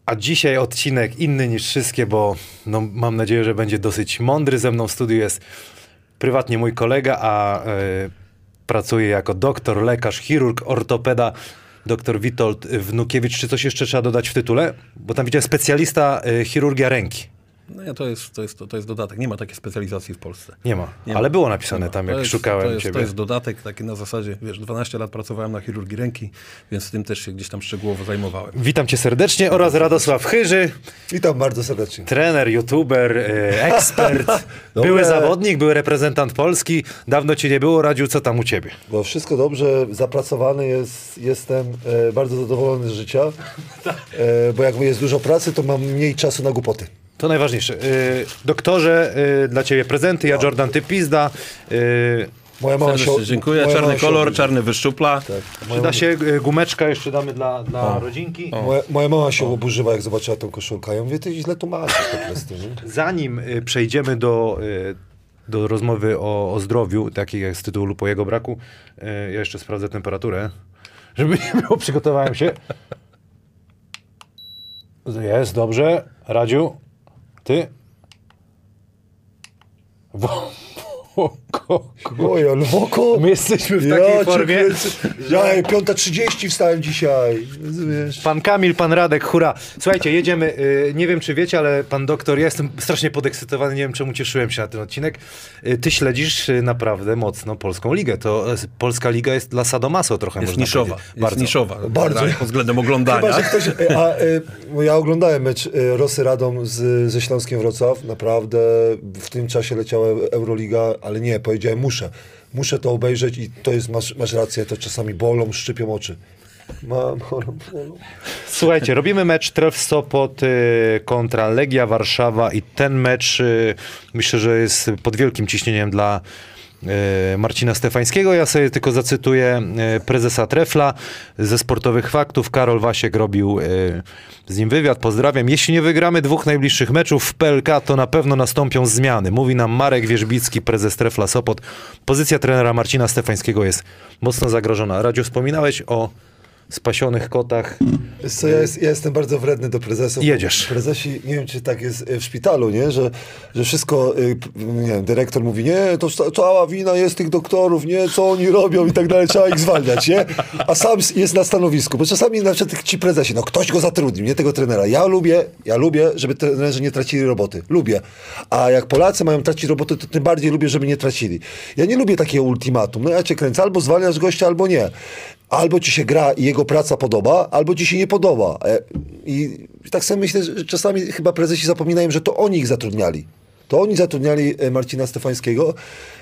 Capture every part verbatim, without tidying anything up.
A dzisiaj odcinek inny niż wszystkie, bo no, mam nadzieję, że będzie dosyć mądry. Ze mną w studiu jest prywatnie mój kolega, a y, pracuje jako doktor, lekarz, chirurg, ortopeda, dr Witold Wnukiewicz. Czy coś jeszcze trzeba dodać w tytule? Bo tam widziałem specjalista y, chirurgia ręki. No nie, to jest, to, jest, to, to jest dodatek. Nie ma takiej specjalizacji w Polsce. Nie ma, nie ale ma. było napisane ma. tam, jak to jest, szukałem to jest, ciebie. To jest dodatek taki na zasadzie, wiesz, dwanaście lat pracowałem na chirurgii ręki, więc z tym też się gdzieś tam szczegółowo zajmowałem. Witam cię serdecznie oraz Radosław Chyży. Witam bardzo serdecznie. Trener, youtuber, y, ekspert, były zawodnik, były reprezentant Polski. Dawno cię nie było. Radziu, co tam u ciebie? Bo wszystko dobrze, zapracowany jest, jestem e, bardzo zadowolony z życia, e, bo jak jest dużo pracy, to mam mniej czasu na głupoty. To najważniejsze. Y, doktorze, y, dla ciebie prezenty. Ja Jordan, ty pizda. Y, Moja mama się, dziękuję. moja Czarny mama się kolor, obrazi. czarny wyszczupla. Tak. przyda się y, gumeczka, jeszcze damy dla, dla rodzinki. Moja, moja mama się oburzyła, jak zobaczyła tą koszulkę. Ja mówię, ty źle tu masz po prostu. Nie? Zanim y, przejdziemy do, y, do rozmowy o, o zdrowiu, takiej jak z tytułu lub o jego braku, y, ja jeszcze sprawdzę temperaturę, żeby nie było, przygotowałem się. Jest, dobrze. Radziu, ty? Wo- Woko. Moja lwoko. My jesteśmy w takiej ja formie. Ja piąta trzydzieści wstałem dzisiaj. Rozumiesz? Pan Kamil, pan Radek, hura. Słuchajcie, jedziemy. Y, nie wiem, czy wiecie, ale pan doktor, ja jestem strasznie podekscytowany, nie wiem, czemu cieszyłem się na ten odcinek. Y, ty śledzisz y, naprawdę mocno polską ligę. To y, polska liga jest dla sadomaso trochę, Jest można niszowa. powiedzieć. Jest Bardzo. niszowa. Bardzo. Pod względem oglądania. Chyba, że ktoś, a, y, ja oglądałem mecz y, Rosy Radom z, ze Śląskiem Wrocław. Naprawdę w tym czasie leciała Euroliga, ale nie, powiedziałem muszę. Muszę to obejrzeć i to jest, masz, masz rację, to czasami bolą, szczypią oczy. Mam, bolą, bolą. Słuchajcie, robimy mecz Tref Sopot y, kontra Legia Warszawa i ten mecz y, myślę, że jest pod wielkim ciśnieniem dla y, Marcina Stefańskiego. Ja sobie tylko zacytuję y, prezesa Trefla ze Sportowych Faktów. Karol Wasiek robił y, z nim wywiad. Pozdrawiam. Jeśli nie wygramy dwóch najbliższych meczów w P L K, to na pewno nastąpią zmiany. Mówi nam Marek Wierzbicki, prezes Trefla Sopot. Pozycja trenera Marcina Stefańskiego jest mocno zagrożona. Radziu, wspominałeś o spasionych kotach. Wiesz co, ja, jest, ja jestem bardzo wredny do prezesów. Jedziesz. Prezesi, nie wiem, czy tak jest w szpitalu, nie? Że, że wszystko, y, nie wiem, dyrektor mówi, nie, to cała wina jest tych doktorów, nie, co oni robią i tak dalej, trzeba ich zwalniać, nie? A sam jest na stanowisku, bo czasami na przykład ci prezesi, no ktoś go zatrudnił, nie tego trenera. Ja lubię, ja lubię, żeby trenerzy nie tracili roboty. Lubię. A jak Polacy mają tracić roboty, to tym bardziej lubię, żeby nie tracili. Ja nie lubię takiego ultimatum. No ja cię kręcę, albo zwalniasz gościa, albo nie. Albo ci się gra i jego praca podoba, albo ci się nie podoba. I tak sobie myślę, że czasami chyba prezesi zapominają, że to oni ich zatrudniali. To oni zatrudniali Marcina Stefańskiego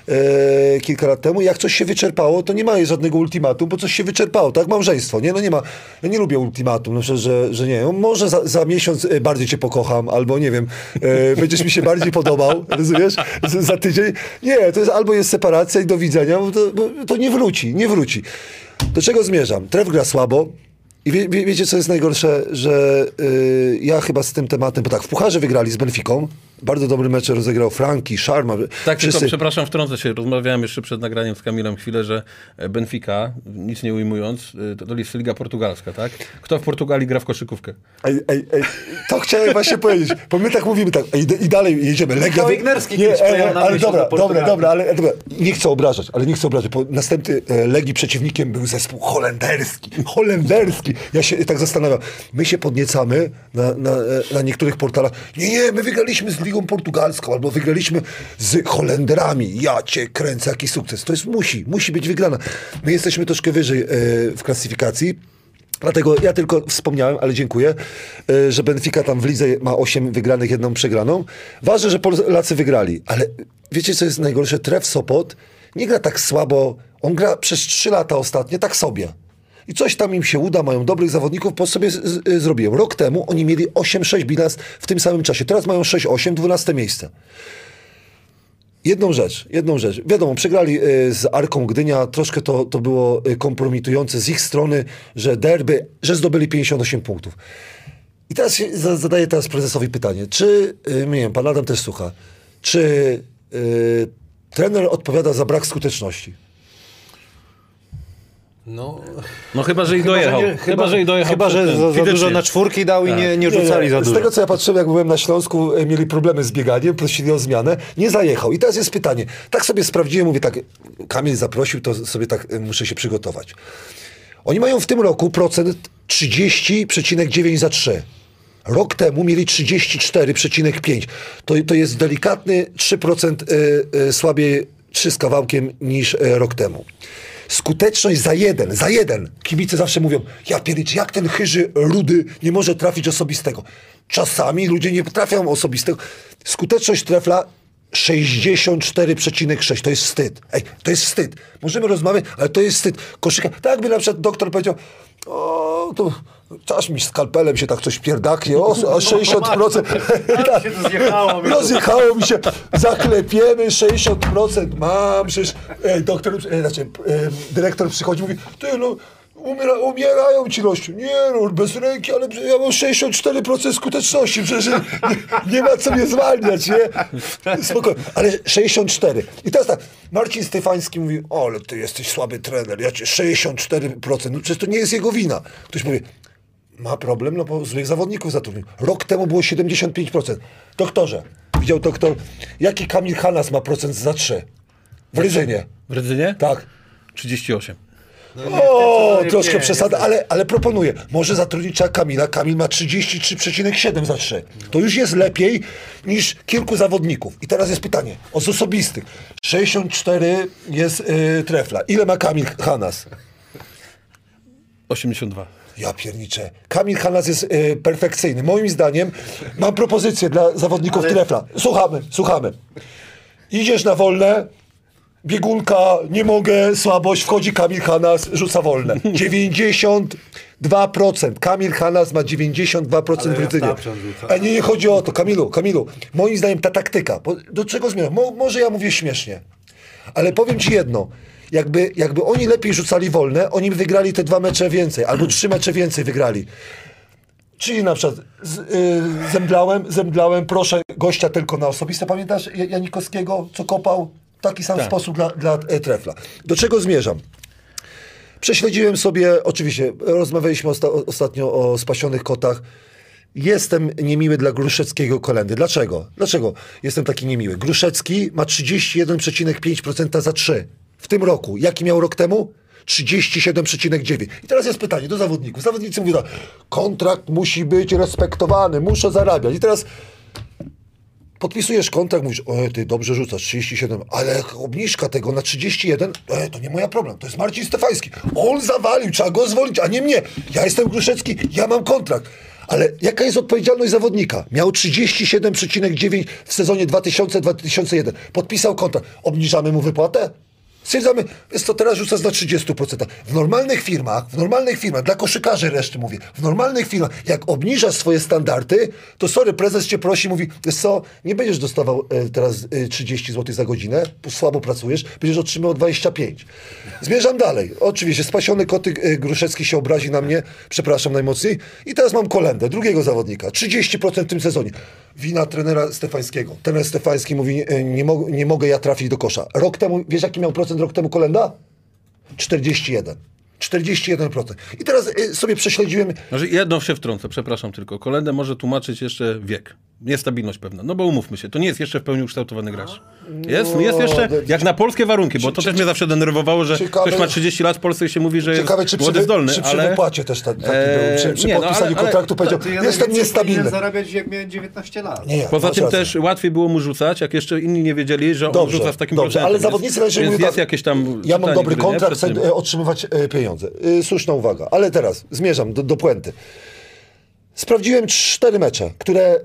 e, kilka lat temu. Jak coś się wyczerpało, to nie ma żadnego ultimatum, bo coś się wyczerpało, tak? Małżeństwo, nie? No nie ma. Ja nie lubię ultimatum, no, że, że nie. No, może za, za miesiąc bardziej cię pokocham, albo nie wiem, e, będziesz mi się bardziej podobał, rozumiesz? Z, za tydzień. Nie, to jest albo jest separacja i do widzenia, bo to, bo to nie wróci, nie wróci. Do czego zmierzam? Tref gra słabo i wie, wie, wiecie, co jest najgorsze, że yy, ja chyba z tym tematem, bo tak, w Pucharze wygrali z Benficą, bardzo dobry mecz rozegrał Franki, Szarma. Tak, wszyscy... tylko przepraszam, wtrącę się. Rozmawiałem jeszcze przed nagraniem z Kamilem chwilę, że Benfica, nic nie ujmując, to, to jest liga portugalska, tak? Kto w Portugalii gra w koszykówkę? Ej, ej, ej, to chciałem właśnie powiedzieć, bo my tak mówimy tak, i, i dalej jedziemy. Legia... Wignerski nie, kiedyś ej, pojechał na ale myśl dobra, do dobra, Portugalii. dobra, ale dobra, nie chcę obrażać, ale nie chcę obrażać, bo następny e, Legii przeciwnikiem był zespół holenderski, holenderski. Ja się tak zastanawiam, my się podniecamy na, na, na niektórych portalach, nie, nie, my wygraliśmy z Ligą Portugalską, albo wygraliśmy z Holenderami. Ja cię kręcę, jaki sukces. To jest musi, musi być wygrana. My jesteśmy troszkę wyżej e, w klasyfikacji. Dlatego ja tylko wspomniałem, ale dziękuję, e, że Benfica tam w lidze ma osiem wygranych, jedną przegraną. Ważne, że Polacy wygrali, ale wiecie, co jest najgorsze? Tref Sopot nie gra tak słabo. On gra przez trzy lata ostatnie tak sobie. I coś tam im się uda, mają dobrych zawodników, po sobie z, z, zrobiłem. Rok temu oni mieli osiem sześć bilans w tym samym czasie. Teraz mają sześć osiem, dwunaste miejsce. Jedną rzecz, jedną rzecz. Wiadomo, przegrali y, z Arką Gdynia. Troszkę to, to było y, kompromitujące z ich strony, że derby, że zdobyli pięćdziesiąt osiem punktów. I teraz się zadaję teraz prezesowi pytanie. Czy, y, nie wiem, pan Adam też słucha, czy y, trener odpowiada za brak skuteczności? No, No chyba, że ich chyba, dojechał. że nie, chyba, chyba, że ich dojechał. chyba, że przed za, tym, za dużo fizycznie. na czwórki dał i Tak. nie, nie rzucali nie, za z dużo. tego, co ja patrzyłem, jak byłem na Śląsku, e, mieli problemy z bieganiem, prosili o zmianę, nie zajechał. I teraz jest pytanie. Tak sobie sprawdziłem, mówię tak, Kamil zaprosił, to sobie tak e, muszę się przygotować. Oni mają w tym roku procent trzydzieści przecinek dziewięć za trzy. Rok temu mieli trzydzieści cztery przecinek pięć. To, to jest delikatny trzy procent y, y, słabiej, trzy z kawałkiem niż y, rok temu. Skuteczność za jeden, za jeden. Kibice zawsze mówią, ja pierniczę, jak ten chyży rudy nie może trafić osobistego. Czasami ludzie nie trafiają osobistego. Skuteczność trefla sześćdziesiąt cztery przecinek sześć. To jest wstyd. Ej, to jest wstyd. Możemy rozmawiać, ale to jest wstyd. Koszyka, tak jakby na przykład doktor powiedział, o, to czas mi skalpelem się tak coś pierdaknie, o, a sześćdziesiąt procent. tak, się to zjechało mi. rozjechało mi się, zaklepiemy, sześćdziesiąt procent mam, przecież ej, doktor, e, znaczy, e, dyrektor przychodzi i mówi, ty no, umiera, umierają ci gościu. Nie no, bez ręki, ale ja mam sześćdziesiąt cztery procent skuteczności, przecież nie, nie ma co mnie zwalniać, nie? Spokojnie, ale sześćdziesiąt cztery. I teraz tak, Marcin Stefański mówi, o, ale ty jesteś słaby trener, ja cię sześćdziesiąt cztery procent, no przecież to nie jest jego wina. Ktoś mówi, ma problem, no bo złych zawodników zatrudnił. Rok temu było siedemdziesiąt pięć procent. Doktorze, widział doktor, jaki Kamil Hanas ma procent za trzy? W Rydzynie. W Rydzynie? Tak. trzydzieści osiem. O, nie, troszkę nie, przesada, ale, ale proponuję. Może zatrudnić trzeba Kamila. Kamil ma trzydzieści trzy przecinek siedem za trzy. To już jest lepiej niż kilku zawodników. I teraz jest pytanie o z osobistych. sześćdziesiąt cztery jest yy, trefla. Ile ma Kamil Hanas? osiemdziesiąt dwa. Ja pierniczę. Kamil Hanas jest y, perfekcyjny. Moim zdaniem mam propozycję dla zawodników Ale... trefla. Słuchamy, słuchamy. Idziesz na wolne, biegunka, nie mogę, słabość, wchodzi Kamil Hanas, rzuca wolne. dziewięćdziesiąt dwa procent. Kamil Hanas ma dziewięćdziesiąt dwa procent w Rydzynie. A nie, nie chodzi o to, Kamilu, Kamilu. Moim zdaniem ta taktyka, bo do czego zmierzam? Mo, może ja mówię śmiesznie, ale powiem ci jedno. Jakby, jakby oni lepiej rzucali wolne, oni by wygrali te dwa mecze więcej, albo trzy mecze więcej wygrali. Czyli na przykład z, y, zemdlałem, zemdlałem, proszę gościa tylko na osobiste. Pamiętasz Janikowskiego, co kopał? Taki sam tak. sposób dla, dla e, trefla. Do czego zmierzam? Prześledziłem sobie, oczywiście, rozmawialiśmy osta ostatnio o spasionych kotach. Jestem niemiły dla Gruszeckiego Kolendy. Dlaczego? Dlaczego jestem taki niemiły? Gruszecki ma trzydzieści jeden przecinek pięć procent za trzy. W tym roku. Jaki miał rok temu? trzydzieści siedem przecinek dziewięć. I teraz jest pytanie do zawodników. Zawodnicy mówią, kontrakt musi być respektowany, muszę zarabiać. I teraz podpisujesz kontrakt, mówisz, o ty dobrze rzucasz, trzydzieści siedem, ale obniżka tego na trzydzieści jeden, e, to nie moja problem, to jest Marcin Stefański. On zawalił, trzeba go zwolnić, a nie mnie. Ja jestem Gruszecki, ja mam kontrakt. Ale jaka jest odpowiedzialność zawodnika? Miał trzydzieści siedem przecinek dziewięć w sezonie dwa tysiące do dwa tysiące jeden. Podpisał kontrakt. Obniżamy mu wypłatę? Stwierdzamy, jest to teraz rzucasz na trzydzieści procent. W normalnych firmach, w normalnych firmach, dla koszykarzy reszty mówię, w normalnych firmach, jak obniżasz swoje standardy, to sorry, prezes cię prosi, mówi, wiesz co, nie będziesz dostawał e, teraz e, trzydzieści złotych za godzinę, słabo pracujesz, będziesz otrzymał dwadzieścia pięć. Zmierzam dalej. Oczywiście, spasiony koty e, Gruszecki się obrazi na mnie, przepraszam najmocniej. I teraz mam Kolendę, drugiego zawodnika, trzydzieści procent w tym sezonie. Wina trenera Stefańskiego. Trener Stefański mówi, e, nie, mo nie mogę ja trafić do kosza. Rok temu, wiesz jaki miał procent rok temu Kolenda? czterdzieści jeden. czterdzieści jeden procent. I teraz y, sobie prześledziłem... Może jedno się wtrącę, przepraszam tylko. Kolendę może tłumaczyć jeszcze wiek. Niestabilność pewna. No bo umówmy się, to nie jest jeszcze w pełni ukształtowany gracz. Jest, No, jest jeszcze, no, jak na polskie warunki, bo to też mnie zawsze denerwowało, że ciekawe- ktoś ma trzydzieści lat w Polsce i się mówi, że Ciekawe, jest czy przy, młody, wy, zdolny, czy przy ale... wypłacie też ta, taki Eee, był. Przy, przy nie, no, podpisaniu ale- ale- kontraktu powiedział, To ja jestem najwięcej niestabilny. powinien zarabiać, jak miałem dziewiętnaście lat. Nie, Poza masz tym rację. też łatwiej było mu rzucać, jak jeszcze inni nie wiedzieli, że on Dobrze, rzuca z takim dobrze, procentem. ale Więc- zawodnicy raczej więc mówią jest tak, jakieś tam ja mam czytanie dobry gry, nie? kontrakt, Przed chcę tym. e, otrzymywać e, pieniądze. E, słuszna uwaga. Ale teraz zmierzam do, do puenty. Sprawdziłem cztery mecze, które e,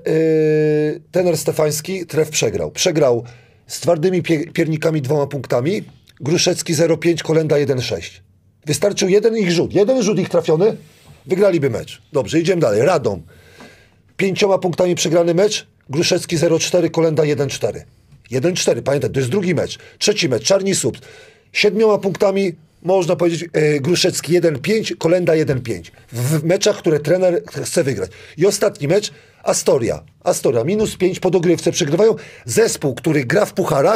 trener Stefański tref przegrał. Przegrał z twardymi pie, piernikami dwoma punktami, Gruszecki zero pięć, Kolenda jeden sześć. Wystarczył jeden ich rzut. Jeden rzut ich trafiony, wygraliby mecz. Dobrze, idziemy dalej. Radom. Pięcioma punktami przegrany mecz, Gruszecki zero cztery, Kolenda jeden cztery. jeden cztery, pamiętaj, to jest drugi mecz. Trzeci mecz, Czarni Słupsk. Siedmioma punktami, można powiedzieć, e, Gruszecki jeden pięć, Kolenda jeden pięć. W, w meczach, które trener chce wygrać. I ostatni mecz, Astoria. Astoria, minus pięć po dogrywce przegrywają. Zespół, który gra w pucharach,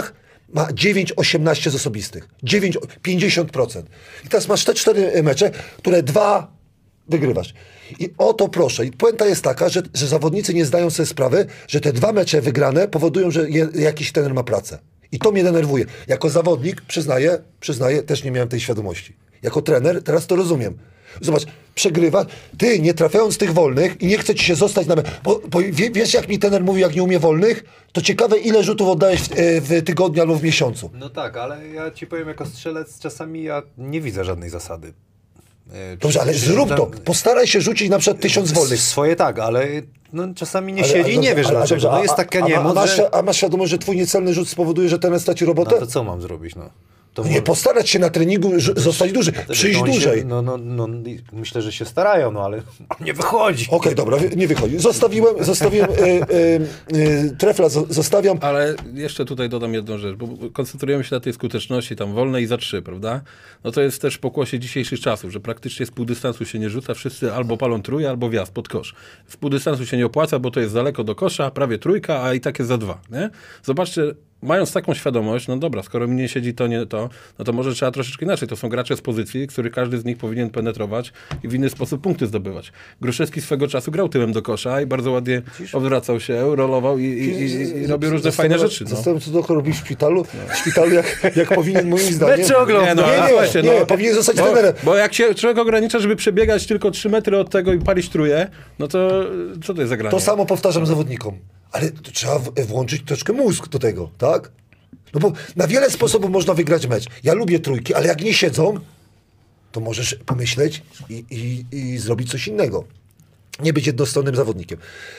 ma dziewięć osiemnaście z osobistych. dziewięć, pięćdziesiąt procent. I teraz masz te cztery mecze, które dwa wygrywasz. I o to proszę. I puenta jest taka, że, że zawodnicy nie zdają sobie sprawy, że te dwa mecze wygrane powodują, że je, jakiś trener ma pracę. I to mnie denerwuje. Jako zawodnik, przyznaję, przyznaję, też nie miałem tej świadomości. Jako trener teraz to rozumiem. Zobacz, przegrywa, ty nie trafiając tych wolnych i nie chce ci się zostać na... Bo, bo wie, wiesz, jak mi trener mówi, jak nie umie wolnych? To ciekawe, ile rzutów oddałeś w, w tygodniu albo w miesiącu. No tak, ale ja ci powiem, jako strzelec czasami ja nie widzę żadnej zasady. Dobrze, ale zrób to. Postaraj się rzucić na przykład tysiąc wolnych. Swoje tak, ale no, czasami nie Ale- siedzi i ale nie dobrze, wiesz ale- dlaczego. dobrze, No jest taka a, a, niemoc, masz, że... a masz świadomość, że twój niecelny rzut spowoduje, że trener straci robotę? No to co mam zrobić, no? To Nie, może- postarać się na treningu ż- zostać duży, przyjść to oni dłużej. Się, no, no, no, i myślę, że się starają, no ale nie wychodzi. Okej, dobra, wy- nie wychodzi. Zostawiłem, zostawiłem, e, e, e, trefla zo- zostawiam. Ale jeszcze tutaj dodam jedną rzecz, bo koncentrujemy się na tej skuteczności tam wolnej i za trzy, prawda? No to jest też pokłosie dzisiejszych czasów, że praktycznie z pół dystansu się nie rzuca, wszyscy albo palą trójkę, albo wjazd pod kosz. W pół dystansu się nie opłaca, bo to jest daleko do kosza, prawie trójka, a i tak jest za dwa, nie? Zobaczcie, mając taką świadomość, no dobra, skoro mi nie siedzi to, nie to, no to może trzeba troszeczkę inaczej. To są gracze z pozycji, których każdy z nich powinien penetrować i w inny sposób punkty zdobywać. Gruszewski swego czasu grał tyłem do kosza i bardzo ładnie odwracał się, rolował i, i, i, i robił różne fajne rzeczy. No. Zastanawiam się, co doktor robi w szpitalu, w szpitalu jak, jak powinien, moim zdaniem... Mecze ogląda. Nie, no, Nie, a nie, właśnie, nie, no. powinien zostać Bo, trenerem. bo jak się człowiek ogranicza, żeby przebiegać tylko trzy metry od tego i palić truje, no to co to jest za granie? To samo powtarzam zawodnikom. Ale to trzeba w- włączyć troszkę mózg do tego, tak? No bo na wiele sposobów można wygrać mecz. Ja lubię trójki, ale jak nie siedzą, to możesz pomyśleć i, i, i zrobić coś innego. Nie być jednostronnym zawodnikiem.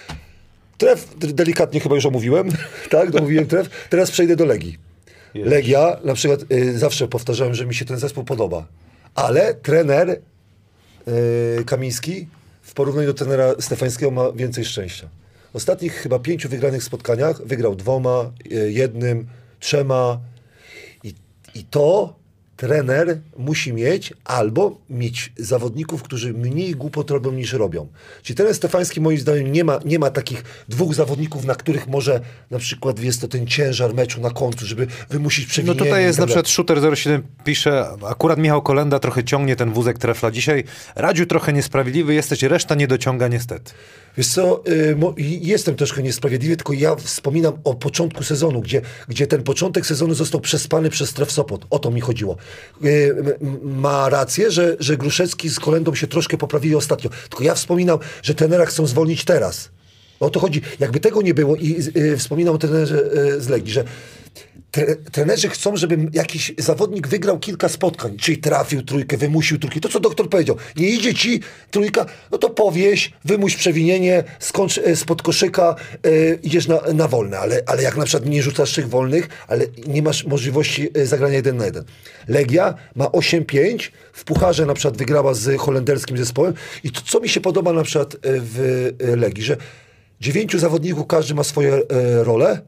Tref, d- delikatnie chyba już omówiłem, tak? Domówiłem tref. Teraz przejdę do Legii. Legia, na przykład, y, zawsze powtarzałem, że mi się ten zespół podoba. Ale trener y, Kamiński w porównaniu do trenera Stefańskiego ma więcej szczęścia. W ostatnich chyba pięciu wygranych spotkaniach wygrał dwoma, y, jednym, trzema. I, I to trener musi mieć albo mieć zawodników, którzy mniej głupot robią niż robią. Czyli trener Stefański moim zdaniem nie ma, nie ma takich dwóch zawodników, na których może na przykład jest to ten ciężar meczu na końcu, żeby wymusić No przewinienie. tutaj jest i na tak dalej. przykład Shooter zero siedem pisze, akurat Michał Kolenda trochę ciągnie ten wózek trefla dzisiaj. Radziu trochę niesprawiedliwy jesteś, reszta nie dociąga niestety. Wiesz co, y, mo, i- jestem troszkę niesprawiedliwy, tylko ja wspominam o początku sezonu, gdzie, gdzie ten początek sezonu został przespany przez Tref Sopot. O to mi chodziło. Y, m- m- ma rację, że, że Gruszewski z Kolendą się troszkę poprawili ostatnio. Tylko ja wspominam, że trenera chcą zwolnić teraz. O to chodzi. Jakby tego nie było i y, wspominam o trenerze y, z Legii, że tre, trenerzy chcą, żeby jakiś zawodnik wygrał kilka spotkań, czyli trafił trójkę, wymusił trójkę. To, co doktor powiedział. Nie idzie ci trójka, no to powieś, wymuś przewinienie, skończ e, spod koszyka, e, idziesz na, na wolne. Ale, ale jak na przykład nie rzucasz tych wolnych, ale nie masz możliwości e, zagrania jeden na jeden. Legia ma osiem pięć, w Pucharze na przykład wygrała z holenderskim zespołem. I to, co mi się podoba na przykład e, w e, Legii, że dziewięciu zawodników, każdy ma swoje e, role,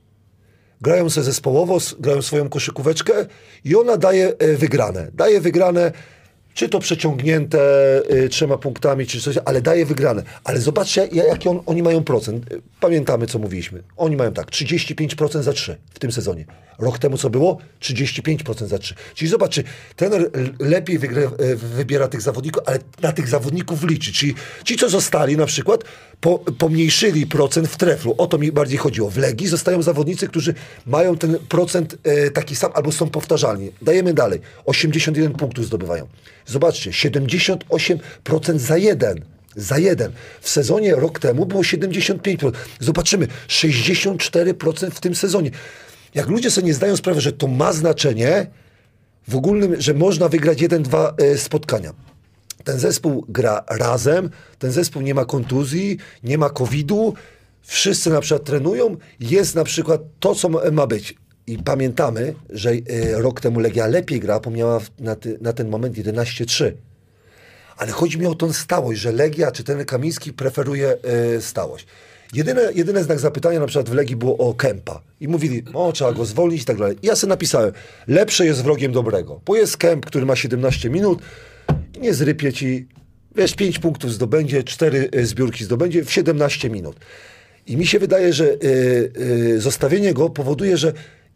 grają sobie zespołowo, s- grają swoją koszykóweczkę i ona daje e, wygrane. Daje wygrane, czy to przeciągnięte e, trzema punktami, czy coś, ale daje wygrane. Ale zobaczcie, ja- jaki on, oni mają procent. E, Pamiętamy, co mówiliśmy. Oni mają tak, trzydzieści pięć procent za trzy w tym sezonie. Rok temu co było? trzydzieści pięć procent za trzy. Czyli zobaczcie, trener l- lepiej wygra, e, wybiera tych zawodników, ale na tych zawodników liczy. Czyli ci, co zostali na przykład, po, pomniejszyli procent w treflu. O to mi bardziej chodziło. W Legii zostają zawodnicy, którzy mają ten procent e, taki sam, albo są powtarzalni. Dajemy dalej. osiemdziesiąt jeden punktów zdobywają. Zobaczcie, siedemdziesiąt osiem procent za jeden. Za jeden. W sezonie rok temu było siedemdziesiąt pięć procent. Zobaczymy, sześćdziesiąt cztery procent w tym sezonie. Jak ludzie sobie nie zdają sprawy, że to ma znaczenie w ogólnym, że można wygrać jeden, dwa e, spotkania. Ten zespół gra razem, ten zespół nie ma kontuzji, nie ma kowidu, wszyscy na przykład trenują, jest na przykład to, co ma- ma być. I pamiętamy, że e, rok temu Legia lepiej gra, bo miała w- na, ty, na ten moment jedenaście trzy. Ale chodzi mi o tą stałość, że Legia czy ten Kamiński preferuje e, stałość. Jedyne, jedyne znak zapytania na przykład w Legii było o Kępa. I mówili, o trzeba go zwolnić i tak dalej. I ja sobie napisałem, lepsze jest wrogiem dobrego. Bo jest Kęp, który ma siedemnaście minut, nie zrypie ci, wiesz, pięć punktów zdobędzie, cztery e, zbiórki zdobędzie w siedemnaście minut. I mi się wydaje, że y, y, zostawienie go powoduje, że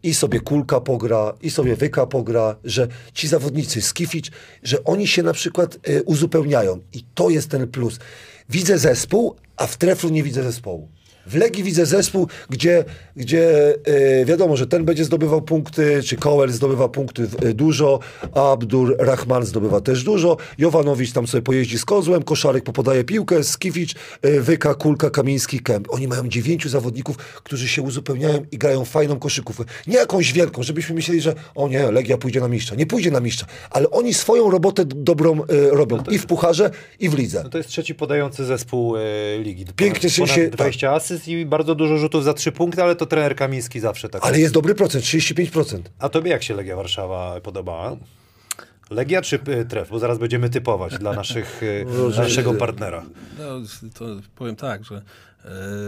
i sobie Kulka pogra, i sobie Wyka pogra, że ci zawodnicy, Skifić, że oni się na przykład y, uzupełniają. I to jest ten plus. Widzę zespół, a w Treflu nie widzę zespołu. W Legii widzę zespół, gdzie, gdzie y, wiadomo, że ten będzie zdobywał punkty, czy Kołel zdobywa punkty y, dużo, Abdur Rahman zdobywa też dużo, Jowanowicz tam sobie pojeździ z kozłem, Koszarek popodaje piłkę, Skifić, y, Wyka, Kulka, Kamiński, Kęp. Oni mają dziewięciu zawodników, którzy się uzupełniają i grają fajną koszykówkę. Nie jakąś wielką, żebyśmy myśleli, że o nie, Legia pójdzie na mistrza. Nie pójdzie na mistrza, ale oni swoją robotę dobrą y, robią no i w pucharze, i w lidze. No to jest trzeci podający zespół y, ligi. Pięknie się... Ponad się dwadzieścia asyst i bardzo dużo rzutów za trzy punkty, ale to trener Kamiński zawsze tak. Ale jest dobry procent, trzydzieści pięć procent. A tobie jak się Legia Warszawa podobała? Legia czy y, Tref? Bo zaraz będziemy typować dla naszych, y, dla naszego partnera. No, to powiem tak, że yy,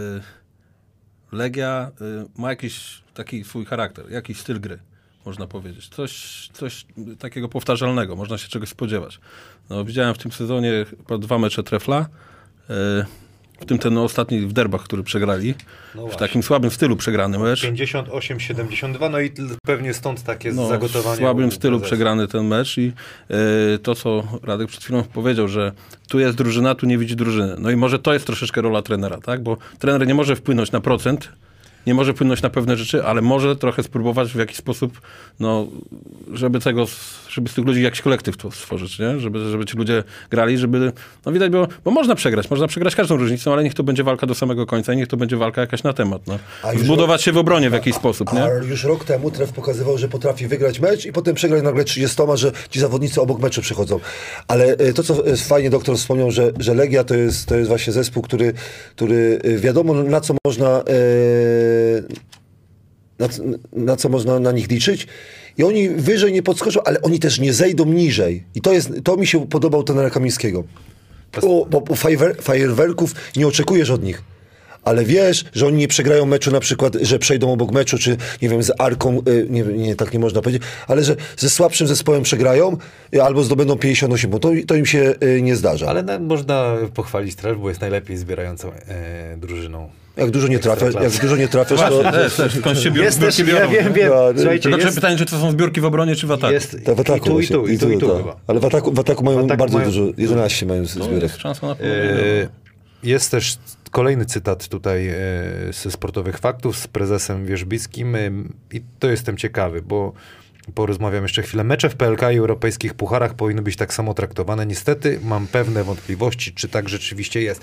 Legia yy, ma jakiś taki swój charakter, jakiś styl gry, można powiedzieć. Coś, coś takiego powtarzalnego, można się czegoś spodziewać. No, widziałem w tym sezonie po dwa mecze Trefla, yy, w tym ten ostatni w derbach, który przegrali, no w takim słabym stylu przegrany mecz. pięćdziesiąt osiem siedemdziesiąt dwa, no i pewnie stąd takie no, zagotowanie. W słabym stylu przegrany ten mecz i y, to, co Radek przed chwilą powiedział, że tu jest drużyna, tu nie widzi drużyny. No i może to jest troszeczkę rola trenera, tak? Bo trener nie może wpłynąć na procent, nie może wpłynąć na pewne rzeczy, ale może trochę spróbować w jakiś sposób, no, żeby tego, żeby z tych ludzi jakiś kolektyw stworzyć, nie? Żeby, żeby ci ludzie grali, żeby, no widać było, bo można przegrać, można przegrać każdą różnicą, ale niech to będzie walka do samego końca i niech to będzie walka jakaś na temat, no. Zbudować się w obronie w jakiś sposób, nie? A już rok temu Tref pokazywał, że potrafi wygrać mecz i potem przegrać nagle trzydziestoma, że ci zawodnicy obok meczu przychodzą. Ale to, co fajnie doktor wspomniał, że, że Legia to jest, to jest właśnie zespół, który, który wiadomo, na co można e, Na, na co można na nich liczyć i oni wyżej nie podskoczą, ale oni też nie zejdą niżej. I to jest, to mi się podobał trenera Kamińskiego. Bo, bo, bo fajer, fajerwerków nie oczekujesz od nich. Ale wiesz, że oni nie przegrają meczu na przykład, że przejdą obok meczu, czy nie wiem, z Arką, nie, nie tak nie można powiedzieć, ale że ze słabszym zespołem przegrają albo zdobędą pięćdziesiąt osiem, bo to, to im się nie zdarza. Ale na, można pochwalić Tref, bo jest najlepiej zbierającą e, drużyną. Jak dużo nie trafiasz, jak dużo nie trafiasz, to... Właśnie, też, też, skąd się bior, jest zbiórki też, biorą. ja wiem, wiem. No, Słuchajcie, Tylko jest, pytanie, czy to są zbiórki w obronie, czy w ataku? jest w ataku i tu, i tu, i tu, i tu, tak. chyba. Ale w ataku, w ataku mają W ataku bardzo mają- dużo, jedenaście mają To zbiórek. jest szansa na E, powodzenie. jest też kolejny cytat tutaj e, ze Sportowych Faktów z prezesem Wierzbickim e, i to jestem ciekawy, bo porozmawiam jeszcze chwilę. Mecze w P L K i europejskich pucharach powinny być tak samo traktowane. Niestety mam pewne wątpliwości, czy tak rzeczywiście jest.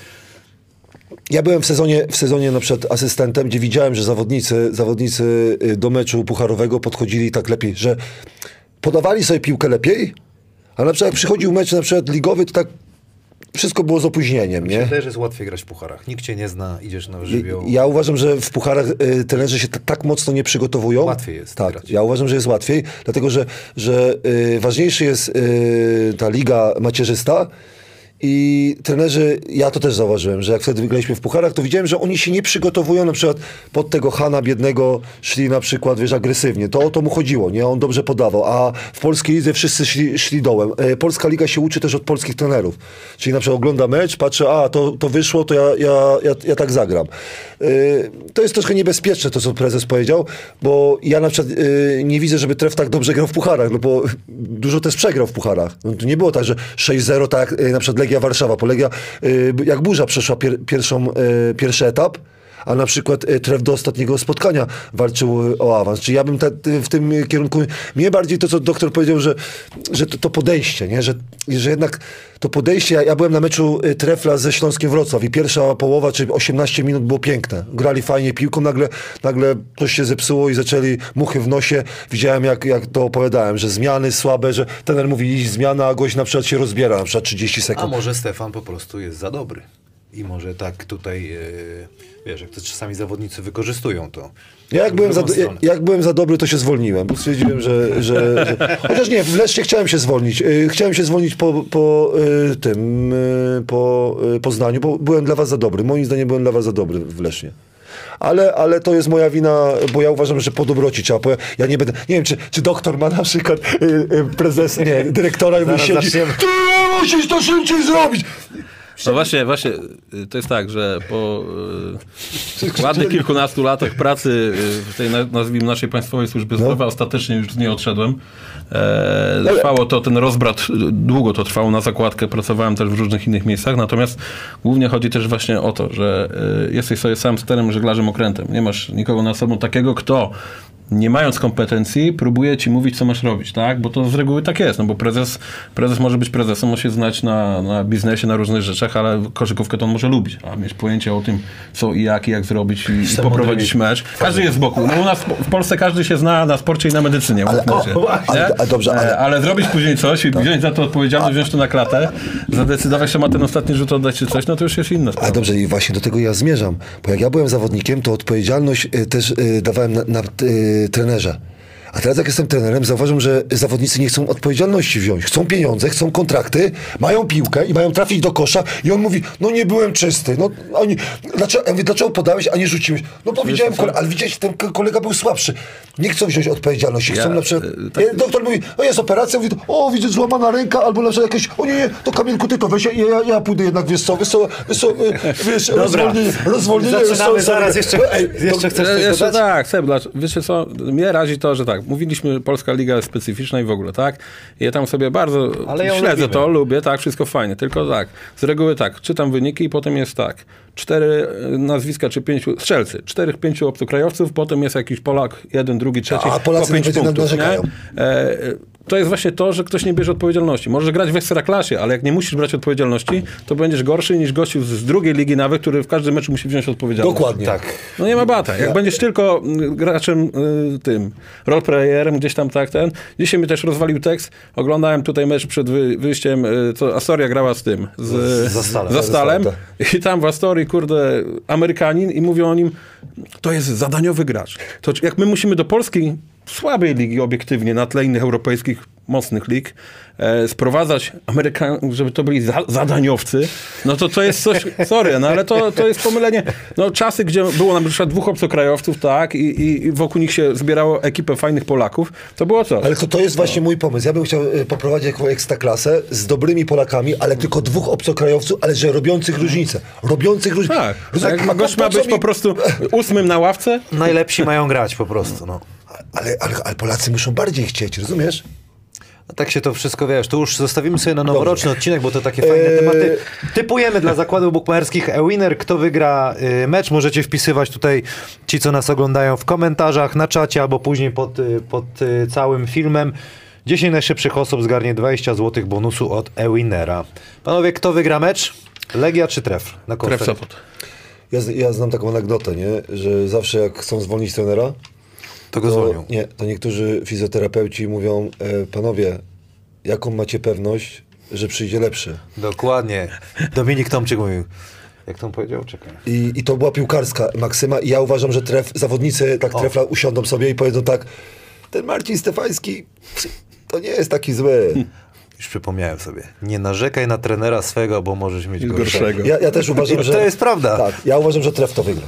Ja byłem w sezonie, w sezonie na przykład asystentem, gdzie widziałem, że zawodnicy, zawodnicy y, do meczu pucharowego podchodzili tak lepiej, że podawali sobie piłkę lepiej, a na przykład jak przychodził mecz na przykład ligowy, to tak wszystko było z opóźnieniem, nie? Też jest łatwiej grać w pucharach. Nikt cię nie zna, idziesz na żywioł. Ja uważam, że w pucharach y, trenerzy się t- tak mocno nie przygotowują. Łatwiej jest Tak, grać. ja uważam, że jest łatwiej, dlatego że, że y, ważniejszy jest y, ta liga macierzysta i trenerzy, ja to też zauważyłem, że jak wtedy wygraliśmy w pucharach, to widziałem, że oni się nie przygotowują na przykład pod tego Hana biednego, szli na przykład, wiesz, agresywnie. To o to mu chodziło, nie? On dobrze podawał, a w polskiej lidze wszyscy szli, szli dołem. E, Polska liga się uczy też od polskich trenerów. Czyli na przykład ogląda mecz, patrzę, a to, to wyszło, to ja, ja, ja, ja tak zagram. E, to jest troszkę niebezpieczne to, co prezes powiedział, bo ja na przykład e, nie widzę, żeby Tref tak dobrze grał w pucharach, no bo dużo też przegrał w pucharach. No, to nie było tak, że sześć zero, tak jak e, na przykład Legia Warszawa, bo Legia, y, jak Burza przeszła pier, pierwszą, y, pierwszy etap, a na przykład y, Tref do ostatniego spotkania walczył y, o awans. Czyli ja bym te, y, w tym kierunku, mnie bardziej to, co doktor powiedział, że, że to, to podejście, nie? Że, że jednak to podejście, ja, ja byłem na meczu y, Trefla ze Śląskiem Wrocław i pierwsza połowa, czyli osiemnaście minut było piękne. Grali fajnie piłką, nagle, nagle coś się zepsuło i zaczęli muchy w nosie. Widziałem, jak, jak to opowiadałem, że zmiany słabe, że trener mówi iść zmiana, a gość na przykład się rozbiera, na przykład trzydzieści sekund. A może Stefan po prostu jest za dobry. I może tak tutaj, yy, wiesz, jak to czasami zawodnicy wykorzystują to. Ja jak w byłem, za, drugą ja, stronę. jak byłem za dobry, to się zwolniłem, bo stwierdziłem, że... że, że chociaż nie, w Leszcie chciałem się zwolnić. Yy, chciałem się zwolnić po, po yy, tym, yy, po yy, Poznaniu, bo byłem dla was za dobry. Moim zdaniem byłem dla was za dobry w Lesznie. Ale, ale to jest moja wina, bo ja uważam, że po dobroci trzeba... Po, ja nie będę... Nie wiem, czy, czy doktor ma na przykład yy, yy, prezes, nie, dyrektora i mówi Zaraz siedzi, zaczniemy. ty musisz to szybciej zrobić! No właśnie, właśnie, to jest tak, że po y, ładnych kilkunastu latach pracy y, w tej, nazwijmy, naszej Państwowej Służbie Zdrowia, no. ostatecznie już z niej odszedłem. E, trwało to, ten rozbrat, długo to trwało na zakładkę, pracowałem też w różnych innych miejscach, natomiast głównie chodzi też właśnie o to, że y, jesteś sobie sam sterem, żeglarzem, okrętem. Nie masz nikogo nad sobą takiego, kto nie mając kompetencji, próbuje ci mówić, co masz robić, tak? Bo to z reguły tak jest, no bo prezes, prezes może być prezesem, może się znać na, na biznesie, na różnych rzeczach, ale koszykówkę to on może lubić, a mieć pojęcie o tym, co i jak, i jak zrobić i, i poprowadzić mecz. Każdy jest z boku. No u nas w Polsce każdy się zna na sporcie i na medycynie. Ale, o, się, ale, ale, dobrze, ale... ale zrobić później coś i wziąć za to odpowiedzialność, wziąć to na klatę, zadecydować, że ma ten ostatni rzut oddać czy coś, no to już jest inna sprawa. Ale dobrze, i właśnie do tego ja zmierzam, bo jak ja byłem zawodnikiem, to odpowiedzialność y, też y, dawałem na, na y, trenerze. A teraz jak jestem trenerem, zauważam, że zawodnicy nie chcą odpowiedzialności wziąć. Chcą pieniądze, chcą kontrakty, mają piłkę i mają trafić do kosza i on mówi, no nie byłem czysty. No, oni, dlaczego, ja mówię, dlaczego podałeś, a nie rzuciłeś? No bo widziałem, kole, ale widziałeś, ten kolega był słabszy. Nie chcą wziąć odpowiedzialności. Chcą ja, na przykład, tak... doktor mówi, no jest operacja, mówi, o widzę złamana ręka, albo na przykład jakieś, o nie, nie, to Kamilku, ty to weź, ja, ja, ja pójdę jednak, wiesz co, wiesz co, wiesz co, wiesz, rozwolnienie, rozwolnienie. Zaczynamy wiesz, zaraz, jeszcze, no, ej, jeszcze chcesz coś jeszcze dodać? Tak, Seb, wiesz co, mnie razi to, że tak, mówiliśmy, Polska Liga jest specyficzna i w ogóle, tak? I ja tam sobie bardzo Ale ja śledzę lubimy. to, lubię, tak, wszystko fajnie, tylko tak, z reguły tak, czytam wyniki i potem jest tak, cztery nazwiska czy pięciu, strzelcy, czterech, pięciu obcokrajowców, potem jest jakiś Polak, jeden, drugi, trzeci, a Polacy po pięć punktów, narzekają. E, to jest właśnie to, że ktoś nie bierze odpowiedzialności. Możesz grać w ekstraklasie, ale jak nie musisz brać odpowiedzialności, to będziesz gorszy niż gościu z drugiej ligi nawet, który w każdym meczu musi wziąć odpowiedzialność. Dokładnie. Tak. No nie ma bata. Jak Ja. będziesz tylko graczem y, tym, roleplayerem, gdzieś tam tak ten. Dzisiaj mi też rozwalił tekst. Oglądałem tutaj mecz przed wy, wyjściem, y, to Astoria grała z tym, z, Z Zastalem. z Zastalem. Tak. I tam w Astorii, kurde, Amerykanin i mówią o nim, to jest zadaniowy gracz. To jak my musimy do Polski słabej ligi obiektywnie na tle innych europejskich mocnych lig e, sprowadzać Amerykanów, żeby to byli za, zadaniowcy, no to to jest coś, sorry, no ale to, to jest pomylenie. No czasy, gdzie było na przykład dwóch obcokrajowców, tak, i, i wokół nich się zbierało ekipę fajnych Polaków, to było co? Ale to, to jest właśnie no. mój pomysł. Ja bym chciał y, poprowadzić jakąś ekstraklasę z dobrymi Polakami, ale tylko dwóch obcokrajowców, ale że robiących różnicę. Robiących różnicę. Tak, Roz... jak a, gość po, ma po być mi... po prostu ósmym na ławce? Najlepsi mają grać po prostu, no. Ale, ale, ale Polacy muszą bardziej chcieć, rozumiesz? No tak się to wszystko, wiesz, tu już zostawimy sobie na noworoczny Dobrze. odcinek, bo to takie fajne eee... tematy. Typujemy dla zakładów bukmacherskich e-winner, kto wygra y, mecz. Możecie wpisywać tutaj, ci co nas oglądają, w komentarzach, na czacie, albo później pod, y, pod y, całym filmem. dziesięć najszybszych osób zgarnie dwadzieścia złotych bonusu od e-winnera. Panowie, kto wygra mecz? Legia czy Tref? Na Tref Sopot. Ja, ja znam taką anegdotę, nie? Że zawsze jak chcą zwolnić trenera, To go to, zwolnią. nie, to niektórzy fizjoterapeuci mówią, e, panowie, jaką macie pewność, że przyjdzie lepszy? Dokładnie. Dominik Tomczyk mówił. Jak to on powiedział? Czekaj. I, I to była piłkarska maksyma i ja uważam, że tref, zawodnicy tak O. Trefla usiądą sobie i powiedzą tak, ten Marcin Stefański to nie jest taki zły. Już przypomniałem sobie. Nie narzekaj na trenera swego, bo możesz mieć gorszego. gorszego. Ja, ja też uważam, że... To jest prawda. Tak, ja uważam, że Tref to wygra.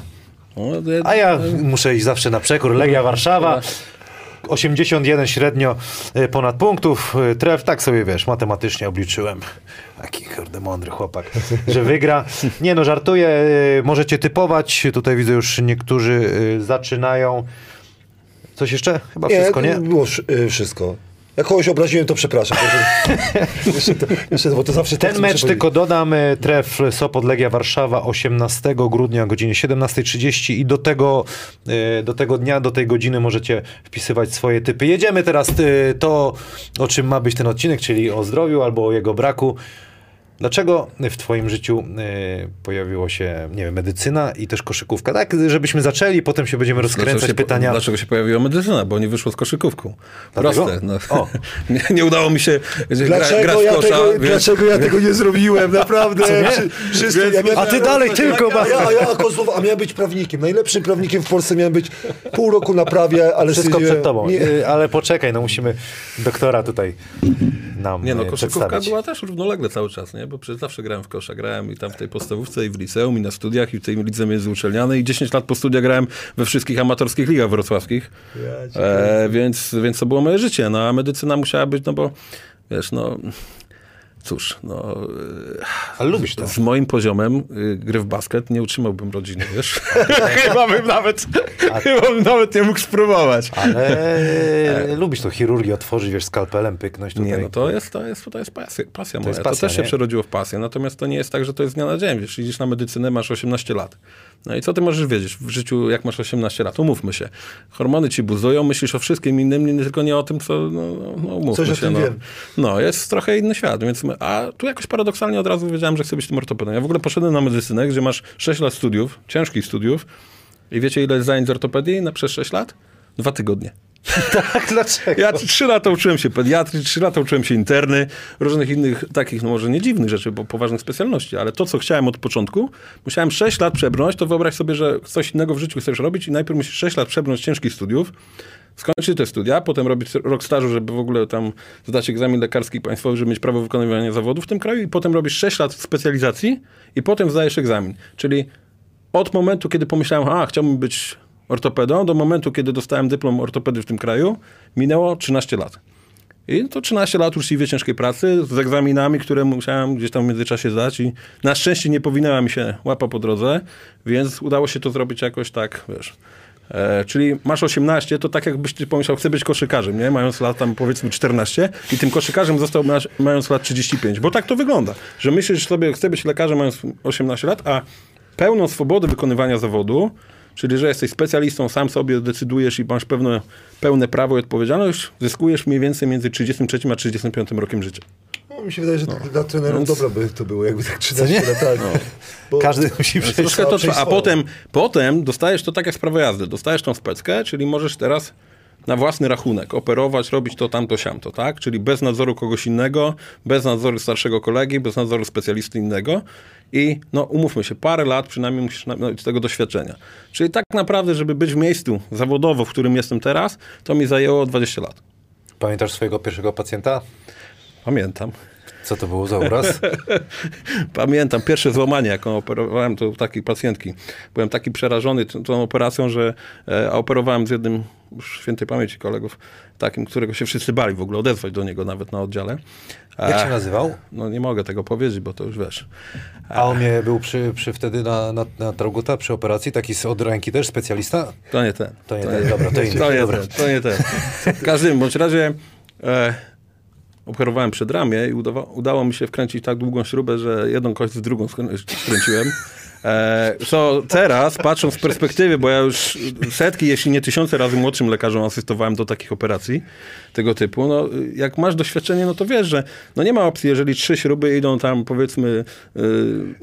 A ja muszę iść zawsze na przekór. Legia Warszawa. osiemdziesiąt jeden średnio ponad punktów. Tref, tak sobie wiesz, matematycznie obliczyłem. Taki kurde mądry chłopak, że wygra. Nie no, żartuję. Możecie typować. Tutaj widzę już niektórzy zaczynają. Coś jeszcze? Chyba wszystko, nie? było wszystko. Jak kogoś obraziłem, to przepraszam. jeszcze, to, jeszcze, bo to zawsze Ten mecz tylko dodam, Tref Sopot Legia Warszawa osiemnastego grudnia o godzinie siedemnasta trzydzieści i do tego, do tego dnia, do tej godziny możecie wpisywać swoje typy. Jedziemy teraz to, o czym ma być ten odcinek, czyli o zdrowiu albo o jego braku. Dlaczego w twoim życiu y, pojawiło się, nie wiem, medycyna i też koszykówka? Tak, żebyśmy zaczęli, potem się będziemy rozkręcać się, pytania. Dlaczego się pojawiła medycyna? Bo nie wyszło z koszykówką. Dlatego? Proste. No. O. nie, nie udało mi się Dlaczego, gra, grać ja, w kosza, tego, więc... dlaczego ja tego nie zrobiłem? Naprawdę. Wszy, wszyscy, ja miałem, A ty dalej ja, tylko... Ja, ja, ja, ja Kozłow, a miałem być prawnikiem. Najlepszym prawnikiem w Polsce miałem być pół roku na prawie, ale... Wszystko stwierdziłem, przed tobą. Nie. Y, ale poczekaj, no musimy doktora tutaj nam Nie no, y, koszykówka przedstawić. była też równolegle cały czas, nie? Bo przecież zawsze grałem w kosza. Grałem i tam w tej podstawówce, i w liceum, i na studiach, i w tej lidze międzyuczelnianej. I dziesięć lat po studiach grałem we wszystkich amatorskich ligach wrocławskich. E, więc, więc to było moje życie. No a medycyna musiała być, no bo wiesz, no... cóż, no... Ale lubisz to. Z moim poziomem y, gry w basket nie utrzymałbym rodziny, wiesz? chyba bym nawet, A... chyba bym nawet nie mógł spróbować. Ale lubisz to, chirurgię otworzyć, wiesz, skalpelem pyknąć tutaj. Nie, no to jest, to jest, to jest pasja, pasja moja. jest pasja, to też nie? się przerodziło w pasję. Natomiast to nie jest tak, że to jest z dnia na dzień. Wiesz, idziesz na medycynę, masz osiemnaście lat. No i co ty możesz wiedzieć w życiu, jak masz osiemnaście lat? Umówmy się. Hormony ci buzują, myślisz o wszystkim innym, nie tylko nie o tym, co... No, no umówmy Coś się. o tym No. wiem. no, jest trochę inny świat. Więc my, a tu jakoś paradoksalnie od razu wiedziałem, że chcę być tym ortopedą. Ja w ogóle poszedłem na medycynę, gdzie masz sześć lat studiów, ciężkich studiów. I wiecie, ile jest zajęć z ortopedii na przez sześć lat? Dwa tygodnie. Tak, dlaczego? Ja trzy lata uczyłem się pediatrii, trzy lata uczyłem się interny, różnych innych takich, no może nie dziwnych rzeczy, bo poważnych specjalności, ale to, co chciałem od początku, musiałem sześć lat przebrnąć, to wyobraź sobie, że coś innego w życiu chcesz robić i najpierw musisz sześć lat przebrnąć ciężkich studiów, skończyć te studia, potem robić rok stażu, żeby w ogóle tam zdać egzamin lekarski państwowy, żeby mieć prawo wykonywania zawodu w tym kraju i potem robisz sześć lat specjalizacji i potem zdajesz egzamin. Czyli od momentu, kiedy pomyślałem, a chciałbym być ortopedą, do momentu, kiedy dostałem dyplom ortopedy w tym kraju, minęło trzynaście lat. I to trzynaście lat uczciwie ciężkiej pracy, z egzaminami, które musiałem gdzieś tam w międzyczasie zdać i na szczęście nie powinęła mi się łapa po drodze, więc udało się to zrobić jakoś tak, wiesz. E, czyli masz osiemnaście, to tak jakbyś ty pomyślał, chcę być koszykarzem, nie? Mając lat tam powiedzmy czternaście i tym koszykarzem został ma, mając lat trzydzieści pięć, bo tak to wygląda, że myślisz sobie, chcę być lekarzem mając osiemnaście lat, a pełną swobodę wykonywania zawodu, czyli że jesteś specjalistą, sam sobie decydujesz i masz pewne, pełne prawo i odpowiedzialność, zyskujesz mniej więcej między trzydziestym trzecim a trzydziestym piątym rokiem życia. No, mi się wydaje, że No. dla trenerów Więc... dobra by to było, jakby tak trzynaście lat. Tak. No. Bo... Każdy musi przejść. Troszkę to trwa, a swoją. potem, potem dostajesz to tak jak z prawa jazdy. Dostajesz tą speckę, czyli możesz teraz na własny rachunek operować, robić to, tamto, siamto, tak? Czyli bez nadzoru kogoś innego, bez nadzoru starszego kolegi, bez nadzoru specjalisty innego i no umówmy się, parę lat przynajmniej musisz mieć tego doświadczenia. Czyli tak naprawdę, żeby być w miejscu zawodowo, w którym jestem teraz, to mi zajęło dwadzieścia lat. Pamiętasz swojego pierwszego pacjenta? Pamiętam. Co to był za uraz? Pamiętam pierwsze złamanie, jaką operowałem, to u takiej pacjentki. Byłem taki przerażony tą, tą operacją, że e, operowałem z jednym, już świętej pamięci kolegów, takim, którego się wszyscy bali w ogóle odezwać do niego nawet na oddziale. E, Jak się nazywał? No nie mogę tego powiedzieć, bo to już wiesz. E, A on mnie był przy, przy wtedy na, na, na Traugutta przy operacji, taki z od ręki też specjalista? To nie ten. To nie ten, dobra, to inny. To nie Dobra. ten, to nie ten. W każdym bądź razie e, operowałem przedramię i udawa, udało mi się wkręcić tak długą śrubę, że jedną kość w drugą skrę- skręciłem. E, co teraz, patrząc z perspektywy, bo ja już setki, jeśli nie tysiące razy młodszym lekarzom asystowałem do takich operacji tego typu, no jak masz doświadczenie, no to wiesz, że no nie ma opcji, jeżeli trzy śruby idą tam powiedzmy yy,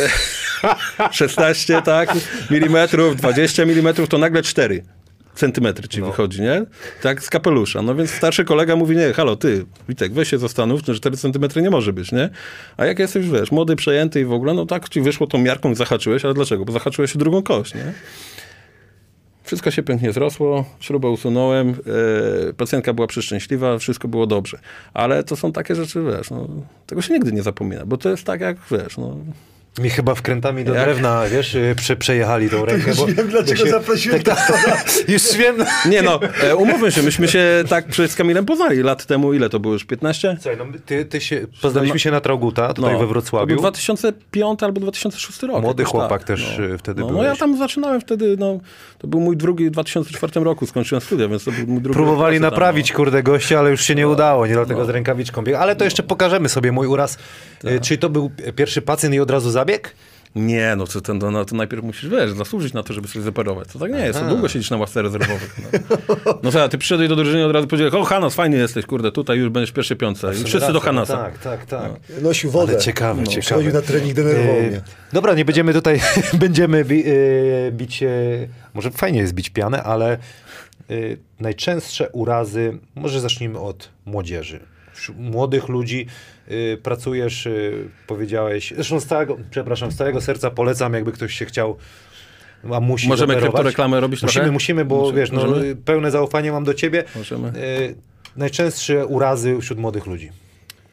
szesnaście tak, milimetrów, dwadzieścia milimetrów, to nagle cztery centymetry ci No. wychodzi, nie? Tak z kapelusza. No więc starszy kolega mówi, nie, halo, ty, Witek, weź się zastanów, no cztery centymetry nie może być, nie? A jak jesteś, wiesz, młody, przejęty i w ogóle, no tak ci wyszło tą miarką i zahaczyłeś, ale dlaczego? Bo zahaczyłeś się drugą kość, nie? Wszystko się pięknie zrosło, śrubę usunąłem, yy, pacjentka była przeszczęśliwa, wszystko było dobrze. Ale to są takie rzeczy, wiesz, no, tego się nigdy nie zapomina, bo to jest tak jak, wiesz, no... Mi chyba wkrętami do Jak? drewna, wiesz, y, prze, przejechali tą rękę. Już wiem, dlaczego się- zaprosiłem tak, tak, Już wiem. Nie no, e, umówmy się, myśmy się tak przed z Kamilem poznali lat temu, ile to było już, piętnaście? Słuchaj, no, ty, ty się, poznaliśmy się na Traugutta, tutaj we To Wrocławiu. był dwa tysiące piąty albo dwa tysiące szósty rok. Młody jakoś chłopak tak, też, y, wtedy no, no byłeś. ja tam zaczynałem wtedy, no, to był mój drugi, w dwa tysiące czwartym roku skończyłem studia, więc to był mój drugi Próbowali rok pracy naprawić, tam, kurde, gościa, ale już się nie udało, nie dlatego No. z rękawiczką biegł. Ale to jeszcze pokażemy sobie mój uraz. Y, Czy to był pierwszy pacjent i od razu zabieg? no. Nie, no to, to, no, to najpierw musisz, wiesz, zasłużyć na to, żeby coś zoperować. To tak nie jest, to Aha. długo siedzisz na ławce rezerwowych. No, no słuchaj, ty przyszedłeś do drużyny i od razu powiedziałeś, o Hanos, fajny jesteś, kurde, tutaj już będziesz w pierwszej piątce. I wszyscy do Hanasa. Tak, tak, tak. Nosił wodę. Ale ciekawe, No, ciekawe. przychodził na trening, denerwował E, mnie. Dobra, nie będziemy tutaj, będziemy bi, e, bić, e, może fajnie jest bić pianę, ale e, najczęstsze urazy, może zacznijmy od młodzieży. Wśród młodych ludzi e, pracujesz, e, powiedziałeś, zresztą z całego, przepraszam, z całego serca polecam, jakby ktoś się chciał, a musi Możemy operować. kryptoreklamę robić Musimy, trochę? musimy, bo Musimy- wiesz, no, możemy? pełne zaufanie mam do ciebie. Możemy. E, najczęstsze urazy wśród młodych ludzi.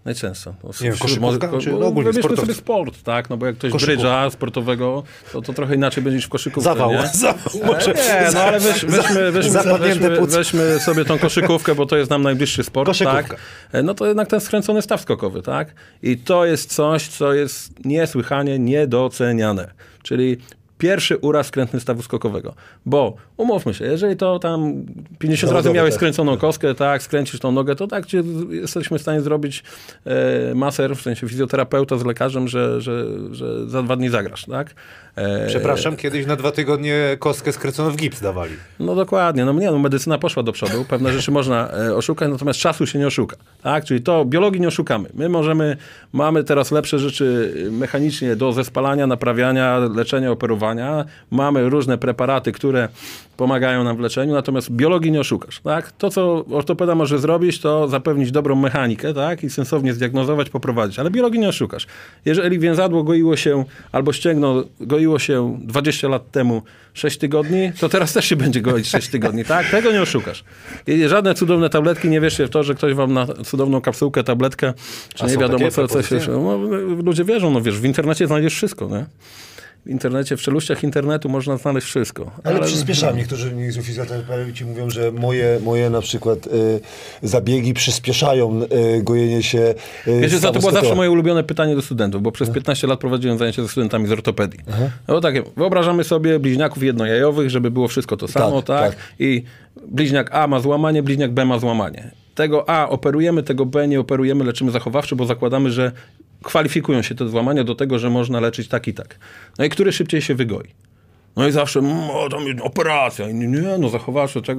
Najczęsto. No, Nie wiem, koszykówka, może, czy no, no, ogólnie wybierzmy sportowcy? sobie sport, tak? No bo jak ktoś Koszykówka. brydża sportowego, to, to trochę inaczej będzie niż w koszykówce, Zawał, nie? zawał. Może Nie, no ale weź, weźmy, weźmy, zapadnięte weźmy, płuc. weźmy sobie tą koszykówkę, bo to jest nam najbliższy sport, Koszykówka. tak? No to jednak ten skręcony staw skokowy, tak? I to jest coś, co jest niesłychanie niedoceniane. Czyli pierwszy uraz skrętny stawu skokowego. Bo umówmy się, jeżeli to tam pięćdziesiąt razy miałeś tak. skręconą kostkę, tak, skręcisz tą nogę, to tak, jesteśmy w stanie zrobić e, maser, w sensie fizjoterapeuta z lekarzem, że, że, że za dwa dni zagrasz, tak? E, Przepraszam, kiedyś na dwa tygodnie kostkę skręcono w gips dawali. No dokładnie, no nie, no medycyna poszła do przodu, pewne rzeczy można e, oszukać, natomiast czasu się nie oszuka, tak? Czyli to biologii nie oszukamy. My możemy, mamy teraz lepsze rzeczy mechanicznie do zespalania, naprawiania, leczenia, operowania. Mamy różne preparaty, które pomagają nam w leczeniu, natomiast biologii nie oszukasz, tak? To, co ortopeda może zrobić, to zapewnić dobrą mechanikę, tak? I sensownie zdiagnozować, poprowadzić, ale biologii nie oszukasz. Jeżeli więzadło goiło się, albo ścięgno goiło się dwadzieścia lat temu sześć tygodni, to teraz też się będzie goić sześć tygodni, tak? Tego nie oszukasz. I żadne cudowne tabletki, nie wierzcie w to, że ktoś wam na cudowną kapsułkę, tabletkę, czy A nie są wiadomo takie co, coś. propozycje? No, ludzie wierzą, no wiesz, w internecie znajdziesz wszystko, nie? W internecie, w czeluściach internetu można znaleźć wszystko. Ale, ale przyspieszam. Niektórzy fizjoterapeuci mówią, że moje, moje na przykład y, zabiegi przyspieszają y, gojenie się. Y, Wiecie co, to było zawsze stawu moje ulubione pytanie do studentów, bo przez piętnaście lat prowadziłem zajęcia ze studentami z ortopedii. Aha. No takie, wyobrażamy sobie bliźniaków jednojajowych, żeby było wszystko to samo, tak, tak? tak? I bliźniak A ma złamanie, bliźniak B ma złamanie. Tego A operujemy, tego B nie operujemy, leczymy zachowawczo, bo zakładamy, że kwalifikują się te złamania do tego, że można leczyć tak i tak. No i który szybciej się wygoi? No i zawsze, o, tam jest operacja. I nie, no zachowawczo, czego?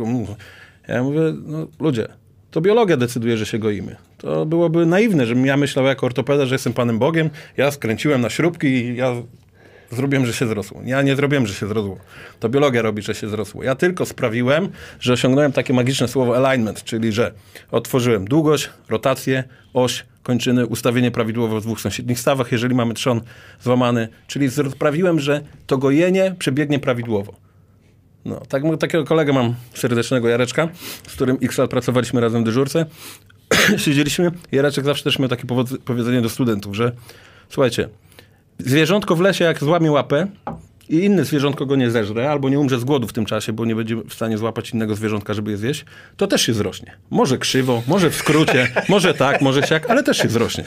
Ja mówię, no ludzie, to biologia decyduje, że się goimy. To byłoby naiwne, żebym ja myślał jako ortopeda, że jestem Panem Bogiem, ja skręciłem na śrubki i ja zrobiłem, że się zrosło. Ja nie zrobiłem, że się zrosło. To biologia robi, że się zrosło. Ja tylko sprawiłem, że osiągnąłem takie magiczne słowo alignment, czyli że otworzyłem długość, rotację, oś, kończyny, ustawienie prawidłowe w dwóch sąsiednich stawach, jeżeli mamy trzon złamany. Czyli sprawiłem, że to gojenie przebiegnie prawidłowo. No, tak, takiego kolegę mam serdecznego, Jareczka, z którym x lat pracowaliśmy razem w dyżurce. Siedzieliśmy. Jareczek zawsze też miał takie powiedzenie do studentów, że słuchajcie, zwierzątko w lesie jak złamie łapę i inne zwierzątko go nie zeżre, albo nie umrze z głodu w tym czasie, bo nie będzie w stanie złapać innego zwierzątka, żeby je zjeść, to też się zrośnie. Może krzywo, może w skrócie, może tak, może siak, ale też się zrośnie.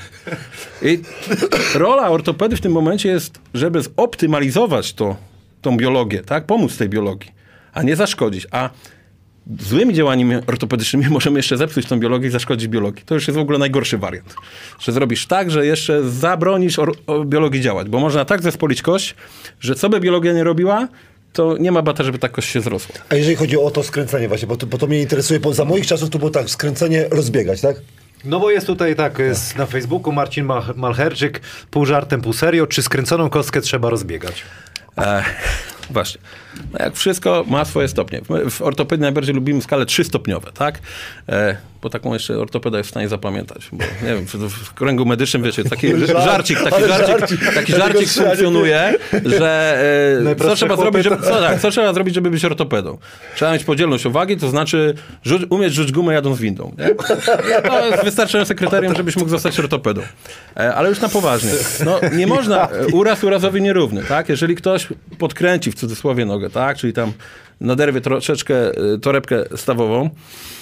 I rola ortopedy w tym momencie jest, żeby zoptymalizować to, tą biologię, tak? Pomóc tej biologii, a nie zaszkodzić. A złymi działaniami ortopedycznymi możemy jeszcze zepsuć tą biologię i zaszkodzić biologii. To już jest w ogóle najgorszy wariant. Że zrobisz tak, że jeszcze zabronisz or- o biologii działać, bo można tak zespolić kość, że co by biologia nie robiła, to nie ma bata, żeby ta kość się zrosła. A jeżeli chodzi o to skręcenie właśnie, bo to, bo to mnie interesuje, bo za moich czasów to było tak, skręcenie rozbiegać, tak? No bo jest tutaj tak, jest na Facebooku Marcin Mach- Malcherczyk, pół żartem, pół serio, czy skręconą kostkę trzeba rozbiegać? E, właśnie. No jak wszystko ma swoje stopnie. My w ortopedii najbardziej lubimy skalę trzystopniowe, tak? E, bo taką jeszcze ortopeda jest w stanie zapamiętać. Bo, nie wiem, w, w kręgu medycznym, wiecie, taki żarcik, taki żarcik, taki żarcik funkcjonuje, że e, co trzeba zrobić, żeby, co, tak, co trzeba zrobić, żeby być ortopedą? Trzeba mieć podzielność uwagi, to znaczy rzuć, umieć rzuć gumę jadąc windą. Nie? To jest wystarczające kryterium, żebyś mógł zostać ortopedą. E, ale już na poważnie. No, nie można, uraz urazowi nierówny, tak? Jeżeli ktoś podkręci w cudzysłowie nogę, tak? Czyli tam naderwie troszeczkę torebkę stawową,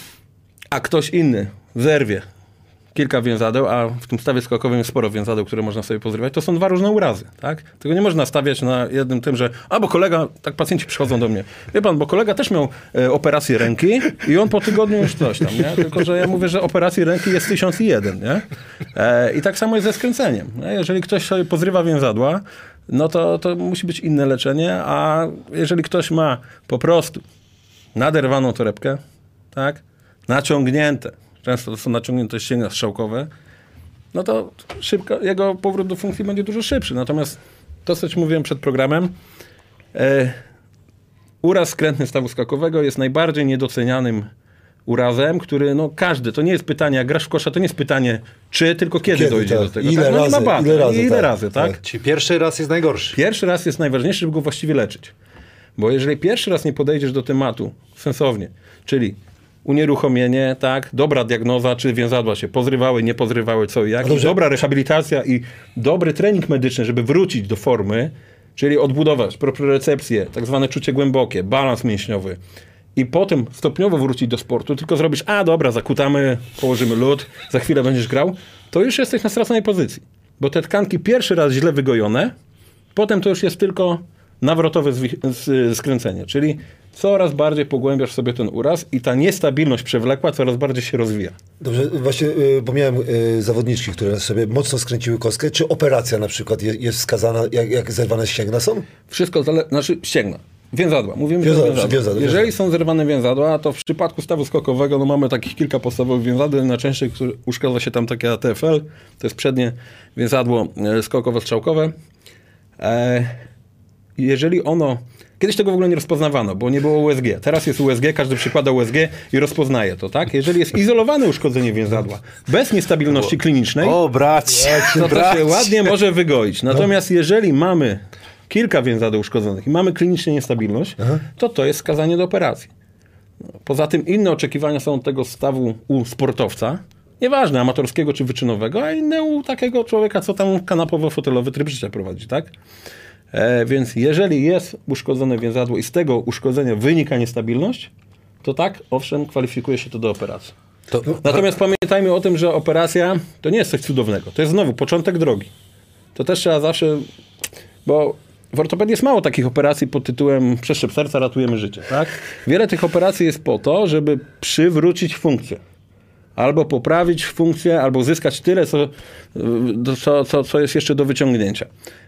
a ktoś inny zerwie kilka więzadeł, a w tym stawie skokowym jest sporo więzadeł, które można sobie pozrywać, to są dwa różne urazy, tak? Tego nie można stawiać na jednym tym, że a, bo kolega, tak pacjenci przychodzą do mnie, wie pan, bo kolega też miał e, operację ręki i on po tygodniu już coś tam, nie? Tylko że ja mówię, że operacji ręki jest tysiąc i jeden, nie? E, I tak samo jest ze skręceniem. Nie? Jeżeli ktoś sobie pozrywa więzadła, no to, to musi być inne leczenie, a jeżeli ktoś ma po prostu naderwaną torebkę, tak? Naciągnięte, często to są naciągnięte ścięgna strzałkowe, no to szybko, jego powrót do funkcji będzie dużo szybszy. Natomiast to, co ci mówiłem przed programem, e, uraz skrętny stawu skokowego jest najbardziej niedocenianym urazem, który, no każdy, to nie jest pytanie, jak grasz w kosza, to nie jest pytanie czy, tylko kiedy, kiedy dojdzie tak. do tego. Ile tak? No razy, nie ma bata. ile razy, ile tak. razy, tak? tak? Czyli pierwszy raz jest najgorszy. Pierwszy raz jest najważniejszy, żeby go właściwie leczyć. Bo jeżeli pierwszy raz nie podejdziesz do tematu sensownie, czyli unieruchomienie, tak, dobra diagnoza, czy więzadła się pozrywały, nie pozrywały, co i jak, i dobra rehabilitacja i dobry trening medyczny, żeby wrócić do formy, czyli odbudować propriocepcję, tak zwane czucie głębokie, balans mięśniowy i potem stopniowo wrócić do sportu, tylko zrobisz, a dobra, zakutamy, położymy lód, za chwilę będziesz grał, to już jesteś na straconej pozycji, bo te tkanki pierwszy raz źle wygojone, potem to już jest tylko nawrotowe skręcenie, czyli coraz bardziej pogłębiasz sobie ten uraz i ta niestabilność przewlekła coraz bardziej się rozwija. Dobrze, właśnie, bo miałem zawodniczki, które sobie mocno skręciły kostkę. Czy operacja na przykład jest, jest wskazana, jak, jak zerwane ścięgna są? Wszystko zależy, znaczy ścięgna. Więzadła. Mówimy Więzadła, o więzadła. więzadła. Jeżeli są zerwane więzadła, to w przypadku stawu skokowego no mamy takich kilka podstawowych więzadeł. Najczęściej uszkadza się tam takie A T F L. To jest przednie więzadło skokowo-strzałkowe. E, jeżeli ono... Kiedyś tego w ogóle nie rozpoznawano, bo nie było U S G. Teraz jest U S G, każdy przykłada U S G i rozpoznaje to, tak? Jeżeli jest izolowane uszkodzenie więzadła, bez niestabilności klinicznej, O, brać! to to się ładnie może wygoić. Natomiast jeżeli mamy kilka więzadeł uszkodzonych i mamy klinicznie niestabilność, Aha. to to jest skazanie do operacji. Poza tym inne oczekiwania są od tego stawu u sportowca, nieważne, amatorskiego czy wyczynowego, a inne u takiego człowieka, co tam kanapowo-fotelowy tryb życia prowadzi, tak? E, więc jeżeli jest uszkodzone więzadło i z tego uszkodzenia wynika niestabilność, to tak, owszem, kwalifikuje się to do operacji. To, Natomiast a... pamiętajmy o tym, że operacja to nie jest coś cudownego. To jest znowu początek drogi. To też trzeba zawsze, bo w ortopedii jest mało takich operacji pod tytułem przeszczep serca, ratujemy życie. Tak? Wiele tych operacji jest po to, żeby przywrócić funkcję. Albo poprawić funkcję, albo zyskać tyle, co, co, co, co jest jeszcze do wyciągnięcia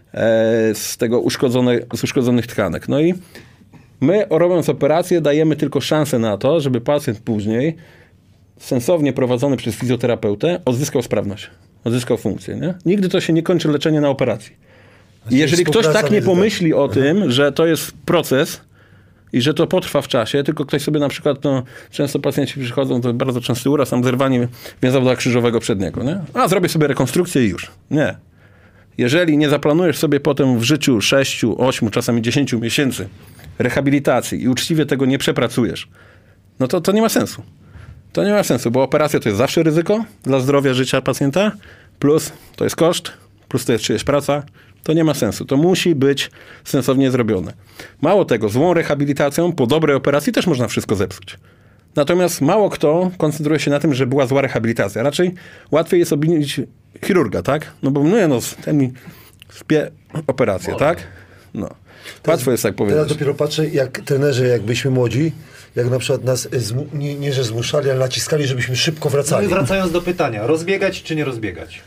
e, z tego uszkodzone, z uszkodzonych tkanek. No i my, robiąc operację, dajemy tylko szansę na to, żeby pacjent później, sensownie prowadzony przez fizjoterapeutę, odzyskał sprawność, odzyskał funkcję. Nie? Nigdy to się nie kończy leczenie na operacji. I jeżeli ktoś tak nie pomyśli o tym, że to jest proces, i że to potrwa w czasie, tylko ktoś sobie na przykład, no, często pacjenci przychodzą, to bardzo częsty uraz, tam zerwanie więzadła krzyżowego przedniego, nie? A, zrobię sobie rekonstrukcję i już. Nie. Jeżeli nie zaplanujesz sobie potem w życiu sześciu, ośmiu, czasami dziesięciu miesięcy rehabilitacji i uczciwie tego nie przepracujesz, no to to nie ma sensu. To nie ma sensu, bo operacja to jest zawsze ryzyko dla zdrowia, życia pacjenta, plus to jest koszt, plus to jest czyjaś praca. To nie ma sensu. To musi być sensownie zrobione. Mało tego, złą rehabilitacją po dobrej operacji też można wszystko zepsuć. Natomiast mało kto koncentruje się na tym, że była zła rehabilitacja. Raczej łatwiej jest obwinić chirurga, tak? No bo no, no ten mi spie operację, tak? No. Łatwo jest tak powiedzieć. Teraz dopiero patrzę, jak trenerzy, jak byliśmy młodzi, jak na przykład nas, zmu, nie, nie że zmuszali, ale naciskali, żebyśmy szybko wracali. No i wracając do pytania, rozbiegać czy nie rozbiegać?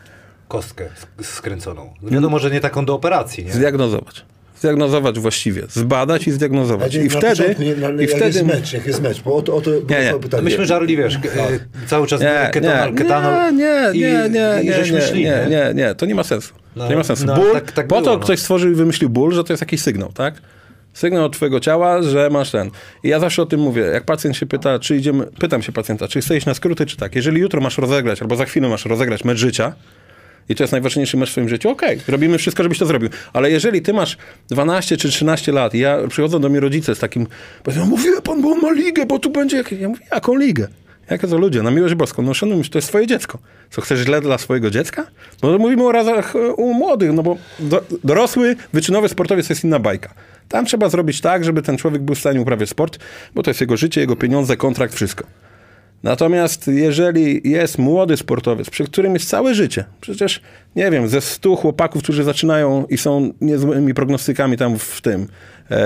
Kostkę skręconą. Wiadomo, że nie taką do operacji. Nie? Zdiagnozować. Zdiagnozować właściwie. Zbadać i zdiagnozować. I na wtedy... początku, nie, na, i jak wtedy... jest mecz, jak jest mecz, bo o to, o to nie, nie. pytanie. Myśmy żarli, wiesz, tak. cały czas nie, ketonal, nie, ketanol nie, nie, i, nie, nie, i nie, żeśmy nie, szli. Nie, nie, nie, to nie ma sensu. No, to nie ma sensu. no, Ból, tak, tak po było, to no. ktoś stworzył i wymyślił ból, że to jest jakiś sygnał, tak? Sygnał od twojego ciała, że masz ten. I ja zawsze o tym mówię. Jak pacjent się pyta, czy idziemy, pytam się pacjenta, czy chce iść na skróty, czy tak. Jeżeli jutro masz rozegrać, albo za chwilę masz rozegrać mecz życia, i to jest najważniejszy mecz w swoim życiu, okej, okay, robimy wszystko, żebyś to zrobił. Ale jeżeli ty masz dwanaście czy trzynaście lat i ja przychodzą do mnie rodzice z takim, powiedzą, mówię pan, bo on ma ligę, bo tu będzie... Ja mówię, jaką ligę? Jakie to ludzie? Na miłość boską. No szanujmy, to jest twoje dziecko. Co, chcesz źle dla swojego dziecka? No mówimy o razach u młodych, no bo do, dorosły, wyczynowy sportowiec to jest inna bajka. Tam trzeba zrobić tak, żeby ten człowiek był w stanie uprawiać sport, bo to jest jego życie, jego pieniądze, kontrakt, wszystko. Natomiast jeżeli jest młody sportowiec, przy którym jest całe życie, przecież, nie wiem, ze stu chłopaków, którzy zaczynają i są niezłymi prognostykami tam w tym, e,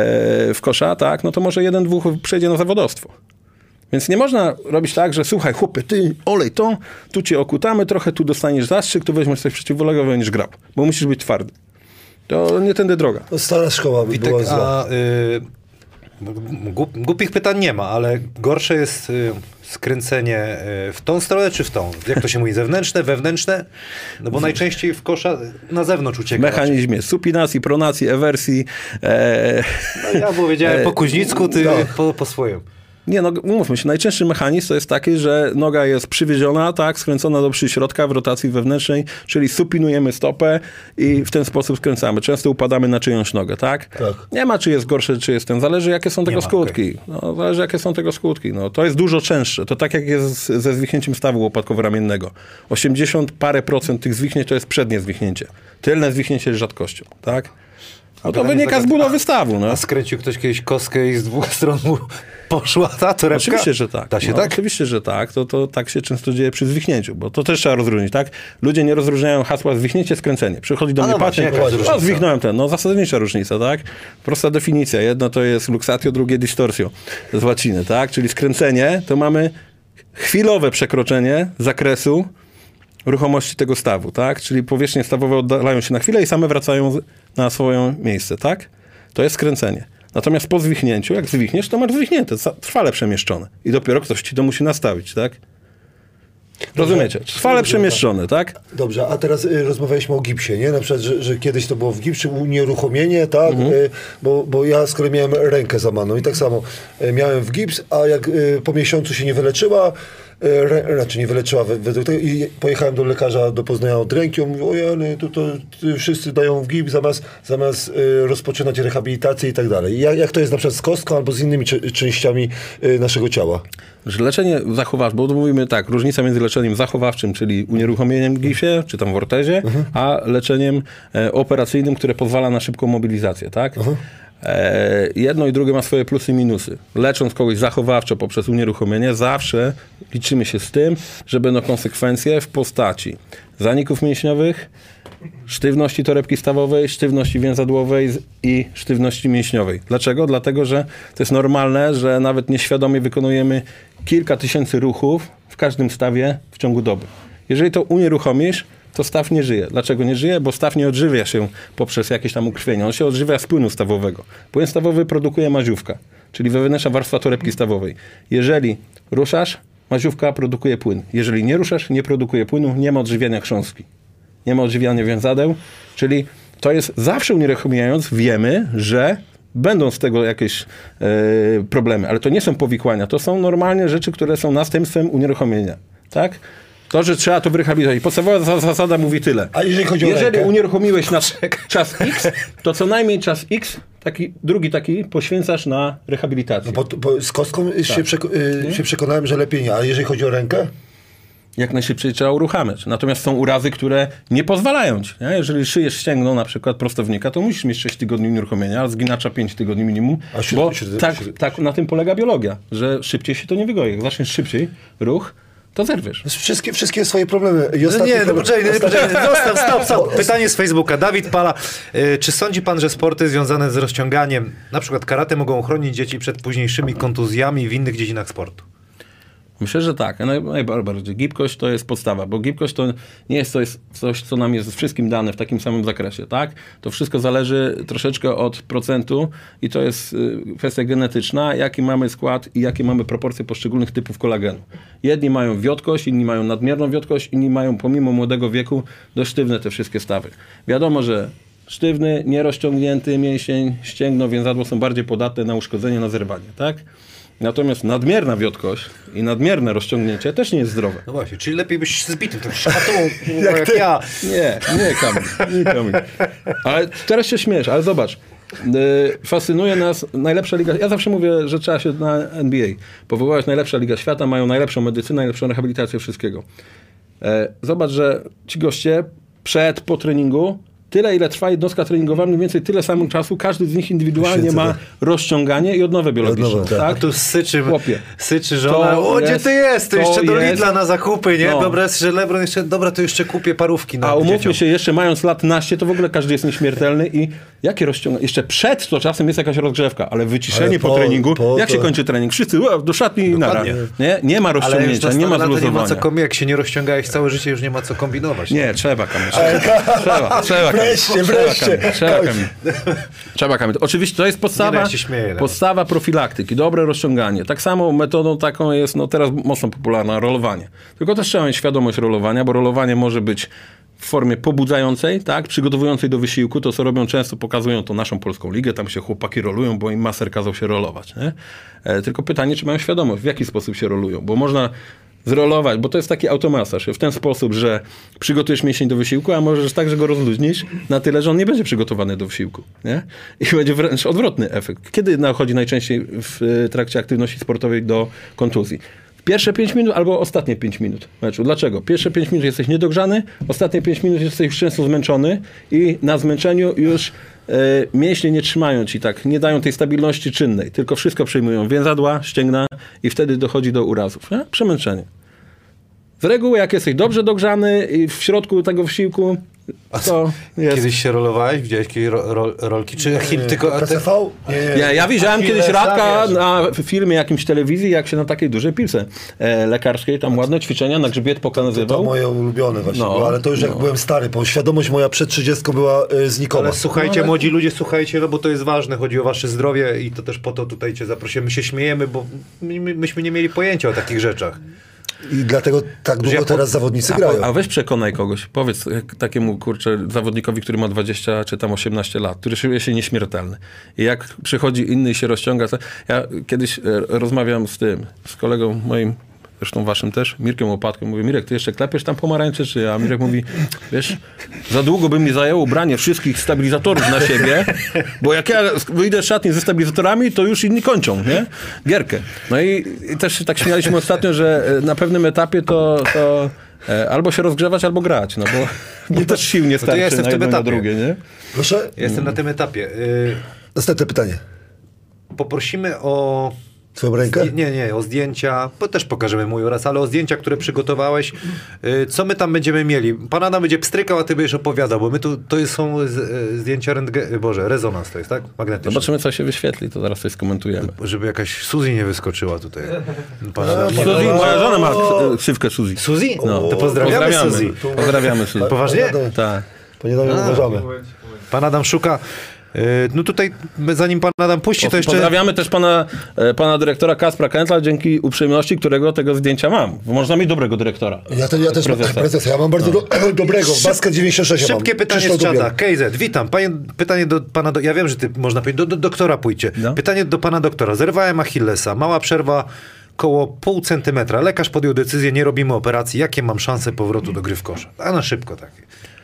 w kosza, tak, no to może jeden, dwóch przejdzie na zawodowstwo. Więc nie można robić tak, że słuchaj, chłopie, ty olej to, tu cię okutamy, trochę tu dostaniesz zastrzyk, tu weźmiesz coś przeciwległego, będziesz grał, bo musisz być twardy. To nie tędy droga. To stara szkoła by Witek, była zła. A, y, głup, głupich pytań nie ma, ale gorsze jest y, skręcenie y, w tą stronę czy w tą? Jak to się mówi? Zewnętrzne, wewnętrzne? No bo najczęściej w kosza na zewnątrz ucieka. Mechanizmie raczej. Supinacji, pronacji, ewersji. E, no ja powiedziałem e, po kuźnicku, ty no. po, po swoim. Nie, no umówmy się, najczęstszy mechanizm to jest taki, że noga jest przywieziona, tak, skręcona do przyśrodka w rotacji wewnętrznej, czyli supinujemy stopę i w ten sposób skręcamy. Często upadamy na czyjąś nogę, tak? Tak. Nie ma, czy jest gorszy, czy jest ten. Zależy, jakie są tego ma, skutki. No, zależy, jakie są tego skutki. No, to jest dużo częstsze. To tak jak jest ze zwichnięciem stawu łopatkowo-ramiennego. osiemdziesiąt parę procent tych zwichnięć to jest przednie zwichnięcie. Tylne zwichnięcie jest rzadkością, tak? No to wynika z budowy stawu. No. A skręcił ktoś kiedyś kostkę i z dwóch stron mu poszła ta torebka? Oczywiście, że tak. Da się no, tak? Oczywiście, że tak. To, to tak się często dzieje przy zwichnięciu, bo to też trzeba rozróżnić, tak? Ludzie nie rozróżniają hasła zwichnięcie, skręcenie. Przychodzi do A mnie no właśnie, pacjent, jaka jest różnica? o, zwichnąłem ten. No zasadnicza różnica, tak? Prosta definicja. Jedno to jest luxatio, drugie distortio z łaciny, tak? Czyli skręcenie to mamy chwilowe przekroczenie zakresu ruchomości tego stawu, tak? Czyli powierzchnie stawowe oddalają się na chwilę i same wracają na swoje miejsce, tak? To jest skręcenie. Natomiast po zwichnięciu, jak zwichniesz, to masz zwichnięte, trwale przemieszczone. I dopiero ktoś ci to musi nastawić, tak? Rozumiecie? Trwale przemieszczone, tak? Dobrze, a teraz y, rozmawialiśmy o gipsie, nie? Na przykład, że, że kiedyś to było w gipsie, unieruchomienie, tak? Mhm. Y, bo, bo ja z kolei miałem rękę złamaną i tak samo y, miałem w gips, a jak y, po miesiącu się nie wyleczyła, y, re, znaczy nie wyleczyła we- według tego i pojechałem do lekarza do Poznania od ręki, on mówił, ojej, to, to, to wszyscy dają w gips zamiast, zamiast y, rozpoczynać rehabilitację i tak dalej. Jak, jak to jest na przykład z kostką albo z innymi czy, częściami y, naszego ciała? Że leczenie zachowawcze, bo mówimy tak, różnica między leczeniem zachowawczym, czyli unieruchomieniem w gipsie, czy tam w ortezie, mhm. a leczeniem e, operacyjnym, które pozwala na szybką mobilizację, tak? Mhm. E, jedno i drugie ma swoje plusy i minusy. Lecząc kogoś zachowawczo poprzez unieruchomienie, zawsze liczymy się z tym, że będą konsekwencje w postaci zaników mięśniowych, sztywności torebki stawowej, sztywności więzadłowej i sztywności mięśniowej. Dlaczego? Dlatego, że to jest normalne, że nawet nieświadomie wykonujemy kilka tysięcy ruchów w każdym stawie w ciągu doby. Jeżeli to unieruchomisz, to staw nie żyje. Dlaczego nie żyje? Bo staw nie odżywia się poprzez jakieś tam ukrwienie. On się odżywia z płynu stawowego. Płyn stawowy produkuje maziówka, czyli wewnętrzna warstwa torebki stawowej. Jeżeli ruszasz, maziówka produkuje płyn. Jeżeli nie ruszasz, nie produkuje płynu, nie ma odżywiania chrząstki. Nie ma odżywiania więzadeł, czyli to jest zawsze unieruchamiając, wiemy, że będą z tego jakieś e, problemy, ale to nie są powikłania, to są normalnie rzeczy, które są następstwem unieruchomienia, tak? To, że trzeba to wyrehabilitować. Podstawowa zasada mówi tyle. A jeżeli chodzi o Jeżeli rękę? unieruchomiłeś na czas X, to co najmniej czas X, taki, drugi taki poświęcasz na rehabilitację. Bo, bo z kostką się, przeko- y, się przekonałem, że lepiej nie, a jeżeli chodzi o rękę? Jak najszybciej trzeba uruchamiać. Natomiast są urazy, które nie pozwalają ci. Nie? Jeżeli szyjesz ścięgno, na przykład prostownika, to musisz mieć sześć tygodni unieruchomienia, a zginacza pięć tygodni minimum, A śred- bo śred- tak, śred- tak na tym polega biologia, że szybciej się to nie wygoi. Jak zaczniesz szybciej ruch, to zerwiesz. Wszystkie, wszystkie swoje problemy. I No ostatni nie, no problem- poczekaj, no, ostatni- poczekaj, zostaw, stop, stop. Pytanie z Facebooka. Dawid Pala. Y, czy sądzi pan, że sporty związane z rozciąganiem, na przykład karate, mogą chronić dzieci przed późniejszymi kontuzjami w innych dziedzinach sportu? Myślę, że tak. Naj- Najbardziej. Gibkość to jest podstawa, bo gibkość to nie jest coś, coś, co nam jest wszystkim dane w takim samym zakresie, tak? To wszystko zależy troszeczkę od procentu i to jest y, kwestia genetyczna, jaki mamy skład i jakie mamy proporcje poszczególnych typów kolagenu. Jedni mają wiotkość, inni mają nadmierną wiotkość, inni mają pomimo młodego wieku dość sztywne te wszystkie stawy. Wiadomo, że sztywny, nierozciągnięty mięsień, ścięgno, więzadło są bardziej podatne na uszkodzenie, na zerwanie, tak? Natomiast nadmierna wiotkość i nadmierne rozciągnięcie też nie jest zdrowe. No właśnie, czyli lepiej byś zbitym tym szatą, jak, jak ja. Nie, nie Kamil, nie Kamil. Ale teraz się śmiesz, ale zobacz. Yy, fascynuje nas najlepsza liga. Ja zawsze mówię, że trzeba się na N B A powołać. Najlepsza liga świata, mają najlepszą medycynę, najlepszą rehabilitację wszystkiego. Yy, zobacz, że ci goście przed, po treningu tyle, ile trwa jednostka treningowa, mniej więcej tyle samego czasu, każdy z nich indywidualnie Świecę, ma tak. rozciąganie i odnowę biologiczną. Odnowę, tak. A tak? tu syczy, Chłopie. syczy żona. To O, gdzie jest- ty jest? To to jeszcze do jest- Lidla na zakupy, nie? No. Dobra, jest, że Lebron jeszcze, dobra, to jeszcze kupię parówki na A umówmy dzieciom. się, jeszcze mając lat naście, to w ogóle każdy jest nieśmiertelny i jakie rozciąganie? Jeszcze przed to czasem jest jakaś rozgrzewka, ale wyciszenie Ale po, po- treningu, po jak to- się kończy trening? Wszyscy ua, do szatni i nara. Dokładnie. Nie, nie ma Ale już rozciągnięcia, na nie ma stare lata nie ma zluzowania. co kombinować. Jak się nie rozciągałeś całe życie, już nie ma co kombinować. Nie, trzeba Kamil. Trzeba, trzeba Kamil. Wreszcie, Trzeba, wreszcie. Kamil, Trzeba Kamil. Trzeba Kamil. Oczywiście to jest Nie, podstawa, no ja się śmieję, no. podstawa profilaktyki, dobre rozciąganie. Tak samo metodą taką jest, no teraz mocno popularna, rolowanie. Tylko też trzeba mieć świadomość rolowania, bo rolowanie może być w formie pobudzającej, tak, przygotowującej do wysiłku, to co robią często, pokazują to naszą polską ligę, tam się chłopaki rolują, bo im maser kazał się rolować, nie? E, tylko pytanie, czy mają świadomość, w jaki sposób się rolują, bo można zrolować, bo to jest taki automasaż w ten sposób, że przygotujesz mięsień do wysiłku, a możesz tak, że go rozluźnisz na tyle, że on nie będzie przygotowany do wysiłku, nie? I będzie wręcz odwrotny efekt. Kiedy dochodzi najczęściej w trakcie aktywności sportowej do kontuzji? Pierwsze pięć minut albo ostatnie pięć minut meczu. Dlaczego? Pierwsze pięć minut jesteś niedogrzany, ostatnie pięć minut jesteś już często zmęczony i na zmęczeniu już e, mięśnie nie trzymają ci tak, nie dają tej stabilności czynnej, tylko wszystko przyjmują więzadła, ścięgna i wtedy dochodzi do urazów. Nie? Przemęczenie. Z reguły, jak jesteś dobrze dogrzany i w środku tego wysiłku, to jest... Kiedyś się rolowałeś? Widziałeś jakieś ro, ro, rolki? Czy Achille tylko... P C V? Nie, nie. Ja, ja widziałem Achille, kiedyś Radka wiesz. na filmie jakimś telewizji, jak się na takiej dużej pilce e, lekarskiej, tam ładne ćwiczenia, na grzbiet To pokazywał. moje ulubione właśnie No, było, ale to już jak no. byłem stary, bo świadomość moja przed trzydziestką była y, znikoma. Ale słuchajcie, No, ale- młodzi ludzie, słuchajcie, no bo to jest ważne, chodzi o wasze zdrowie i to też po to tutaj cię zaprosimy. My się śmiejemy, bo my, my, myśmy nie mieli pojęcia o takich rzeczach. I dlatego tak długo ja po- teraz zawodnicy A, grają. a weź przekonaj kogoś, powiedz jak takiemu, kurczę, zawodnikowi, który ma dwadzieścia czy tam osiemnaście lat, który czuje się nieśmiertelny. I jak przychodzi inny i się rozciąga. To... Ja kiedyś e, rozmawiam z tym, z kolegą moim, zresztą waszym też, Mirkiem Łopatką. Mówię, Mirek, ty jeszcze klepiesz tam pomarańcze, czy? A Mirek mówi, wiesz, za długo by mi zajęło branie wszystkich stabilizatorów na siebie, bo jak ja wyjdę z szatni ze stabilizatorami, to już inni kończą, nie? Gierkę. No i, i też się tak śmialiśmy ostatnio, że e, na pewnym etapie to, to e, albo się rozgrzewać, albo grać, no bo, bo też sił nie ja starczy jestem w na tym jedno i na etapie. drugie, nie? Proszę, Jestem na tym etapie. Y, następne pytanie. poprosimy o... Twoją rękę? Zdję- Nie, nie, o zdjęcia, bo też pokażemy mój uraz, ale o zdjęcia, które przygotowałeś. Y, Co my tam będziemy mieli? Pan Adam będzie pstrykał, a ty będziesz opowiadał, bo my tu, to jest, są z, y, zdjęcia rentgen, Boże, rezonans to jest, tak? Magnetyczny. Zobaczymy, co się wyświetli, to zaraz coś skomentujemy. Żeby jakaś Suzy nie wyskoczyła tutaj. Pan Adam. Pan Suzy, Adam- moja żona ma ks- ksywkę Suzy. Suzy? No. To pozdrawiamy, Pozdrawiamy, Suzy. pozdrawiamy Suzy. Poważnie? Tak. Panie Damian, uważamy. Pan Adam szuka. y, No tutaj, zanim pan Adam puści, to jeszcze... Pozdrawiamy też pana, e, pana dyrektora Kaspra Kętla, dzięki uprzejmości, którego tego zdjęcia mam. Można mieć dobrego dyrektora. Ja, te, ja też mam Prezesa. prezesa, ja mam bardzo do, dobrego, Basket dziewięćdziesiąt sześć ja mam. Szybkie pytanie Krzysztof z czata. Dubiel. K Z, witam. Panie, pytanie do pana, do, ja wiem, że ty można powiedzieć, do, do doktora pójdzie. No. Pytanie do pana doktora. Zerwałem Achillesa, mała przerwa koło pół centymetra. Lekarz podjął decyzję, nie robimy operacji. Jakie mam szanse powrotu do gry w kosza? A na szybko takie.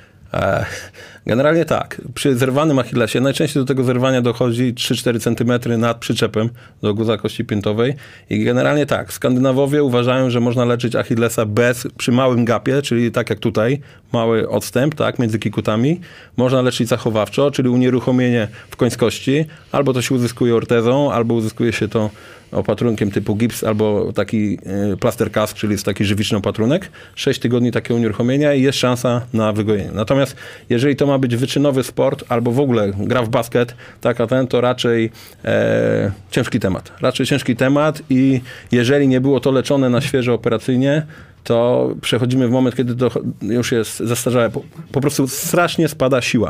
E, Generalnie tak. Przy zerwanym Achillesie najczęściej do tego zerwania dochodzi trzy cztery centymetry nad przyczepem do guza kości piętowej. I generalnie tak. Skandynawowie uważają, że można leczyć Achillesa bez, przy małym gapie, czyli tak jak tutaj, mały odstęp, tak, między kikutami. Można leczyć zachowawczo, czyli unieruchomienie w końskości. Albo to się uzyskuje ortezą, albo uzyskuje się to opatrunkiem typu gips albo taki y, plaster cast, czyli jest taki żywiczny opatrunek. sześć tygodni takiego unieruchomienia i jest szansa na wygojenie. Natomiast jeżeli to ma być wyczynowy sport albo w ogóle gra w basket, tak a ten, to raczej e, ciężki temat. Raczej ciężki temat i jeżeli nie było to leczone na świeżo operacyjnie, to przechodzimy w moment, kiedy to już jest zestarzałe. Po, po prostu strasznie spada siła.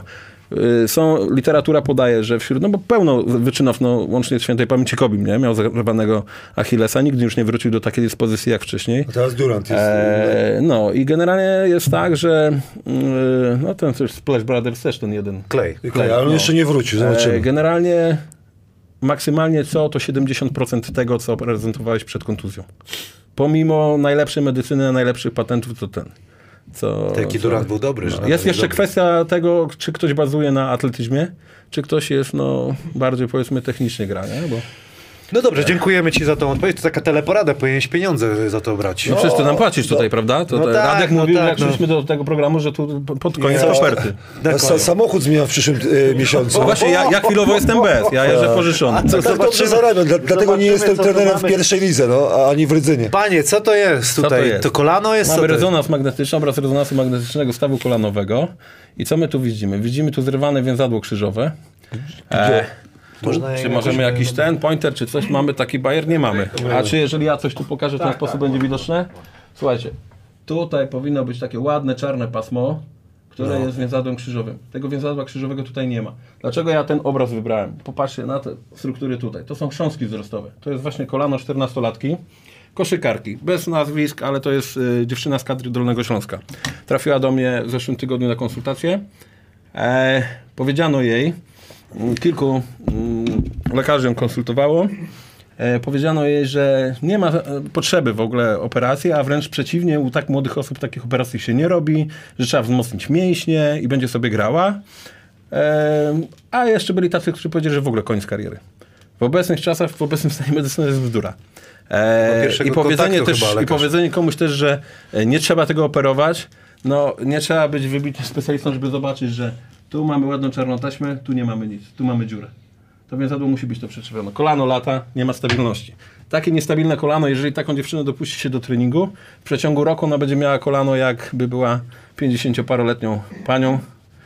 Są, literatura podaje, że wśród, no bo pełno wyczynów, no łącznie z świętej pamięci Kobim, nie? Miał zerwanego Achillesa, nigdy już nie wrócił do takiej dyspozycji jak wcześniej. A teraz Durant jest. E, no i generalnie jest tak, że yy, no ten coś Splash Brothers też ten jeden. Klej. Klej, ale on no. jeszcze nie wrócił, E, zobaczymy. generalnie maksymalnie co to siedemdziesiąt procent tego, co prezentowałeś przed kontuzją. Pomimo najlepszej medycyny, najlepszych patentów, to ten. Co, Taki co, Durant był dobry. że no. nadal Jest jeszcze dobry. kwestia tego, czy ktoś bazuje na atletyzmie, czy ktoś jest no, bardziej powiedzmy technicznie gra, nie? Bo No dobrze, dziękujemy ci za tą odpowiedź. To taka teleporada, powinieneś pieniądze za to brać. no, przecież ty nam płacisz tutaj, prawda? To, no to tak, Radek no mówił, tak, jak no. szliśmy do tego programu, że tu pod koniec Ja- oferty. Ja sa, samochód zmieniam w przyszłym y, miesiącu. No właśnie, ja, ja chwilowo jestem bez, ja jeżdżę pożyczony. co- Tak dobrze zobaczymy- zarabiam, dla, dlatego nie zobaczymy, jestem co tu trenerem w mamy. pierwszej lidze, no, a ani w Rydzynie. Panie, co to jest Co tutaj? to jest? To kolano jest? Mamy co to jest? rezonans magnetyczny, obraz rezonansu magnetycznego stawu kolanowego. I co my tu widzimy? Widzimy tu zrywane więzadło krzyżowe. E, Można czy jakoś- możemy jakiś ten pointer, czy coś? Mamy taki bajer? Nie mamy. A czy jeżeli ja coś tu pokażę, w ten sposób będzie widoczne? Słuchajcie, tutaj powinno być takie ładne, czarne pasmo, które jest więzadłem krzyżowym. Tego więzadła krzyżowego tutaj nie ma. Dlaczego ja ten obraz wybrałem? Popatrzcie na te struktury tutaj. To są chrząstki wzrostowe. To jest właśnie kolano czternastolatki. Koszykarki, bez nazwisk, ale to jest y, dziewczyna z kadry Dolnego Śląska. trafiła do mnie w zeszłym tygodniu na konsultację. E, powiedziano jej, kilku mm, lekarzy ją konsultowało, e, powiedziano jej, że nie ma potrzeby w ogóle operacji, a wręcz przeciwnie, u tak młodych osób takich operacji się nie robi, że trzeba wzmocnić mięśnie i będzie sobie grała. E, a jeszcze byli tacy, którzy powiedzieli, że w ogóle koniec kariery. W obecnych czasach, w obecnym stanie medycyny jest bzdura. E, i, powiedzenie też, I powiedzenie komuś też, że nie trzeba tego operować, no nie trzeba być wybitnym specjalistą, żeby zobaczyć, że tu mamy ładną czarną taśmę, tu nie mamy nic, tu mamy dziurę. To więzadło musi być to przyczepione. Kolano lata, nie ma stabilności. Takie niestabilne kolano, jeżeli taką dziewczynę dopuści się do treningu, w przeciągu roku ona będzie miała kolano, jakby była pięćdziesięcioparoletnią panią,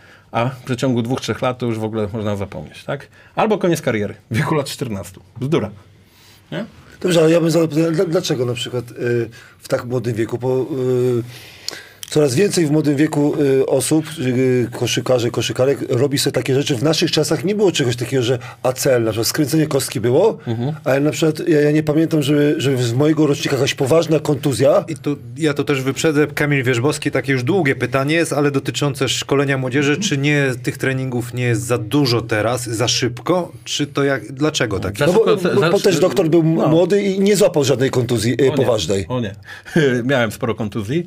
a w przeciągu dwóch, trzech lat to już w ogóle można zapomnieć, tak? Albo koniec kariery, w wieku lat czternastu. Bzdura. Nie? Dobrze, ale ja bym zapytał, dlaczego na przykład y, w tak młodym wieku, bo y, coraz więcej w młodym wieku y, osób, y, koszykarzy, koszykarek robi sobie takie rzeczy. W naszych czasach nie było czegoś takiego, że A C L, na przykład skręcenie kostki było, mhm. ale na przykład ja, ja nie pamiętam, żeby, żeby z mojego rocznika jakaś poważna kontuzja. I tu, ja to też wyprzedzę. Kamil Wierzbowski, takie już długie pytanie jest, ale dotyczące szkolenia młodzieży. Czy nie tych treningów nie jest za dużo teraz, za szybko? Czy to jak, dlaczego tak? No bo, bo, bo też doktor był no. młody i nie złapał żadnej kontuzji y, o poważnej. Nie. O nie. Miałem sporo kontuzji.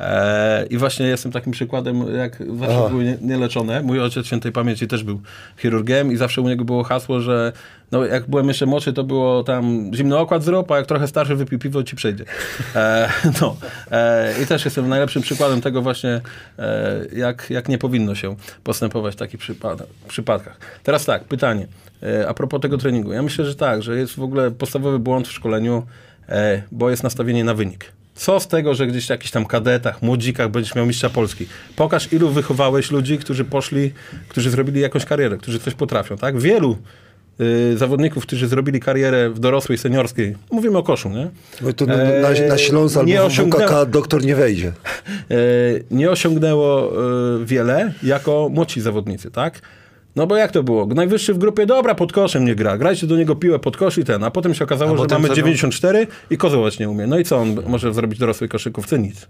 E, I właśnie jestem takim przykładem, jak zawsze Aha. były nie, nieleczone. Mój ojciec świętej pamięci też był chirurgiem i zawsze u niego było hasło, że no, jak byłem jeszcze młodszy, to było tam zimny okład zrób, a jak trochę starszy wypij piwo, ci przejdzie. E, no. e, I też jestem najlepszym przykładem tego właśnie, e, jak, jak nie powinno się postępować w takich przypad- przypadkach. Teraz tak, pytanie. E, a propos tego treningu. Ja myślę, że tak, że jest w ogóle podstawowy błąd w szkoleniu, e, bo jest nastawienie na wynik. Co z tego, że gdzieś w jakichś tam kadetach, młodzikach będziesz miał mistrza Polski? Pokaż, ilu wychowałeś ludzi, którzy poszli, którzy zrobili jakąś karierę, którzy coś potrafią, tak? Wielu y, zawodników, którzy zrobili karierę w dorosłej, seniorskiej, mówimy o koszu, nie? Bo to na, na, na Śląsk albo w W K K doktor nie wejdzie. E, nie osiągnęło y, wiele jako młodsi zawodnicy, tak? No bo jak to było? Najwyższy w grupie, dobra, pod koszem nie gra. Grajcie do niego piłę pod kosz i ten. A potem się okazało, a że mamy dziewięćdziesiąt cztery i kozować nie umie. No i co on może zrobić w dorosłej koszykówce? Nic.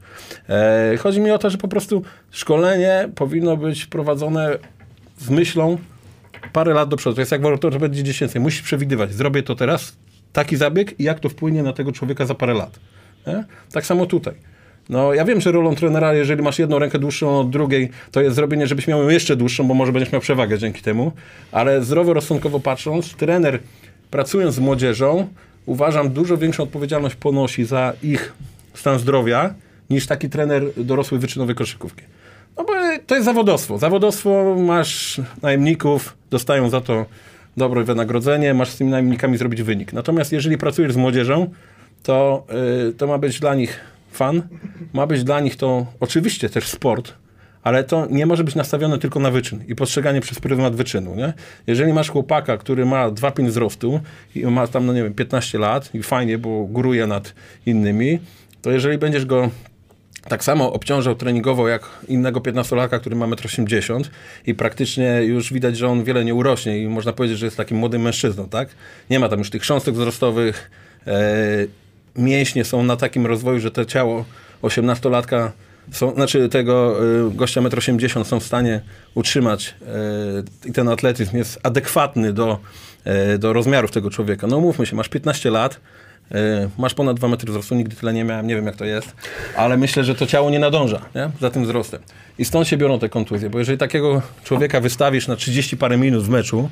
E, chodzi mi o to, że po prostu szkolenie powinno być prowadzone z myślą parę lat do przodu. To jest jak w ortopedii dziecięcej. Musisz przewidywać. Zrobię to teraz, taki zabieg i jak to wpłynie na tego człowieka za parę lat. Nie? Tak samo tutaj. No, ja wiem, że rolą trenera, jeżeli masz jedną rękę dłuższą od drugiej, to jest zrobienie, żebyś miał ją jeszcze dłuższą, bo może będziesz miał przewagę dzięki temu. Ale zdroworozsądkowo patrząc, trener pracując z młodzieżą, uważam, dużo większą odpowiedzialność ponosi za ich stan zdrowia, niż taki trener dorosłej wyczynowej koszykówki. No bo to jest zawodowstwo. Zawodowstwo, masz najemników, dostają za to dobre wynagrodzenie, masz z tymi najemnikami zrobić wynik. Natomiast jeżeli pracujesz z młodzieżą, to, yy, to ma być dla nich fan, ma być dla nich to oczywiście też sport, ale to nie może być nastawione tylko na wyczyn i postrzeganie przez pryzmat wyczynu, nie? Jeżeli masz chłopaka, który ma dwa pięć wzrostu i ma tam, no nie wiem, piętnaście lat i fajnie, bo góruje nad innymi, to jeżeli będziesz go tak samo obciążał treningowo jak innego piętnastolatka, który ma metr osiemdziesiąt i praktycznie już widać, że on wiele nie urośnie i można powiedzieć, że jest takim młodym mężczyzną, tak? Nie ma tam już tych chrząstek wzrostowych, e, mięśnie są na takim rozwoju, że to ciało osiemnastolatka, są, znaczy tego y, gościa metr osiemdziesiąt są w stanie utrzymać y, i ten atletyzm jest adekwatny do, y, do rozmiarów tego człowieka. No mówmy się, masz piętnaście lat, y, masz ponad dwa metry wzrostu, nigdy tyle nie miałem, nie wiem jak to jest, ale myślę, że to ciało nie nadąża, nie? Za tym wzrostem. I stąd się biorą te kontuzje, bo jeżeli takiego człowieka wystawisz na trzydzieści parę minut w meczu,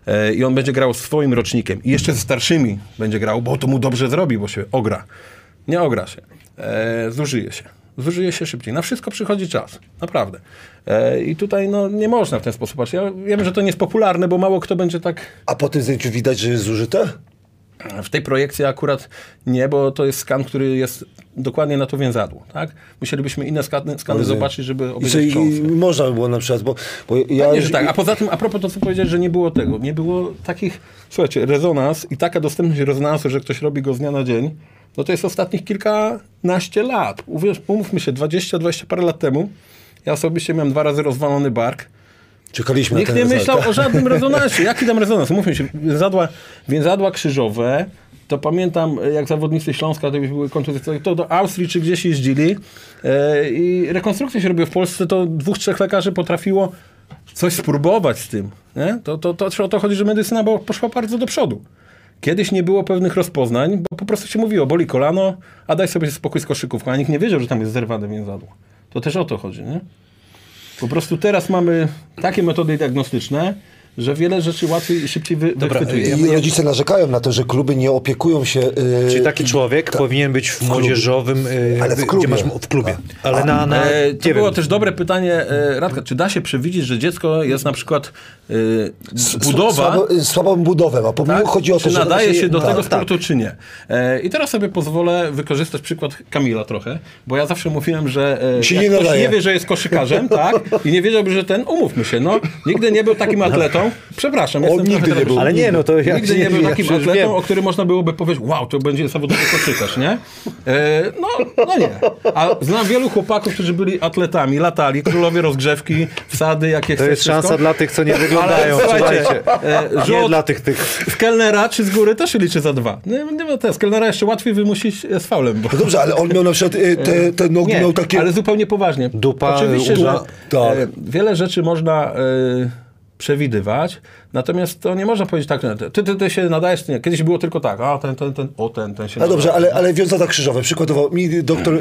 i on będzie grał swoim rocznikiem i jeszcze ze starszymi będzie grał, bo to mu dobrze zrobi, bo się ogra. Nie ogra się. E, zużyje się. Zużyje się szybciej. Na wszystko przychodzi czas. Naprawdę. E, I tutaj no, nie można w ten sposób patrzeć. Ja wiem, że to nie jest popularne, bo mało kto będzie tak... A po tym zdjęciu widać, że jest zużyte? W tej projekcji akurat nie, bo to jest skan, który jest dokładnie na to więzadło, tak? Musielibyśmy inne skany, skany zobaczyć, żeby obejrzeć cząsy. Można by było na przykład, bo, bo ja... Nie, że tak. A poza tym, a propos to, co powiedziałeś, że nie było tego. Nie było takich... Słuchajcie, rezonans i taka dostępność rezonansu, że ktoś robi go z dnia na dzień, no to jest ostatnich kilkanaście lat. Uwierz, umówmy się, dwadzieścia, dwadzieścia parę lat temu ja osobiście miałem dwa razy rozwalony bark. Czekaliśmy Nikt na ten nie rezonans. myślał o żadnym rezonansie. Jaki tam rezonans? Mówmy się, więzadła, więzadła krzyżowe, to pamiętam, jak zawodnicy Śląska, to były kontuzje, to do Austrii czy gdzieś jeździli e, i rekonstrukcję się robiło w Polsce, to dwóch, trzech lekarzy potrafiło coś spróbować z tym. Nie? To, to, to, to o to chodzi, że medycyna bo poszła bardzo do przodu. Kiedyś nie było pewnych rozpoznań, bo po prostu się mówiło, boli kolano, a daj sobie spokój z koszykówką, a nikt nie wiedział, że tam jest zerwane więzadło. To też o to chodzi, nie? Po prostu teraz mamy takie metody diagnostyczne, że wiele rzeczy łatwiej i szybciej wy, wychwytuje. I rodzice narzekają na to, że kluby nie opiekują się... Yy, Czyli taki człowiek ta, powinien być w, w młodzieżowym... Yy, ale w klubie. Gdzie masz, w klubie. Ale A, na... na e, to było wiem. też dobre pytanie, e, Radka, czy da się przewidzieć, że dziecko jest na przykład e, budowa... Słabo, słabą budowę ma. Po tak? chodzi o to, czy że nadaje się do tak, tego tak. sportu, czy nie. E, I teraz sobie pozwolę wykorzystać przykład Kamila trochę, bo ja zawsze mówiłem, że e, się jak nie ktoś nadaje. nie wie, że jest koszykarzem, tak, i nie wiedziałby, że ten, umówmy się, no, nigdy nie był takim atletą, przepraszam, On nigdy nie był. Ale nie, no to ja Nigdy nie był takim ja atletą, wiem. o którym można byłoby powiedzieć, wow, to będzie zawodowy koszykarz, nie? E, no, no nie. A znam wielu chłopaków, którzy byli atletami, latali, królowie rozgrzewki, wsady, jakie To chcesz, jest szansa wszystko. dla tych, co nie wyglądają. Ale słuchajcie, Słuchajcie, e, nie rzut dla tych, tych... z kelnera czy z góry też się liczy za dwa. Nie, nie ma z kelnera jeszcze łatwiej wymusić z faulem. Bo... No dobrze, ale on miał na przykład y, te, te nogi Nie, miał takie... ale zupełnie poważnie. Dupa, Oczywiście, uda. że Tak. e, wiele rzeczy można e, przewidywać, natomiast to nie można powiedzieć tak, ty, ty, ty się nadajesz, nie. Kiedyś było tylko tak, a ten, ten, ten, o ten, ten się No dobrze, nadaje. ale, ale wiązata krzyżowe. Przykładowo mi doktor y,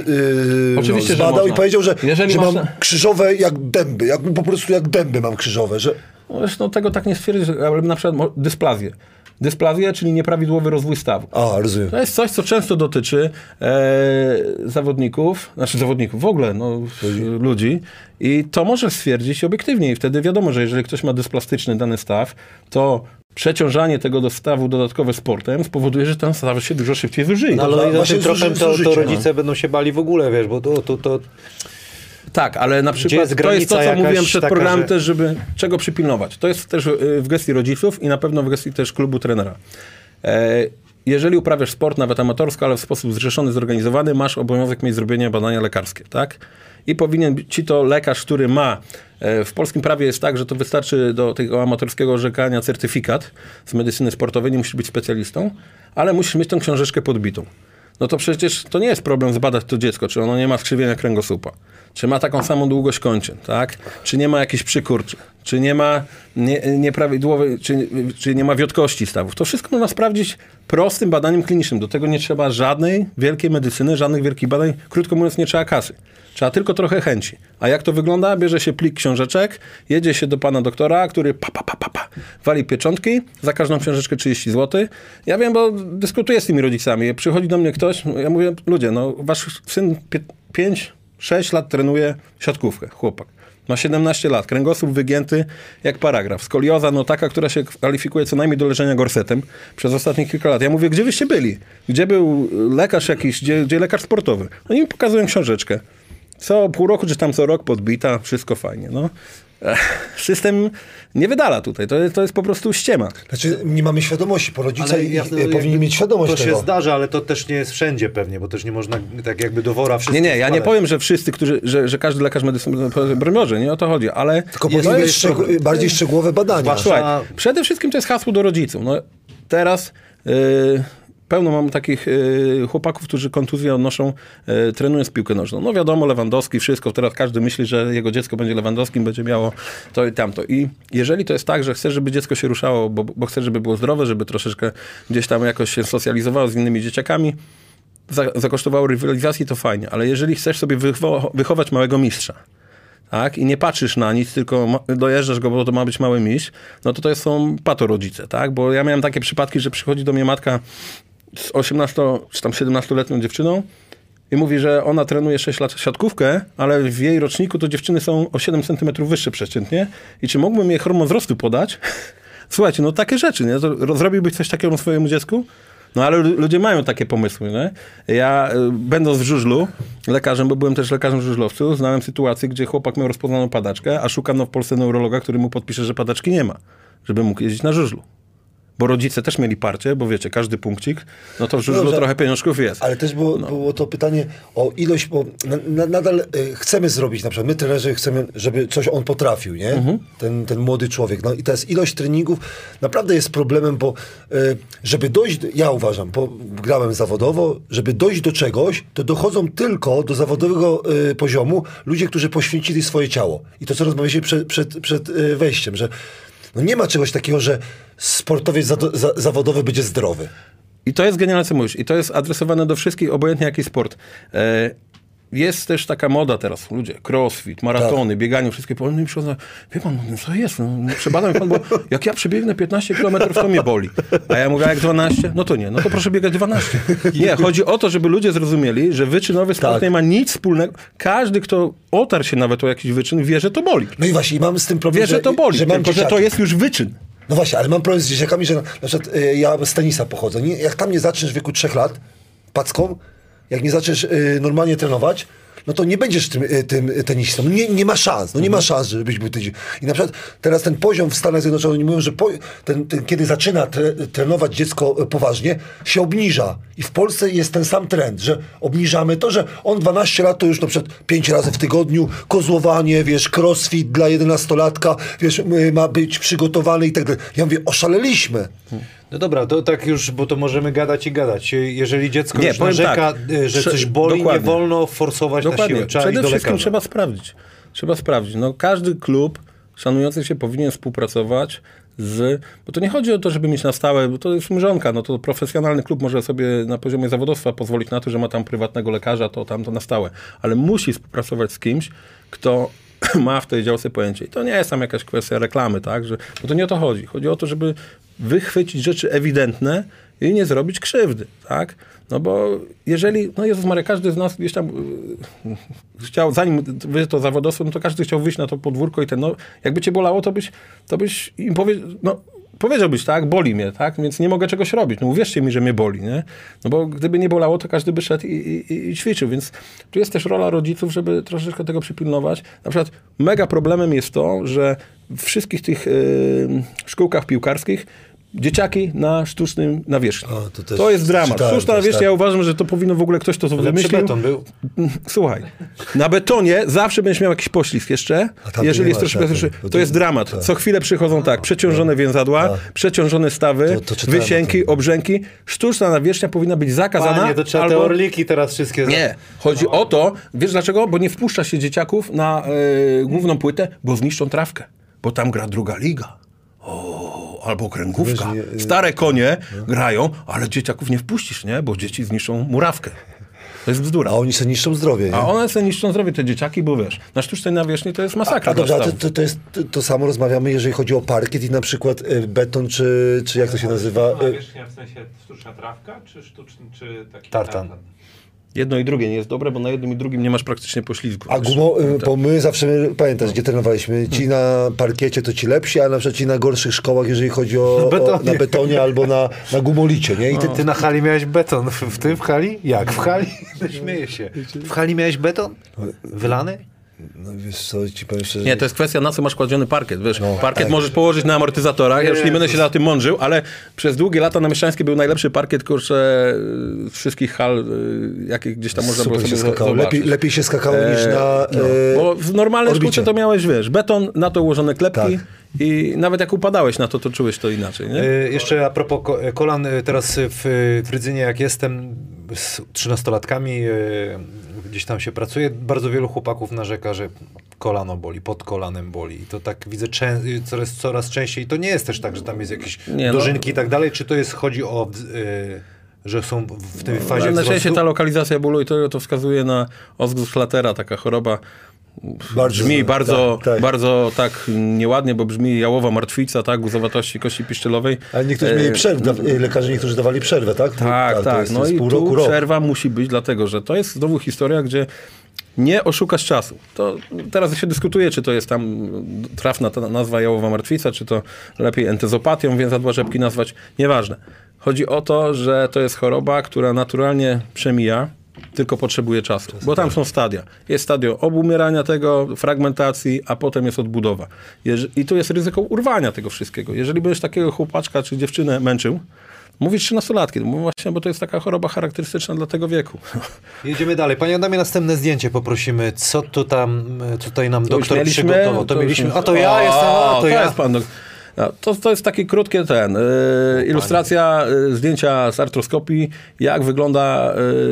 y, Oczywiście, no, że zbadał i można. powiedział, że, Jeżeli że masz- mam krzyżowe jak dęby. Jak, po prostu jak dęby mam krzyżowe. Że... No, zresztą tego tak nie stwierdzić, ale na przykład mo- dysplazję. Dysplazję, czyli nieprawidłowy rozwój stawu. A, rozumiem. To jest coś, co często dotyczy e, zawodników, znaczy zawodników w ogóle, no, ludzi i to może stwierdzić obiektywnie i wtedy wiadomo, że jeżeli ktoś ma dysplastyczny dany staw, to przeciążanie tego do stawu dodatkowe sportem spowoduje, że ten staw się dużo szybciej zużyje. No, ale za właśnie tym tropem zuży- to, zużycie, to no. rodzice będą się bali w ogóle, wiesz, bo to... to, to... Tak, ale na przykład jest to jest to, co granica mówiłem jakaś przed taka, programem że- też, żeby czego przypilnować. To jest też y, w gestii rodziców i na pewno w gestii też klubu trenera. E, jeżeli uprawiasz sport, nawet amatorsko, ale w sposób zrzeszony, zorganizowany, masz obowiązek mieć zrobienia badania lekarskie, tak? I powinien ci to lekarz, który ma, e, w polskim prawie jest tak, że to wystarczy do tego amatorskiego orzekania certyfikat z medycyny sportowej, nie musisz być specjalistą, ale musisz mieć tą książeczkę podbitą. No to przecież to nie jest problem zbadać to dziecko, czy ono nie ma skrzywienia kręgosłupa, czy ma taką samą długość kończyn, tak? Czy nie ma jakichś przykurczy, czy nie ma nie, nieprawidłowej, czy, czy nie ma wiotkości stawów. To wszystko można sprawdzić prostym badaniem klinicznym. Do tego nie trzeba żadnej wielkiej medycyny, żadnych wielkich badań. Krótko mówiąc, nie trzeba kasy. Trzeba tylko trochę chęci. A jak to wygląda? Bierze się plik książeczek, jedzie się do pana doktora, który pa, pa, pa, pa, pa, wali pieczątki, za każdą książeczkę trzydzieści złotych. Ja wiem, bo dyskutuję z tymi rodzicami. Przychodzi do mnie ktoś, ja mówię, ludzie, no wasz syn pięć sześć lat trenuje siatkówkę, chłopak. Ma siedemnaście lat, kręgosłup wygięty jak paragraf. Skolioza, no taka, która się kwalifikuje co najmniej do leżenia gorsetem przez ostatnie kilka lat. Ja mówię, gdzie wyście byli? Gdzie był lekarz jakiś, gdzie, gdzie lekarz sportowy? Oni mi pokazują książeczkę. Co pół roku, czy tam co rok podbita, wszystko fajnie. No. System nie wydala tutaj, to jest, to jest po prostu ściema. Znaczy nie mamy świadomości, bo rodzice i, jasne, i, powinni jakby mieć świadomość To tego. się zdarza, ale to też nie jest wszędzie pewnie, bo też nie można tak jakby do wora Nie, wszystkich nie, ja nie wkładać. powiem, że wszyscy, którzy, że, że każdy lekarz medycyny, broń Boże, nie o to chodzi, ale... Tylko jest- powinny być jest szczeg- problem. bardziej szczegółowe badania. Zwłaszcza- Słuchaj, A- przede wszystkim to jest hasło do rodziców. No, teraz yy, pełno mam takich yy, chłopaków, którzy kontuzję odnoszą, yy, trenując piłkę nożną. No wiadomo, Lewandowski, wszystko. Teraz każdy myśli, że jego dziecko będzie Lewandowskim, będzie miało to i tamto. I jeżeli to jest tak, że chcesz, żeby dziecko się ruszało, bo, bo chcesz, żeby było zdrowe, żeby troszeczkę gdzieś tam jakoś się socjalizowało z innymi dzieciakami, za, zakosztowało rywalizacji, to fajnie. Ale jeżeli chcesz sobie wycho- wychować małego mistrza, tak? I nie patrzysz na nic, tylko ma- dojeżdżasz go, bo to ma być mały mistrz, no to to są patorodzice, tak? Bo ja miałem takie przypadki, że przychodzi do mnie matka z osiemnasto czy tam siedemnastoletnią dziewczyną i mówi, że ona trenuje sześć lat siatkówkę, ale w jej roczniku to dziewczyny są o siedem centymetrów wyższe przeciętnie i czy mógłbym jej hormon wzrostu podać? Słuchajcie, no takie rzeczy, nie? To zrobiłbyś coś takiego swojemu dziecku? No ale lu- ludzie mają takie pomysły, nie? Ja y, będąc w żużlu lekarzem, bo byłem też lekarzem żużlowcu, znałem sytuację, gdzie chłopak miał rozpoznaną padaczkę, a szukano w Polsce neurologa, który mu podpisze, że padaczki nie ma, żeby mógł jeździć na żużlu. bo rodzice też mieli parcie, bo wiecie, każdy punkcik, no to już Dobrze, trochę pieniążków jest. Ale też było, No. było to pytanie o ilość, bo na, na, nadal y, chcemy zrobić, na przykład my trenerzy chcemy, żeby coś on potrafił, nie? Mhm. Ten, ten młody człowiek. No i teraz ilość treningów naprawdę jest problemem, bo y, żeby dojść, do, ja uważam, bo grałem zawodowo, żeby dojść do czegoś, to dochodzą tylko do zawodowego y, poziomu ludzie, którzy poświęcili swoje ciało. I to, co rozmawialiśmy przed, przed, przed y, wejściem, że no nie ma czegoś takiego, że sportowiec za, za, zawodowy będzie zdrowy. I to jest genialne, co mówisz. I to jest adresowane do wszystkich, obojętnie jaki sport. E, jest też taka moda teraz, ludzie, crossfit, maratony, tak. bieganie, wszystkie powolne mi przychodzą, wie pan, no co jest, no, przebada mi pan, bo jak ja przebiegnę piętnaście kilometrów, to mnie boli. A ja mówię, a jak dwanaście? No to nie, no to proszę biegać dwanaście. Nie, chodzi o to, żeby ludzie zrozumieli, że wyczynowy sport tak. nie ma nic wspólnego. Każdy, kto otarł się nawet o jakiś wyczyn, wie, że to boli. No i właśnie, i mam z tym problem, Wie, że to boli, że, mam tylko że to jest już wyczyn. No właśnie, ale mam problem z dzieciakami, że na, na przykład y, ja z tenisa pochodzę. Nie, jak tam nie zaczniesz w wieku trzech lat packą, jak nie zaczniesz y, normalnie trenować, no to nie będziesz tym, y, tym tenisistą. Nie, nie ma szans, no nie ma szans, żebyś był tydzień. I na przykład teraz ten poziom w Stanach Zjednoczonych, oni mówią, że po, ten, ten, kiedy zaczyna tre, trenować dziecko poważnie, się obniża. I w Polsce jest ten sam trend, że obniżamy to, że on dwanaście lat to już na przykład pięć razy w tygodniu, kozłowanie, wiesz, crossfit dla jedenastolatka, wiesz, ma być przygotowany i tak dalej. Ja mówię, oszaleliśmy. No dobra, to tak już, bo to możemy gadać i gadać. Jeżeli dziecko Nie, już powiem narzeka, tak, że Prze- coś boli, dokładnie. nie wolno forsować Dokładnie. na siłę. Trzeba Przede iść do wszystkim lekarza. trzeba sprawdzić. Trzeba sprawdzić. No, każdy klub szanujący się powinien współpracować z... Bo to nie chodzi o to, żeby mieć na stałe, bo to jest mrzonka. No to profesjonalny klub może sobie na poziomie zawodowstwa pozwolić na to, że ma tam prywatnego lekarza, to tam to na stałe. Ale musi współpracować z kimś, kto ma w tej działce pojęcie. I to nie jest tam jakaś kwestia reklamy, tak? Że, bo to nie o to chodzi. Chodzi o to, żeby wychwycić rzeczy ewidentne i nie zrobić krzywdy, tak? No bo jeżeli, no Jezus Maria, każdy z nas gdzieś tam yy, chciał, zanim wy to zawodowstwo, no to każdy chciał wyjść na to podwórko i ten, no jakby cię bolało, to byś, to byś im powie, no powiedziałbyś, tak, boli mnie, tak, więc nie mogę czegoś robić. No uwierzcie mi, że mnie boli, nie? No bo gdyby nie bolało, to każdy by szedł i, i, i ćwiczył, więc tu jest też rola rodziców, żeby troszeczkę tego przypilnować. Na przykład mega problemem jest to, że w wszystkich tych yy, szkółkach piłkarskich dzieciaki na sztucznym nawierzchni. O, to też to jest dramat. czytałem Sztuczna też, nawierzchnia, tak. ja uważam, że to powinno w ogóle ktoś to Lepszy wymyślił. beton był. Słuchaj, na betonie zawsze będziesz miał jakiś poślizg jeszcze, A tam jeżeli nie jest ma, troszkę... tak, troszkę- bo to to- jest dramat. tak. Co chwilę przychodzą tak, przeciążone więzadła, tak. przeciążone stawy, To- to czytałem o wysięki, tym. obrzęki. Sztuczna nawierzchnia powinna być zakazana. Panie, to trzeba te albo... orliki teraz wszystkie... Nie, chodzi o to, wiesz dlaczego? Bo nie wpuszcza się dzieciaków na e, główną płytę, bo zniszczą trawkę. Bo tam gra druga liga. O, albo kręgówka. Wiesz, nie- Stare konie grają, ale dzieciaków nie wpuścisz, nie? Bo dzieci zniszczą murawkę. To jest bzdura. A oni sobie niszczą zdrowie, nie? A one sobie niszczą zdrowie, te dzieciaki, bo wiesz, na sztucznej nawierzchni to jest masakra. A dobrze, a dla to, stawów. to, to, jest, to, to samo rozmawiamy, jeżeli chodzi o parkiet i na przykład y, beton, czy, czy jak to się nazywa? Y, Nawierzchnia w sensie sztuczna trawka, czy sztuczny, czy taki Tartan. Jedno i drugie nie jest dobre, bo na jednym i drugim nie masz praktycznie poślizgu. A wiesz. gumo, y, Tak. bo my zawsze, pamiętasz, gdzie trenowaliśmy, ci na parkiecie to ci lepsi, a na przykład ci na gorszych szkołach, jeżeli chodzi o, Na o betonie. na betonie albo na, na gumolicie, nie? I ty, Ty na hali miałeś beton. W, w tym w hali? Jak? W hali? No śmieję się. W hali miałeś beton? Wylany? no wiesz co, ci powiem szczerze, Nie, to jest kwestia, na co masz kładziony parkiet. Wiesz, No, parkiet tak. możesz położyć na amortyzatorach, ja już nie będę się na tym mądrzył, ale przez długie lata na Mieszczańskiej był najlepszy parkiet, kurczę, z wszystkich hal, y, jakie gdzieś tam można super było się sobie skakało. zobaczyć. Lepiej, lepiej się skakało niż na No, e, bo w normalnej orbicie. szkółce to miałeś, wiesz, beton, na to ułożone klepki Tak. i nawet jak upadałeś na to, to czułeś to inaczej, nie? E, jeszcze a propos ko- kolan, e, teraz w, w Rydzynie jak jestem z trzynastolatkami, e, gdzieś tam się pracuje, bardzo wielu chłopaków narzeka, że kolano boli, pod kolanem boli. I to tak widzę czę- coraz, coraz częściej. To nie jest też tak, że tam jest jakieś Nie, no. dożynki i tak dalej, czy to jest, chodzi o, e, że są w tej fazie Na wzrostu? szczęście ta lokalizacja bólu i to, to wskazuje na Osgood-Schlatera, taka choroba. Bardzo- Brzmi bardzo, tak, tak. bardzo tak nieładnie, bo brzmi jałowa martwica, tak, guzowatości kości piszczelowej. Ale niektórzy E, mieli przerwę, lekarze niektórzy dawali przerwę, tak? Tak, to tak. jest- to No jest i pół tu roku, rok. przerwa musi być, dlatego że to jest znowu historia, gdzie nie oszukasz czasu. To teraz się dyskutuje, czy to jest tam trafna ta nazwa jałowa martwica, czy to lepiej entezopatią więzadła rzepki nazwać. Nieważne. Chodzi o to, że to jest choroba, która naturalnie przemija tylko potrzebuje czasu, bo tam są stadia. Jest stadio obumierania tego, fragmentacji, a potem jest odbudowa. Jeż- I tu jest ryzyko urwania tego wszystkiego. Jeżeli będziesz takiego chłopaczka czy dziewczynę męczył, mówisz trzynastolatki, no właśnie, bo to jest taka choroba charakterystyczna dla tego wieku. Jedziemy dalej. Panie Adamie, następne zdjęcie poprosimy. Co tu tam, tutaj nam To już doktor mieliśmy, przygotował? To, to już mieliśmy. już- A to ja O, jestem, a to, to ja. jest pan dok- no, to, to jest takie krótkie ten, yy, ilustracja yy, zdjęcia z artroskopii, jak wygląda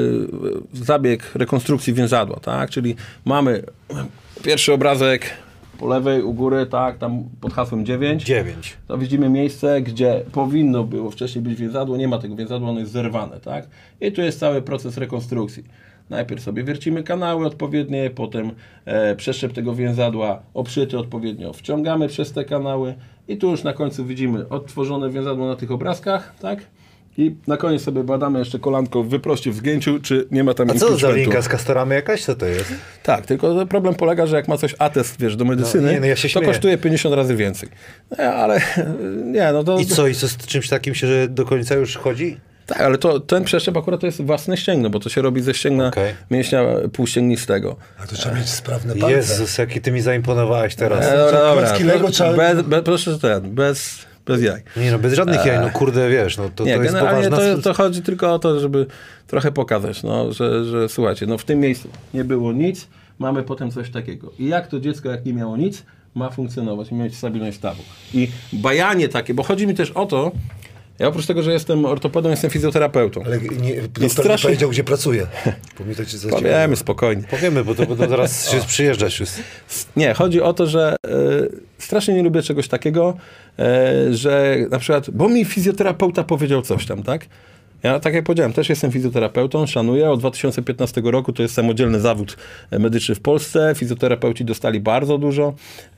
yy, zabieg rekonstrukcji więzadła, tak? Czyli mamy pierwszy obrazek po lewej u góry, tak, tam pod hasłem dziewięć. Dziewięć. To widzimy miejsce, gdzie powinno było wcześniej być więzadło, nie ma tego więzadła, ono jest zerwane, tak? I tu jest cały proces rekonstrukcji. Najpierw sobie wiercimy kanały odpowiednie, potem e, przeszczep tego więzadła obszyty odpowiednio wciągamy przez te kanały i tu już na końcu widzimy odtworzone więzadło na tych obrazkach, tak? I na koniec sobie badamy jeszcze kolanko w wyproście, w zgięciu, czy nie ma tam A co za impeachmentu. linka z kastorami jakaś? Co to jest? Tak, tylko problem polega, że jak ma coś atest, wiesz, do medycyny, No, nie, no ja się to śmieję. kosztuje pięćdziesiąt razy więcej. Nie, ale nie, no to... I co? I co z czymś takim się, że do końca już chodzi? Tak, ale to, ten przeszczep akurat to jest własne ścięgno, bo to się robi ze ścięgna Okej. mięśnia półścięgnistego. A to trzeba mieć sprawne palce. Jezus, jaki ty mi zaimponowałeś teraz. E, dobra, dobra. klocki Lego trzeba- Bez, bez, proszę, że ten, bez, bez jaj. Nie no, bez żadnych jaj, no kurde, wiesz, no to, Nie, to jest generalnie poważna... to, to chodzi tylko o to, żeby trochę pokazać, no, że, że słuchajcie, no w tym miejscu nie było nic, mamy potem coś takiego. I jak to dziecko, jak nie miało nic, ma funkcjonować, ma mieć stabilność stawu. I bajanie takie, bo chodzi mi też o to, ja oprócz tego, że jestem ortopedą, jestem fizjoterapeutą. Ale nie, doktor strasznie- nie powiedział, gdzie pracuje. Bo mi to cię zaciekawiło. Powiemy spokojnie. Powiemy, bo to będą zaraz się przyjeżdżać już. Nie, chodzi o to, że e, strasznie nie lubię czegoś takiego, e, że na przykład, bo mi fizjoterapeuta powiedział coś tam, tak? Ja, tak jak powiedziałem, też jestem fizjoterapeutą, szanuję. Od dwa tysiące piętnastego roku to jest samodzielny zawód medyczny w Polsce. Fizjoterapeuci dostali bardzo dużo,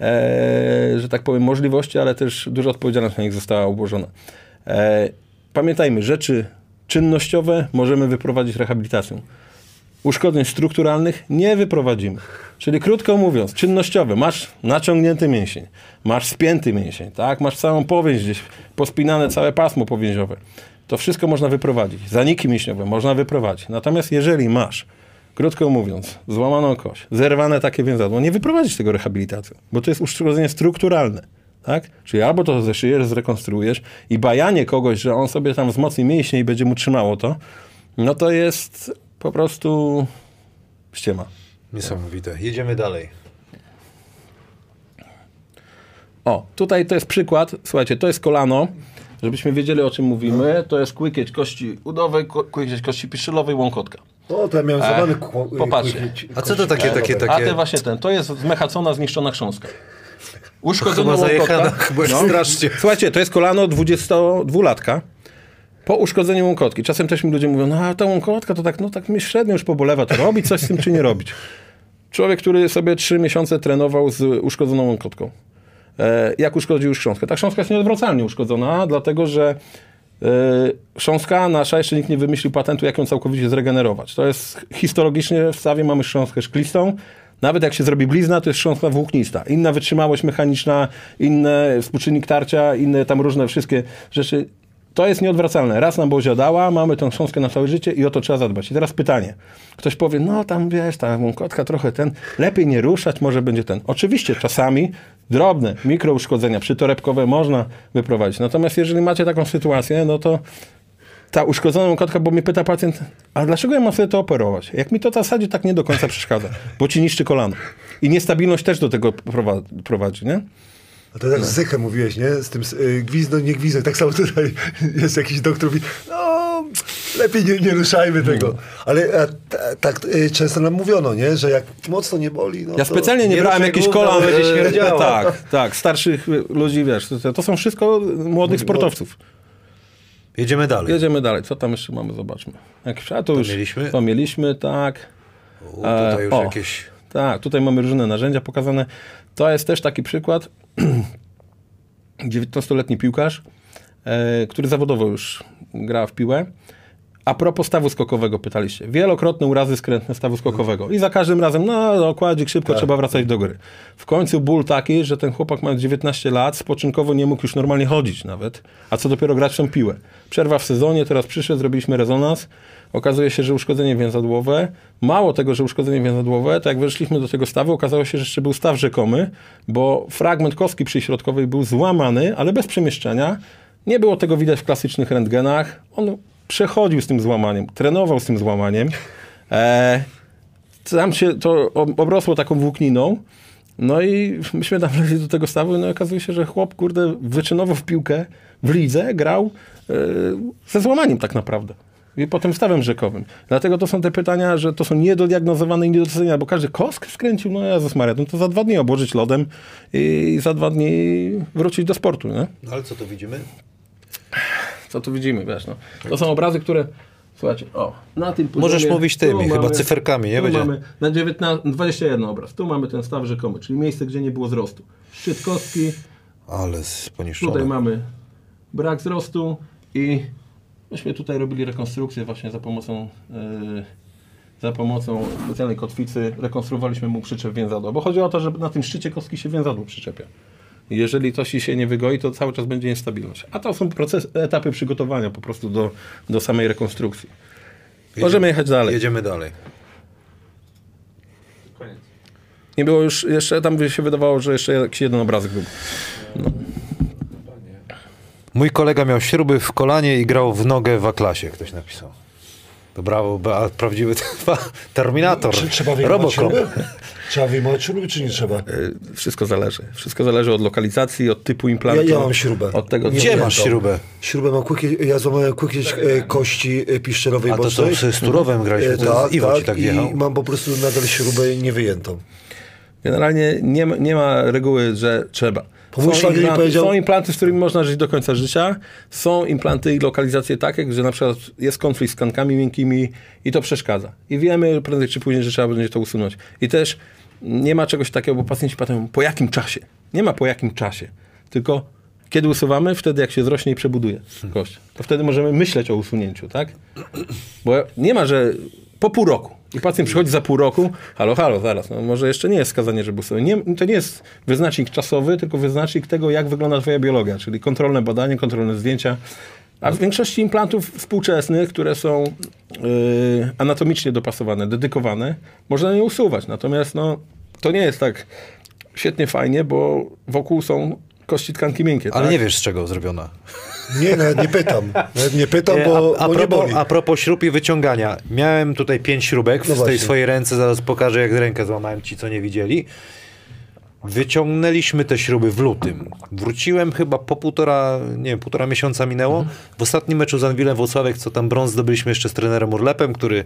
e, że tak powiem, możliwości, ale też duża odpowiedzialność na nich została ułożona. E, pamiętajmy, rzeczy czynnościowe możemy wyprowadzić rehabilitacją. Uszkodzeń strukturalnych nie wyprowadzimy. Czyli krótko mówiąc, czynnościowe, masz naciągnięty mięsień, masz spięty mięsień, tak? Masz całą powięź gdzieś, pospinane całe pasmo powięziowe. To wszystko można wyprowadzić. Zaniki mięśniowe można wyprowadzić. Natomiast jeżeli masz, krótko mówiąc, złamaną kość, zerwane takie więzadło, nie wyprowadzisz tego rehabilitacją, bo to jest uszkodzenie strukturalne. Tak? Czyli albo to zeszyjesz, zrekonstruujesz i bajanie kogoś, że on sobie tam wzmocni mięśnie i będzie mu trzymało to, no to jest po prostu ściema. Niesamowite. Jedziemy dalej. O, tutaj to jest przykład, słuchajcie, to jest kolano, żebyśmy wiedzieli, o czym mówimy, to jest kłykieć kości udowej, ko- kłykieć kości piszylowej, łąkotka. O, to ja miałem złamany E, kłą- popatrzcie. kłęć- A co to takie, takie, takie... A te właśnie ten, to jest zmechacona, zniszczona chrząstka. Uszkodzona Chyba zajechana, łąkotka. chyba strasznie. Słuchajcie, to jest kolano dwudziestodwulatka po uszkodzeniu łąkotki. Czasem też mi ludzie mówią, no a ta łąkotka to tak, no tak mi średnio już pobolewa, to robić coś z tym czy nie robić? Człowiek, który sobie trzy miesiące trenował z uszkodzoną łąkotką. E, jak uszkodził już chrząstkę? Ta chrząstka jest nieodwracalnie uszkodzona, dlatego że e, chrząstka nasza, jeszcze nikt nie wymyślił patentu, jak ją całkowicie zregenerować. To jest histologicznie w stawie mamy chrząstkę szklistą. Nawet jak się zrobi blizna, to jest chrząstka włóknista. Inna wytrzymałość mechaniczna, inny współczynnik tarcia, inne tam różne wszystkie rzeczy. To jest nieodwracalne. Raz nam Bozia dała, mamy tę chrząstkę na całe życie i o to trzeba zadbać. I teraz pytanie. Ktoś powie, no tam wiesz, ta łąkotka trochę ten, lepiej nie ruszać, może będzie ten. Oczywiście czasami drobne mikrouszkodzenia przytorebkowe można wyprowadzić. Natomiast jeżeli macie taką sytuację, no to ta uszkodzona łąkotka, bo mnie pyta pacjent, a dlaczego ja mam sobie to operować? Jak mi to w zasadzie tak nie do końca przeszkadza, bo ci niszczy kolano. I niestabilność też do tego prowadzi, prowadzi nie? A to tak z Zychem mówiłeś, nie? Z tym y, gwizdą, nie gwizdą. Tak samo tutaj jest jakiś doktor mówi, no lepiej nie, nie ruszajmy tego. Ale a, ta, tak y, często nam mówiono, nie? Że jak mocno nie boli, no Ja to... specjalnie nie, nie brałem ruszaj jakichś gówna, kolan. będzie e, śmierdziało. Tak, tak, starszych ludzi, wiesz, to, to są wszystko młodych sportowców. Jedziemy dalej. Jedziemy dalej. Co tam jeszcze mamy? Zobaczmy. Jakieś, a to, To już mieliśmy? To mieliśmy, tak. U, tutaj już E, o. jakieś... Tak, tutaj mamy różne narzędzia pokazane. To jest też taki przykład. dziewiętnastoletni piłkarz, e, który zawodowo już gra w piłę, A propos stawu skokowego pytaliście. Wielokrotne urazy skrętne stawu skokowego. I za każdym razem, no okładzik, szybko tak. trzeba wracać do gry. W końcu ból taki, że ten chłopak ma dziewiętnaście lat, spoczynkowo nie mógł już normalnie chodzić nawet. A co dopiero grać w tą piłę. Przerwa w sezonie, teraz przyszedł, zrobiliśmy rezonans. Okazuje się, że uszkodzenie więzadłowe. Mało tego, że uszkodzenie więzadłowe, to jak weszliśmy do tego stawu, okazało się, że jeszcze był staw rzekomy, bo fragment kostki przyśrodkowej był złamany, ale bez przemieszczenia. Nie było tego widać w klasycznych rentgenach. On przechodził z tym złamaniem, trenował z tym złamaniem. E, tam się to obrosło taką włókniną. No i myśmy tam weszli do tego stawu, no i okazuje się, że chłop, kurde, wyczynowo w piłkę w lidze grał e, ze złamaniem tak naprawdę. I potem stawem rzekowym. Dlatego to są te pytania, że to są niedodiagnozowane i niedoceniane, bo każdy kostkę skręcił, no Jezus Maria, no to za dwa dni obłożyć lodem i za dwa dni wrócić do sportu, nie? No ale co tu widzimy? Co tu widzimy, wiesz, no. To są obrazy, które, słuchajcie, o, na tym poziomie... Możesz mówić tymi, chyba chyba cyferkami, nie tu będzie? mamy na dziewiętnaście, dwadzieścia jeden obraz. Tu mamy ten staw rzekomy, czyli miejsce, gdzie nie było wzrostu. Szczyt kostki. Ale poniszczone. Tutaj mamy brak wzrostu i myśmy tutaj robili rekonstrukcję właśnie za pomocą yy, za pomocą specjalnej kotwicy. Rekonstruowaliśmy mu przyczep więzadła, bo chodzi o to, że na tym szczycie kostki się więzadło przyczepia. I jeżeli to się nie wygoi, to cały czas będzie niestabilność. A to są proces, etapy przygotowania po prostu do, do samej rekonstrukcji. Jedziemy, Możemy jechać dalej. Jedziemy dalej. Koniec. Nie było już, jeszcze tam by się wydawało, że jeszcze jakiś jeden obrazek był. No. Mój kolega miał śruby w kolanie i grał w nogę w A-klasie, ktoś napisał. To brawo, a prawdziwy Terminator. Czy trzeba wyjmować śruby? Trzeba wyjmować śruby, czy nie trzeba? Wszystko zależy. Wszystko zależy od lokalizacji, od typu implantu. Ja, ja mam śrubę. Od tego, Gdzie nie masz śrubę? Śrubę mam kłykie, ja złamałem kiedyś e, kości e, piszczelowej A to bocznej. co, z Turowem graliśmy, E, to tak, Iwo tak, ci tak i wjechał. mam po prostu nadal śrubę niewyjętą. Generalnie nie ma, nie ma reguły, że trzeba. Mój Są szwagier mi implanty, powiedział- są implanty, z którymi można żyć do końca życia. Są implanty i lokalizacje takie, że na przykład jest konflikt z tkankami miękkimi i to przeszkadza. I wiemy prędzej czy później, że trzeba będzie to usunąć. I też nie ma czegoś takiego, bo pacjenci pytają, po jakim czasie? Nie ma po jakim czasie, tylko kiedy usuwamy, wtedy jak się zrośnie i przebuduje kość. To wtedy możemy myśleć o usunięciu, tak? Bo nie ma, że po pół roku. I pacjent przychodzi za pół roku, halo, halo, zaraz, no może jeszcze nie jest wskazanie, żeby sobie... Nie, to nie jest wyznacznik czasowy, tylko wyznacznik tego, jak wygląda twoja biologia, czyli kontrolne badanie, kontrolne zdjęcia. A w większości implantów współczesnych, które są yy, anatomicznie dopasowane, dedykowane, można je usuwać. Natomiast no, to nie jest tak świetnie fajnie, bo wokół są kości tkanki miękkie. Ale tak? nie wiesz, z czego zrobiona. Nie, nawet nie pytam. Nawet nie pytam, E, bo, a, a, bo nie propos, boli. a propos śrub i wyciągania. Miałem tutaj pięć śrubek No w tej właśnie. swojej ręce, zaraz pokażę, jak rękę złamałem, ci co nie widzieli. Wyciągnęliśmy te śruby w lutym. Wróciłem chyba po półtora, nie wiem, półtora miesiąca minęło. Mhm. W ostatnim meczu z Anwilem Włocławek, co tam brąz zdobyliśmy jeszcze z trenerem Urlepem, który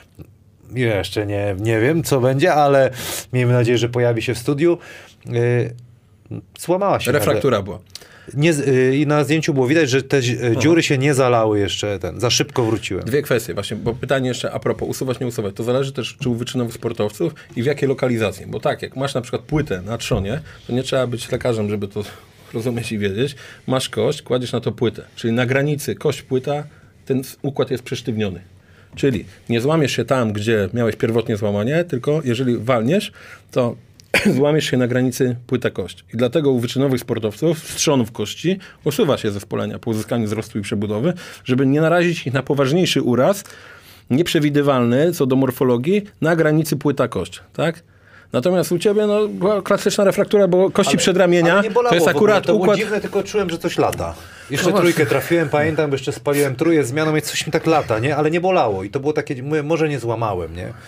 jeszcze nie, nie wiem, co będzie, ale miejmy nadzieję, że pojawi się w studiu. Yy, złamała się. Refraktura była. Nie, yy, I na zdjęciu było widać, że te yy, dziury się nie zalały jeszcze, ten, za szybko wróciłem. Dwie kwestie właśnie, bo pytanie jeszcze a propos, usuwać, nie usuwać. To zależy też, czy u wyczynowych sportowców i w jakiej lokalizacji. Bo tak, jak masz na przykład płytę na trzonie, to nie trzeba być lekarzem, żeby to rozumieć i wiedzieć. Masz kość, kładziesz na to płytę. Czyli na granicy kość-płyta, ten układ jest przesztywniony. Czyli nie złamiesz się tam, gdzie miałeś pierwotnie złamanie, tylko jeżeli walniesz, to złamiesz się na granicy płyta-kość. I dlatego u wyczynowych sportowców z trzonów kości usuwa się zespolenia po uzyskaniu wzrostu i przebudowy, żeby nie narazić ich na poważniejszy uraz, nieprzewidywalny co do morfologii, na granicy płyta-kość. Tak? Natomiast u ciebie no, była klasyczna refraktura, bo kości Ale- przedramienia ale nie bolało to jest w ogóle, akurat to było układ... dziwne, tylko czułem, że coś lata. Jeszcze No trójkę właśnie. trafiłem, pamiętam, bo jeszcze spaliłem trójkę zmianą i coś mi tak lata, nie? Ale nie bolało i to było takie, mówię, może nie złamałem, nie?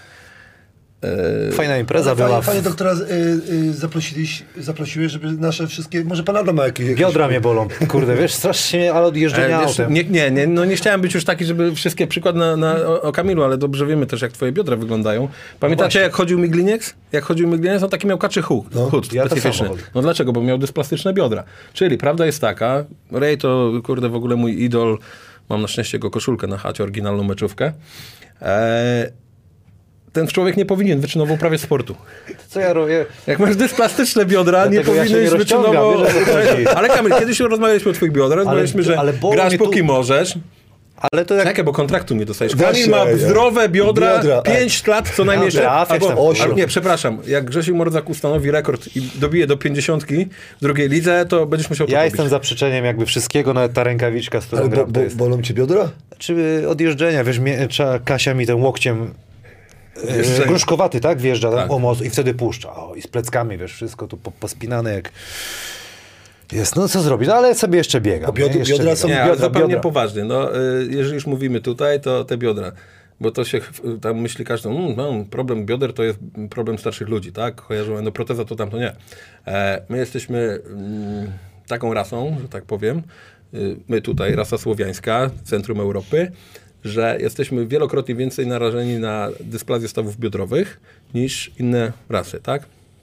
Fajna impreza Ale była. Panie, W... panie doktora y, y, zaprosiłeś, zaprosiłeś, żeby nasze wszystkie... Może pan Adam ma jakieś... jakieś- Biodra mnie bolą, kurde, wiesz, strasznie, ale od jeżdżenia E, wiesz, autem. nie, nie, nie, no nie chciałem być już taki, żeby wszystkie przykład na, na, o, o Kamilu, ale dobrze wiemy też, jak twoje biodra wyglądają. Pamiętacie, jak chodził Miglinieks? Jak chodził Miglinieks, on taki miał kaczy chód, No, chód ja to specyficzny. samo chodzę. No dlaczego? Bo miał dysplastyczne biodra. Czyli prawda jest taka, Ray to, kurde, w ogóle mój idol, mam na szczęście jego koszulkę na chacie, oryginalną meczówkę. E, ten człowiek nie powinien wyczynowo uprawiać sportu. Co ja robię? Jak masz dysplastyczne biodra, nie Dlatego ja się powinieneś nie rozciągam, wyczynowo... wiesz, o co chodzi. Ale Kamil, kiedyś rozmawialiśmy o twoich biodrach, rozmawialiśmy, że ale bolą grasz mnie tu- póki możesz. Ale to jak... Czekaj, bo kontraktu nie dostajesz. Właśnie, Kamil ma ja. zdrowe biodra, Biodra, pięć lat co najmniej jeszcze. trafiasz Albo, tam. Osiem. albo, nie, przepraszam, jak Grzesiu Mordzak ustanowi rekord i dobije do pięćdziesiątki w drugiej lidze, to będziesz musiał to Ja robić. jestem zaprzeczeniem jakby wszystkiego, nawet ta rękawiczka, z którą Ale bo, gram, to bo, jest... bolą cię biodra? Czy odjeżdżenia, wiesz, mnie, trzeba, Kasia mi tym łokciem Wjeżdżenie. e, gruszkowaty, tak? Wjeżdża Tak. o moc i wtedy puszcza. O, i z pleckami, wiesz, wszystko tu po, pospinane jak... Jest, no co zrobić? No, ale sobie jeszcze biegam. Bo biod- nie? Jeszcze biodra biegam. są- Nie, ale biodra, zupełnie biodra. poważnie. No, y, jeżeli już mówimy tutaj, to te biodra. Bo to się y, tam myśli każdy, mm, no, problem bioder to jest problem starszych ludzi, tak? Kojarzą endoproteza, to tam to nie. E, my jesteśmy mm, taką rasą, że tak powiem, y, my tutaj, rasa słowiańska, centrum Europy, że jesteśmy wielokrotnie więcej narażeni na dysplazję stawów biodrowych niż inne rasy, tak?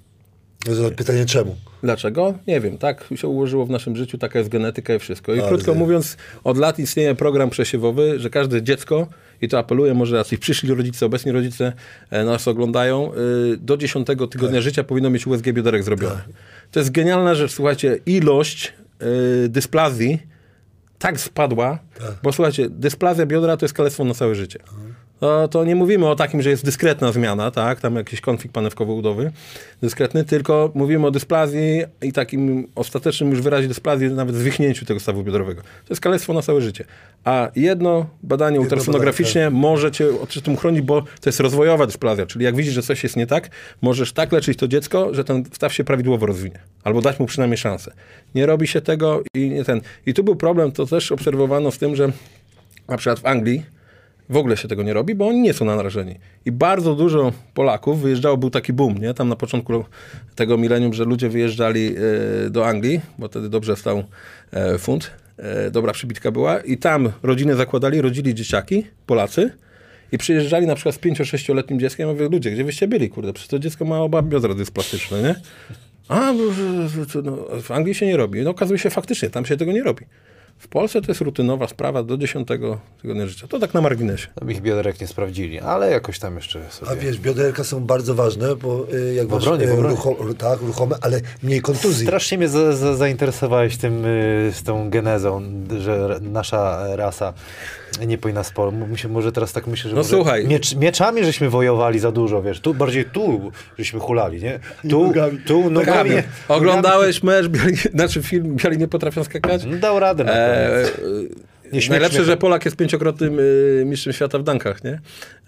No to pytanie czemu? Dlaczego? Nie wiem, tak się ułożyło w naszym życiu, taka jest genetyka i wszystko. I Ale krótko nie. mówiąc, od lat istnieje program przesiewowy, że każde dziecko, i to apeluję, może jacyś przyszli rodzice, obecni rodzice e, nas oglądają, y, do dziesiątego tygodnia Tak. życia powinno mieć U S G bioderek zrobione. To jest genialna rzecz, słuchajcie, ilość y, dysplazji tak spadła, Tak. bo słuchajcie, dysplazja biodra to jest kalectwo na całe życie. To, to nie mówimy o takim, że jest dyskretna zmiana, tak, tam jakiś konflikt panewkowo-udowy, dyskretny, tylko mówimy o dysplazji i takim ostatecznym już wyrazie dysplazji, nawet zwichnięciu tego stawu biodrowego. To jest kalectwo na całe życie. A jedno badanie ultrasonograficznie może cię przed tym chronić, bo to jest rozwojowa dysplazja, czyli jak widzisz, że coś jest nie tak, możesz tak leczyć to dziecko, że ten staw się prawidłowo rozwinie. Albo dać mu przynajmniej szansę. Nie robi się tego i nie ten. I tu był problem, to też obserwowano z tym, że na przykład w Anglii w ogóle się tego nie robi, bo oni nie są narażeni. I bardzo dużo Polaków wyjeżdżało, był taki boom, nie? Tam na początku tego milenium, że ludzie wyjeżdżali e, do Anglii, bo wtedy dobrze stał e, funt, e, dobra przybitka była i tam rodziny zakładali, rodzili dzieciaki, Polacy i przyjeżdżali na przykład z pięcio-sześcioletnim dzieckiem. Ja mówię, ludzie, gdzie wyście byli, kurde, przecież to dziecko ma oba biodra dysplastyczne, nie? A, no, w Anglii się nie robi. No okazuje się faktycznie, tam się tego nie robi. W Polsce to jest rutynowa sprawa do dziesiątego tygodnia życia. To tak na marginesie. Tam ich bioderek nie sprawdzili, ale jakoś tam jeszcze sobie... A wiesz, bioderka są bardzo ważne, bo y, jak W masz obronie, y, w obronie. rucho- tak, ruchome, ale mniej kontuzji. Strasznie mnie za, za, zainteresowałeś tym, y, z tą genezą, że r- nasza rasa nie powinna sporo. Mi się może teraz tak myślę, że No może słuchaj. Miecz, mieczami żeśmy wojowali za dużo, wiesz. Tu bardziej tu żeśmy hulali, nie? Tu, nogami. tu nogami. Kamil, oglądałeś mecz, biali, znaczy film Biali nie potrafią skakać? nogami. Dał radę na E, koniec. e, Nie śmiech najlepsze, śmiechem. że Polak jest pięciokrotnym y, mistrzem świata w dankach, nie?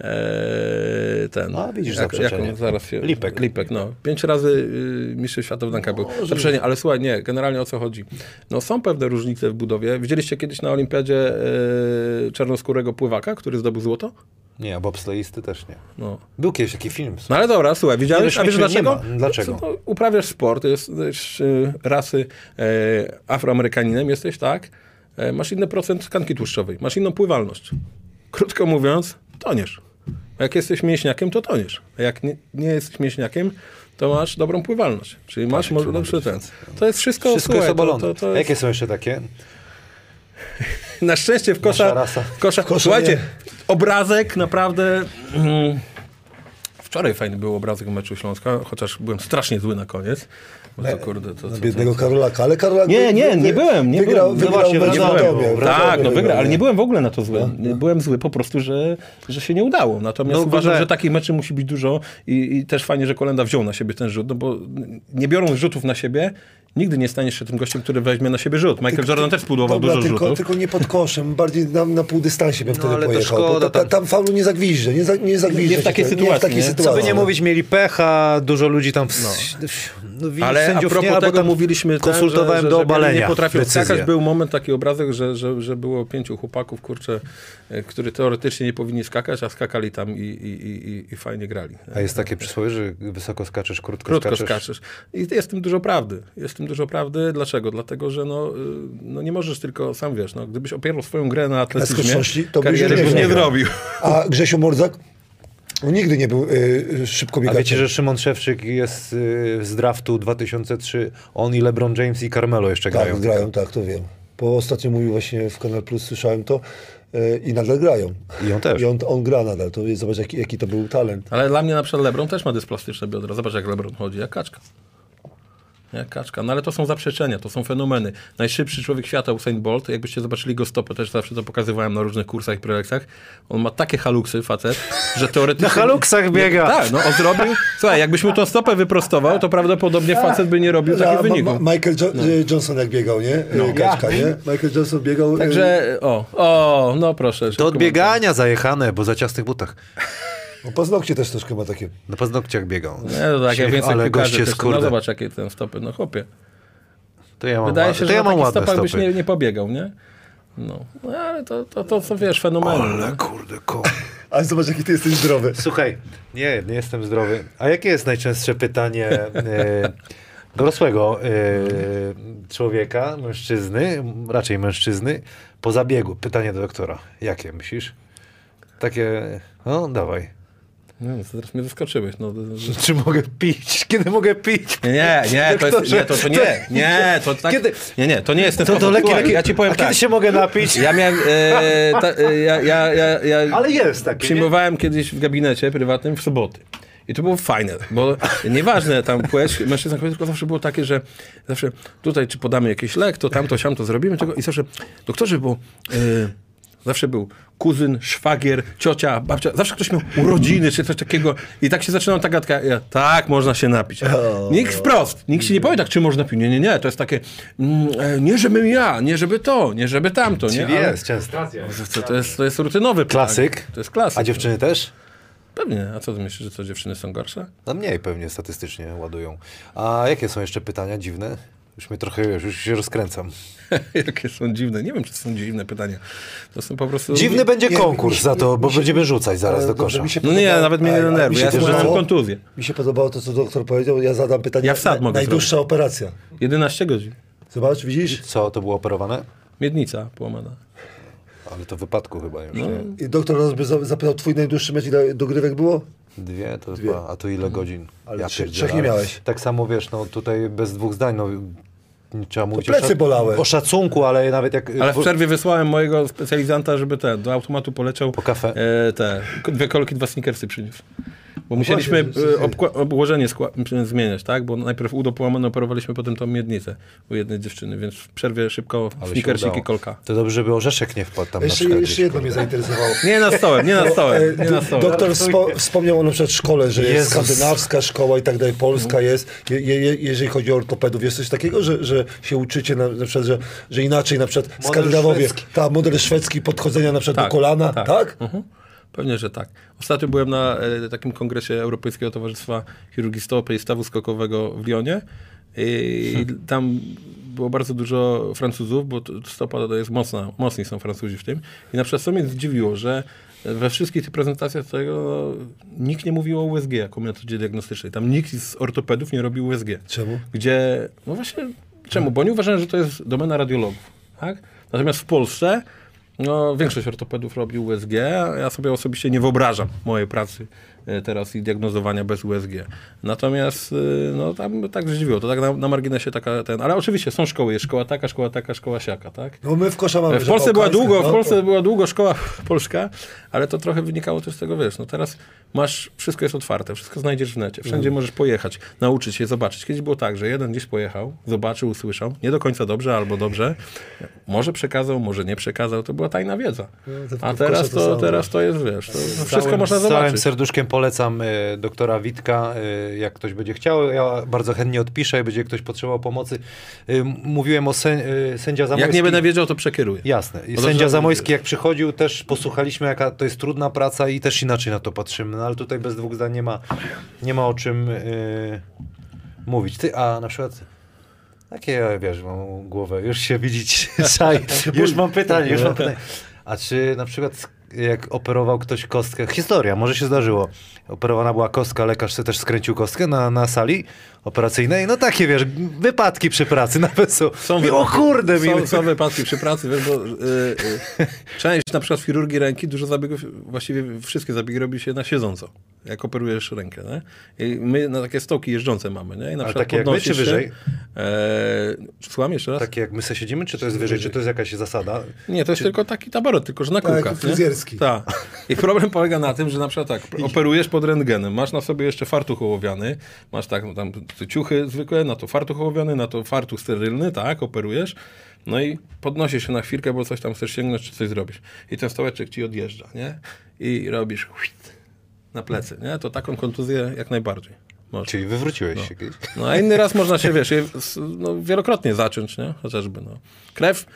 E, ten. A, widzisz, jak, zaprzeczenie. jak on zaraz się, Lipek. Lipek, no. Pięć razy y, mistrzem świata w dankach był. Zaprzeczenie, ale słuchaj, nie, generalnie o co chodzi? No są pewne różnice w budowie. Widzieliście kiedyś na olimpiadzie y, czarnoskórego pływaka, który zdobył złoto? Nie, a bobsleisty też nie. No. Był kiedyś taki film. No ale dobra, słuchaj, widziałeś? Nie, A wiesz śmiesznie, dlaczego? nie ma. Dlaczego? To, to uprawiasz sport, jest, jest y, rasy e, afroamerykaninem, jesteś, tak? E, masz inny procent tkanki tłuszczowej, masz inną pływalność. Krótko mówiąc, toniesz. A jak jesteś mięśniakiem, to toniesz. A jak nie, nie jesteś mięśniakiem, to masz dobrą pływalność. Czyli masz może lepszy ten. To jest wszystko, Wszystko słuchaj, jest obalone. To, to, to A jest... jakie są jeszcze takie? Na szczęście w Nasza kosza... rasa. W kosza kosza słuchajcie, nie. obrazek naprawdę... Mm, wczoraj fajny był obrazek meczu Śląska, chociaż byłem strasznie zły na koniec. Bo to kurde, to, Na co- biednego co- Karolaka, ale Karolak... Nie, wy- nie, wy- nie byłem, nie wygrał, byłem. Wygrał, No właśnie, wygrał w w Radomiu. Radomiu. W Tak, Radomiu no wygra, wygrał, ale nie nie? byłem w ogóle na to zły. Byłem zły po prostu, że, że się nie udało. Natomiast No, uważam, że- że takich meczy musi być dużo i, i też fajnie, że Kolenda wziął na siebie ten rzut, no bo nie biorąc rzutów na siebie, nigdy nie staniesz się tym gościem, który weźmie na siebie rzut. Michael Jordan też spudłował Dobra, dużo tylko, rzutów. tylko nie pod koszem, bardziej na, na półdystansie bym wtedy ale to pojechał. szkoda, bo ta, ta, tam- tam faulu nie zagwiżdżę, nie, za, nie zagwiżdżę. Nie w się takiej to- sytuacji, Nie w takiej nie? sytuacji. Co by nie mówić, mieli pecha, dużo ludzi tam... W... No. No, Ale a sędziów propos nie, albo tego tam mówiliśmy, ten, konsultowałem że, że, do że Biali obalenia nie potrafił decyzję. skakać. Był moment, taki obrazek, że, że, że było pięciu chłopaków, kurczę, e, którzy teoretycznie nie powinni skakać, a skakali tam i, i, i, i fajnie grali. A jest takie przysłowie, że wysoko skaczesz, krótko, Krótko skaczesz. skaczesz. I jest w tym dużo prawdy. Jest w tym dużo prawdy. Dlaczego? Dlatego, że no, y, no nie możesz tylko, sam wiesz, no, gdybyś opierał swoją grę na atletyzmie, skuteczności, to byś kariery nie byś nie grał. zrobił. A Grzesiu Mordzak? On nigdy nie był y, szybko A biegaczem. wiecie, że Szymon Szewczyk jest y, z draftu dwa tysiące trzy, on i LeBron James i Carmelo jeszcze Tak, grają. grają, tak, to wiem. Po ostatnio mówił właśnie w Kanal Plus, słyszałem to y, i nadal grają. I on też. I on, on gra nadal, to jest, zobacz jaki, jaki to był talent. Ale dla mnie na przykład LeBron też ma dysplastyczne biodra. Zobacz, jak LeBron chodzi, jak kaczka. Nie? Kaczka. No ale to są zaprzeczenia, to są fenomeny. Najszybszy człowiek świata, Usain Bolt, jakbyście zobaczyli go stopę, też zawsze to pokazywałem na różnych kursach i preleksach, on ma takie haluksy, facet, że teoretycznie... Na haluksach biega! Tak, no on zrobił... Słuchaj, jakbyś mu tą stopę wyprostował, to prawdopodobnie facet by nie robił A, takich ma, wyników. ma, Michael jo- No. Johnson jak biegał, nie? No. Kaczka, nie? Michael Johnson biegał... Także, o, o, no proszę. To od biegania zajechane, bo za ciasnych butach. No, paznokcie też troszkę ma takie. Na paznokciach biegał. Nie, to tak, jak Śmiech, więcej ale piłkarzy goście też, skurde. no zobacz, jakie ten stopy, no chłopie. To ja mam, Wydaje się, to że ja na mam takich ładne stopach byś stopy. nie, nie pobiegał, nie? No, no ale to, to, to, to wiesz, fenomeny. Ale nie? kurde, ko. Ale zobacz, jaki ty jesteś zdrowy. Słuchaj, nie, nie jestem zdrowy. A jakie jest najczęstsze pytanie e, dorosłego e, człowieka, mężczyzny, raczej mężczyzny, po zabiegu? Pytanie do doktora. Jakie myślisz? Takie, no dawaj. Nie, no, to teraz mnie zaskoczyłeś. No, Czy mogę pić? Kiedy mogę pić? nie, nie, nie, to, jest, nie, to, to nie, nie, to tak, Kiedy- nie, nie, to nie jest ten To do sposób. leki, Słuchaj, leki. ja ci powiem A tak. kiedy się mogę napić? Ja miałem, e, ta, e, ja, ja, ja, ja Ale jest takie, nie? przyjmowałem kiedyś w gabinecie prywatnym w soboty. I to było fajne, bo nieważne tam płeć, mężczyzna, kobieta, tylko zawsze było takie, że zawsze tutaj czy podamy jakiś lek, to tamto, siam, to zrobimy tego i zawsze, doktorze, bo e, zawsze był kuzyn, szwagier, ciocia, babcia, zawsze ktoś miał urodziny czy coś takiego i tak się zaczynała ta gadka, ja, tak, można się napić. Nikt wprost, nikt się nie powie tak, czy można pić, nie, nie, nie, to jest takie, mm, e, nie żeby ja, nie żeby to, nie żeby tamto, nie, Czyli ale jest często. Racja. to, to, jest, to jest rutynowy pytanie. Klasyk. To jest klasyk. A dziewczyny też? Pewnie, a co ty myślisz, że co, dziewczyny są gorsze? No mniej pewnie statystycznie ładują. A jakie są jeszcze pytania dziwne? Już mnie trochę, już, już się rozkręcam. Jakie są dziwne, nie wiem, czy to są dziwne pytania. To są po prostu... Dziwny będzie nie, konkurs mi- za to, mi bo się- będziemy rzucać zaraz Ale do dobrze, kosza. mi się No nie, podobało- nawet mnie nie a- a denerwuj, mi ja się jestem podobało- kontuzję. Mi się podobało to, co doktor powiedział. Ja zadam pytanie. Ja wsad na- mogę Najdłuższa operacja. jedenaście godzin. Zobacz, widzisz? Co, to było operowane? Miednica połamana. Ale to w wypadku chyba już, No. nie? I doktor nas by za- zapytał, twój najdłuższy mecz, ile dogrywek było? Dwie, to Dwie. chyba, a to ile godzin? Ale trzy- pierdzielę, trzech nie ale miałeś. Tak samo, wiesz, no tutaj bez dwóch zdań, no nie trzeba mówić plecy o, szac- bolały. o szacunku, ale nawet jak... Ale w przerwie wysłałem mojego specjalizanta, żeby ten, do automatu poleciał Po kafę. e, te, dwie kolki, dwa snickersy przyniósł. Bo musieliśmy właśnie, e, obkła- obłożenie skła- zmieniać, tak? Bo najpierw udo połamane operowaliśmy, potem tą miednicę u jednej dziewczyny, więc w przerwie szybko Ale się snickersik udało. i kolka. To dobrze, żeby orzeszek nie wpadł tam Jeszcze, na przykład. jeszcze gdzieś, jedno mnie kurde. zainteresowało. Nie na stołem, nie na stołem, E, nie na stołem. Doktor wspo- wspomniał o na przykład szkole, że jest Jezus. skandynawska szkoła i tak dalej, polska jest. Je, je, jeżeli chodzi o ortopedów, jest coś takiego, że, że się uczycie na, na przykład, że, że inaczej na przykład Model Skandynawowie, szwedzki. ta model szwedzki podchodzenia na przykład Tak, do kolana, tak? tak. Mhm. Pewnie, że tak. Ostatnio byłem na e, takim kongresie Europejskiego Towarzystwa Chirurgii Stopy i Stawu Skokowego w Lyonie i tam było bardzo dużo Francuzów, bo to- stopa to jest mocna, mocni są Francuzi w tym. I na przykład co mnie zdziwiło, że we wszystkich tych prezentacjach tego no, nikt nie mówił o U S G jako metodzie diagnostycznej. Tam nikt z ortopedów nie robił U S G. Czemu? Gdzie, no właśnie, czemu? Bo oni uważają, że to jest domena radiologów. Tak? Natomiast w Polsce no, większość ortopedów robi U S G, a ja sobie osobiście nie wyobrażam mojej pracy e, teraz i diagnozowania bez U S G. Natomiast e, no, tam tak zdziwiło, to tak na, na marginesie taka ten, ale oczywiście są szkoły, jest szkoła taka, szkoła taka, szkoła siaka, tak? No my w kosza mamy. W że Polsce była bałkańska, długo, w no. Polsce była długo szkoła polska, ale to trochę wynikało też z tego, wiesz, no teraz masz, wszystko jest otwarte, wszystko znajdziesz w necie, wszędzie możesz pojechać, nauczyć się, zobaczyć. Kiedyś było tak, że jeden gdzieś pojechał, zobaczył, usłyszał, nie do końca dobrze albo dobrze, może przekazał, może nie przekazał, to była tajna wiedza. No, to w A kosza teraz to to, samo. teraz to jest, wiesz, to wszystko Całym- można Z całym zobaczyć. serduszkiem polecam y, doktora Witka, y, jak ktoś będzie chciał. Ja bardzo chętnie odpiszę, jak będzie ktoś potrzebował pomocy. Y, mówiłem o sę, y, sędzia Zamojski. Jak nie będę wiedział, to przekieruję. Jasne. I Bo sędzia dobrze Zamojski wiesz. jak przychodził, też posłuchaliśmy, jaka to jest trudna praca i też inaczej na to patrzymy. No ale tutaj bez dwóch zdań nie ma, nie ma o czym y, mówić. Ty, a na przykład... Takie, ja, wiesz, mam głowę, już się widzieć, szaj, już mam pytanie, już mam pytanie. A czy na przykład jak operował ktoś kostkę, historia, może się zdarzyło, operowana była kostka, lekarz sobie też skręcił kostkę na, na sali operacyjnej, no takie, wiesz, wypadki przy pracy na wesoło. Są O wypadki, kurde, mi... są, są wypadki przy pracy, wiesz, bo y, y, część na przykład w chirurgii ręki, dużo zabiegów, właściwie wszystkie zabiegi robi się na siedząco, jak operujesz rękę, nie? I my na takie stołki jeżdżące mamy, nie? I na Ale przykład takie jak my, podnosisz czy wyżej? Się, E, słucham jeszcze raz? Takie jak my se siedzimy, czy to jest wyżej, czy to jest jakaś zasada? Nie, to jest tylko taki taboret, tylko że na Tak, kółkach. fryzjerski. Tak. I problem polega na tym, że na przykład tak, operujesz pod rentgenem, masz na sobie jeszcze fartuch ołowiany, masz tak, no tam te ciuchy zwykłe, na to fartuch ołowiany, na to fartuch sterylny, tak, operujesz, no i podnosisz się na chwilkę, bo coś tam chcesz sięgnąć, czy coś zrobisz. I ten stołeczek ci odjeżdża, nie? I robisz na plecy, nie? To taką kontuzję jak najbardziej. Można. Czyli wywróciłeś No. się kiedyś. No a inny raz można się, wiesz, je- s- no, wielokrotnie zaciąć, nie? Chociażby, no. Krew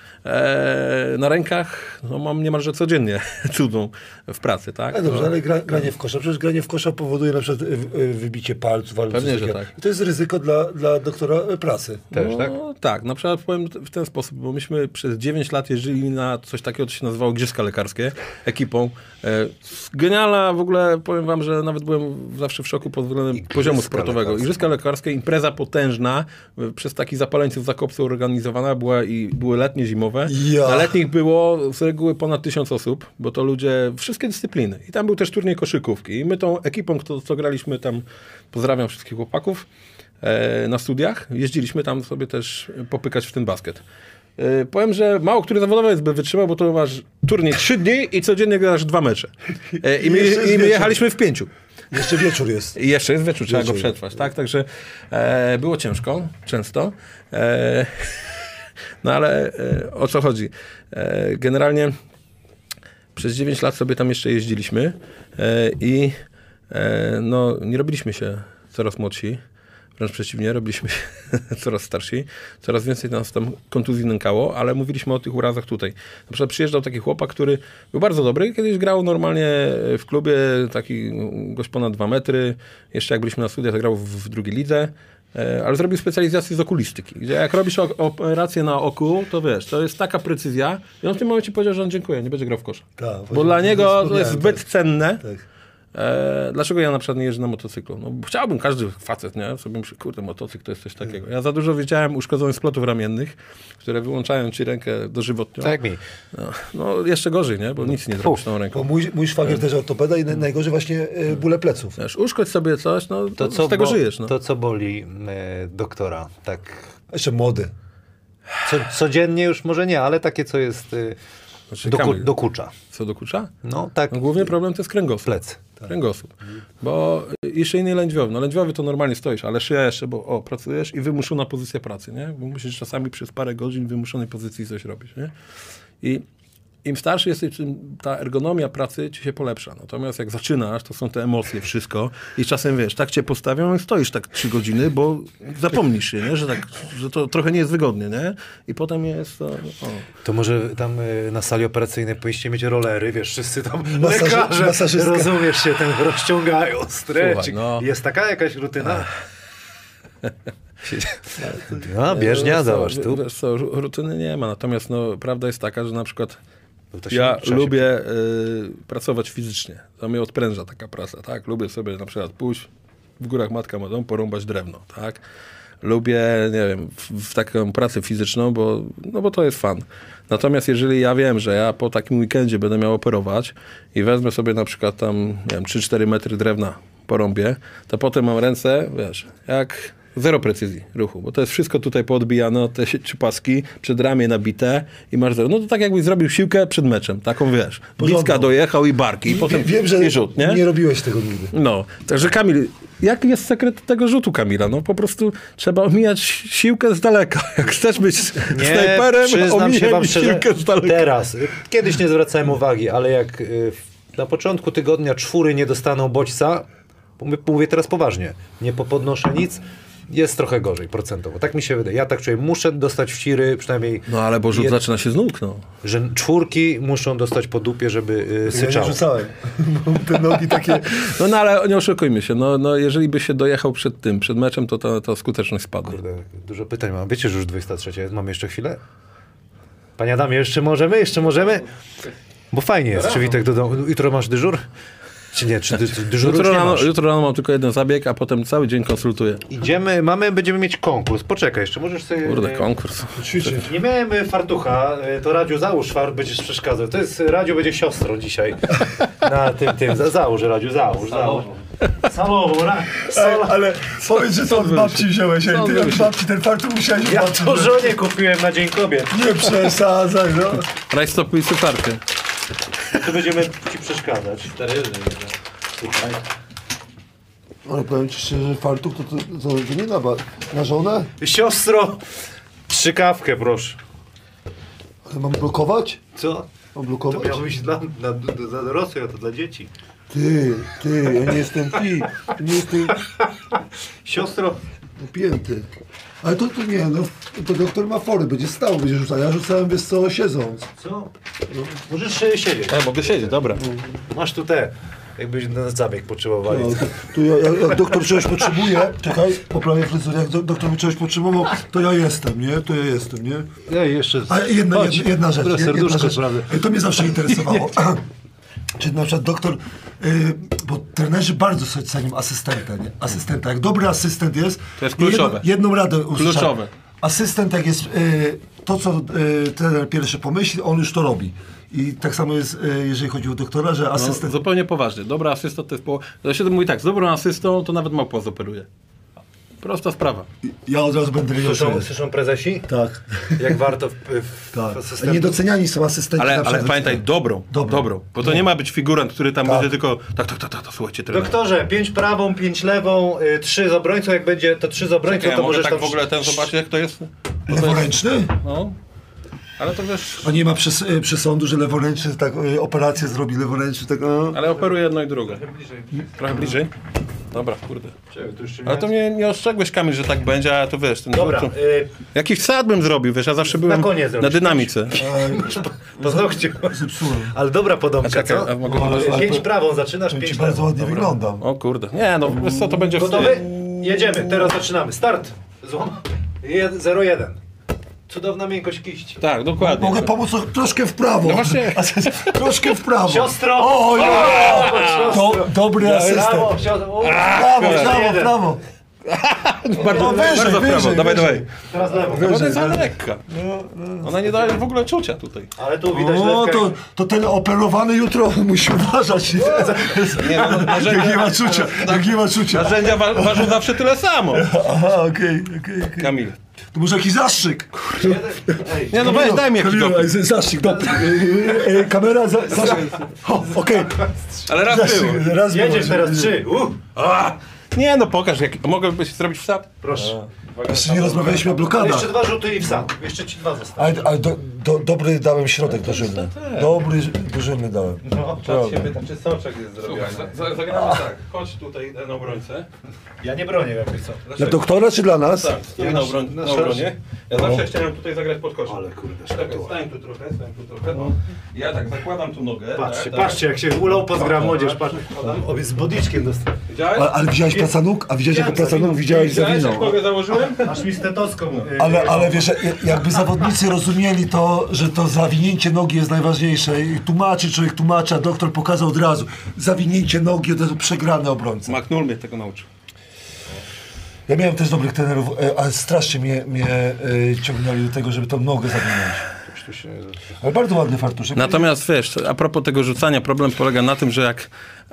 e, na rękach, no mam niemalże codziennie cudną w pracy, tak? Ale dobrze, no. ale gra, granie w kosza, przecież granie w kosza powoduje na przykład y, y, wybicie palców, albo Pewnie, coś że takiego. tak. I to jest ryzyko dla, dla doktora y, pracy. Też, tak? No, tak, na przykład powiem w ten sposób, bo myśmy przez dziewięć lat jeździli na coś takiego, co się nazywało Igrzyska Lekarskie, ekipą. E, genialna w ogóle, powiem wam, że nawet byłem zawsze w szoku pod względem Igrzyska poziomu sportowego. lekarskie. Igrzyska Lekarskie, impreza potężna, e, przez takich zapaleńców Zakopcu organizowana była i były letnie, zimowe. Ja. Na letnich było z reguły ponad tysiąc osób, bo to ludzie, wszystkie dyscypliny. I tam był też turniej koszykówki. I my tą ekipą, kto, co graliśmy tam, pozdrawiam wszystkich chłopaków, e, na studiach, jeździliśmy tam sobie też popykać w ten basket. E, powiem, że mało który zawodowiec by wytrzymał, bo to masz turniej trzy dni i codziennie grasz dwa mecze. E, I my, Jeszcze jest i my wieczór. jechaliśmy w pięciu. Jeszcze wieczór jest. I jeszcze jest wieczór, trzeba go Wieczór. przetrwać, tak? Także e, było ciężko, często. E, no ale e, o co chodzi? E, generalnie przez dziewięć lat sobie tam jeszcze jeździliśmy e, i e, no, nie robiliśmy się coraz młodsi. Wręcz przeciwnie, robiliśmy się coraz starsi. Coraz więcej nas tam kontuzji nękało, ale mówiliśmy o tych urazach tutaj. Na przykład przyjeżdżał taki chłopak, który był bardzo dobry. Kiedyś grał normalnie w klubie, taki gość ponad dwa metry. Jeszcze jak byliśmy na studiach, to grał w, w drugiej lidze. E, Ale zrobił specjalizację z okulistyki, gdzie jak robisz o- operację na oku, to wiesz, to jest taka precyzja. I on w tym momencie powiedział, że on dziękuję, nie będzie grał w kosza. Tak, Bo właśnie dla to niego to jest wspomniałem, zbyt tak. cenne. Tak. E, dlaczego ja na przykład nie jeżdżę na motocyklu? No, bo chciałbym, każdy facet, nie? Sobie myśli, kurde, motocykl to jest coś takiego. Ja za dużo wiedziałem uszkodzonych splotów ramiennych, które wyłączają ci rękę dożywotnio. Tak jak mi. No, no jeszcze gorzej, nie? Bo nic nie zrobisz tą Bo ręką. mój, mój szwagier też ortopeda i na- najgorzej właśnie y, bóle pleców. Wiesz, uszkodź sobie coś, no to, To co, z tego bo, żyjesz. No. to co boli e, doktora? Tak. Jeszcze młody. Co, codziennie już może nie, ale takie co jest e, Znaczy, doku, Kamil, dokucza. Co dokucza? No tak. No, główny problem to jest kręgosłup. Plec. Kręgosłup. Bo i szyjny i lędźwiowy. No lędźwiowy to normalnie stoisz, ale szyja jeszcze, bo o, pracujesz i wymuszona pozycja pracy, nie? Bo musisz czasami przez parę godzin w wymuszonej pozycji coś robić, nie? I im starszy jesteś, tym ta ergonomia pracy ci się polepsza. Natomiast jak zaczynasz, to są te emocje, wszystko i czasem, wiesz, tak cię postawią i stoisz tak trzy godziny, bo zapomnisz się, nie? Że, tak, że to trochę nie jest wygodnie, nie? I potem jest to... O. To może tam e, na sali operacyjnej powinniście mieć rolery, wiesz, wszyscy tam Masaży- lekarze, masażystka. rozumiesz się, ten rozciągają, strecik. Słuchaj, no. Jest taka jakaś rutyna? No, bieżnia, Wiesz co, zobacz tu. Wiesz co, ru- rutyny nie ma, natomiast no, prawda jest taka, że na przykład No to się- ja trzeba się- lubię y, pracować fizycznie. To mnie odpręża taka praca, tak? Lubię sobie na przykład pójść w górach matka ma dom, porąbać drewno, tak? Lubię, nie wiem, w, w taką pracę fizyczną, bo, no bo to jest fan. Natomiast jeżeli ja wiem, że ja po takim weekendzie będę miał operować i wezmę sobie na przykład tam, nie wiem, trzy cztery metry drewna porąbię, to potem mam ręce, wiesz, jak zero precyzji ruchu, bo to jest wszystko tutaj poodbijane, te sie- paski, przed ramię nabite i masz zero. No to tak jakbyś zrobił siłkę przed meczem, taką wiesz, bliska Porządną. dojechał i barki i potem Wiem, że i rzut, nie? nie robiłeś tego nigdy. No, także Kamil, jaki jest sekret tego rzutu Kamila? No po prostu trzeba omijać siłkę z daleka. Jak chcesz być snajperem, przyznam się wam omijaj szczerze, siłkę z daleka. teraz, y, kiedyś nie zwracałem uwagi, ale jak y, w- na początku tygodnia czwóry nie dostaną bodźca, mówię, mówię teraz poważnie, nie popodnoszę nic, jest trochę gorzej procentowo. Tak mi się wydaje. Ja tak czuję, muszę dostać w ciry, przynajmniej, No ale bo rzut jed- zaczyna się z nóg, no. że czwórki muszą dostać po dupie, żeby y, Ja nie syczało. rzucałem. Mam te nogi takie... No, no ale nie oszukujmy się, no, no jeżeli by się dojechał przed tym, przed meczem, to ta, ta skuteczność spadła. Kurde, dużo pytań mam. Wiecie, że już dwudziesta trzecia jest? Mamy jeszcze chwilę? Panie Adamie, jeszcze możemy? Jeszcze możemy? Bo fajnie jest. Czy Witek do domu? Jutro masz dyżur? Czy nie? Czy dy, dyżuru Jutro już nie rano, masz? jutro rano mam tylko jeden zabieg, a potem cały dzień konsultuję. Idziemy, mamy, będziemy mieć konkurs. Poczekaj jeszcze, możesz sobie... Kurde, e, konkurs. Ćwiczyć. Nie miałem e, fartucha, e, to Radziu załóż fart, będziesz przeszkadzał. To jest, Radziu będzie siostrą dzisiaj. Na tym, tym, za- załóż Radziu, załóż, załóż. Salową, ra. Ej, ale powiedz, że to od babci wziąłeś, ej, Co ty od wymyślił? babci ten fartuch musiałeś Ja zobaczyć, to że- żonie kupiłem na Dzień Kobiet. Nie przesadzaj, no. Rajstopy i sucharkę. Tu będziemy ci przeszkadzać. Słuchaj. Ale powiem ci szczerze, że fartuch to, to, to, to nie na, ba- na żonę? Siostro, strzykawkę proszę. Ale mam blokować? Co? Mam To blokować? miało być dla, dla, dla dorosłych, a to dla dzieci. Ty, ty, ja nie jestem pi, nie jestem Siostro, napięty. Ale to, to nie, no, to doktor ma fory, będzie stał, będzie rzucał. Ja rzucałem, wiesz co, siedząc. co? Możesz e, siedzieć. E, mogę siedzieć, dobra. Masz tu te, jakbyś na zabieg potrzebowali. No, to, to ja, jak, jak doktor czegoś potrzebuje, czekaj, poprawię fryzurę, jak do, doktor mi czegoś potrzebował, to ja jestem, nie? To ja jestem, nie? Ej, jeszcze... A jedna, Chodź. jedna, jedna rzecz, Które jedna serduszko, rzecz. prawda? To mnie zawsze interesowało. Czy na przykład doktor, y, bo trenerzy bardzo sobie cenią asystenta, nie? Asystenta. Jak dobry asystent jest... To jest kluczowe. Jedno, jedną radę usłyszałem. Kluczowe. Asystent jak jest, y, to co y, trener pierwszy pomyśli, on już to robi. I tak samo jest, y, jeżeli chodzi o doktora, że No, asystent... zupełnie poważnie. Dobra asysta to jest po... To się mówi tak, z dobrą asystą to nawet małpa zoperuje. Prosta sprawa. Ja od razu będę wiedział, co Słyszą, jest. słyszą prezesi? Tak. Jak warto w, w, Tak. w asystentów? Niedoceniani są asystenci. Ale, na ale przykład. pamiętaj, dobrą, Dobrą. dobrą. Bo to nie ma być figurant, który tam Tak. będzie tylko tak, tak, tak, tak, tak słuchajcie, trener. Doktorze, pięć prawą, pięć lewą, y, trzy z obrońcą, jak będzie to trzy z obrońcą, Czekaj, to ja mogę możesz tak tam... w ogóle ten zobaczyć, jak to jest? Bo to jest Leworęczny? no. Ale to wiesz... A nie ma przes y, przesądu, że leworęczny tak y, operację zrobi leworęczny, tak o. Ale operuje jedno i drugie. Trochę bliżej? Dobra, kurde. Czekaj, tu jeszcze Ale to mnie nie ostrzegłeś, Kamil, że tak będzie, a to wiesz... Ten Dobra, to, y, jakiś wsad bym zrobił, wiesz, ja zawsze byłem koniec na zrobisz. dynamice. paznokciu. Zepsułem. Ale dobra podomka, Czekaj, co? a mogę... Ale- Pięć prawą zaczynasz, Ci pięć bardzo lewą. ładnie Dobra. wyglądam. O kurde. Nie, no wiesz co, to będzie Gotowy? wstyd. Jedziemy, teraz zaczynamy. Start. Złom. zero jeden. Cudowna miękkość kiści. Tak, dokładnie. Mogę pomóc o- troszkę w prawo. No właśnie. Troszkę w prawo. Siostro! O, ja. To dobry asystent. Brawo, siostro. O, Prawo, jeden. prawo, prawo. Bardzo, No wyżej, bardzo w prawo, wyżej, dawaj, wyżej. dawaj. Teraz lewo. No to jest za lekka. Ona nie daje w ogóle czucia tutaj. Ale tu widać O, lewkę. to, to ten operowany jutro musi uważać. Nie, Nie, no, jak narzędzia, nie ma czucia, jak nie ma czucia. narzędzia wa ważą zawsze tyle samo. Aha, okej, okej, okej. Kamil. To może jakiś zastrzyk. Ej, Nie no weź, daj mi jakiś Kamilu, dopis. ej, zastrzyk, dobra. E, e, Kamera, za, zastrzyk. O, okej. Ale raz było. Zastrzyk, raz było. jedziesz teraz trzy. Uh. Nie no pokaż, jak, mogłabyś zrobić wsad? Proszę. Jeszcze nie rozmawialiśmy o blokadach. Jeszcze dwa rzuty i wsad. Jeszcze ci dwa zostały. Ale, ale do, do, dobry dałem środek dożylny. Dobry dożylny dałem. No. Czas się pyta, czy soczek jest zrobiony. Słuchaj, za, za, zagramy tak. Chodź tutaj na obrońcę. Ja nie bronię jakby co. Dla doktora czy dla nas? Tak, stój na, obroń, na obronie. Ja zawsze chciałem tutaj zagrać pod koszem. Ale kurde, Czekaj, szkoda. stań tu trochę, stań tu trochę. No. Ja tak zakładam tu nogę. Patrzcie, tak, patrzcie jak się ulał pozgra młodzież. Patrz. Wkładam. O, z bodiczkiem dostał. Widziałeś? A, ale widziałeś praca nóg? A widziałeś jako praca nóg? Widziałeś Widziałeś, jak zawinął. nogę założyłem? Aż mi stetoską. y, Ale, ale wiesz, jakby zawodnicy rozumieli to, że to zawinięcie nogi jest najważniejsze. I tłumaczy, człowiek tłumaczy, a doktor pokazał od razu. Zawinięcie nogi, od razu przegrany obrońca. Macnul mnie tego nauczył. Ja miałem też dobrych trenerów, e, ale strasznie mnie, mnie e, ciągnęli do tego, żeby tą nogę zawinąć. Ale bardzo ładny fartuszek. Natomiast wiesz, a propos tego rzucania, problem polega na tym, że jak,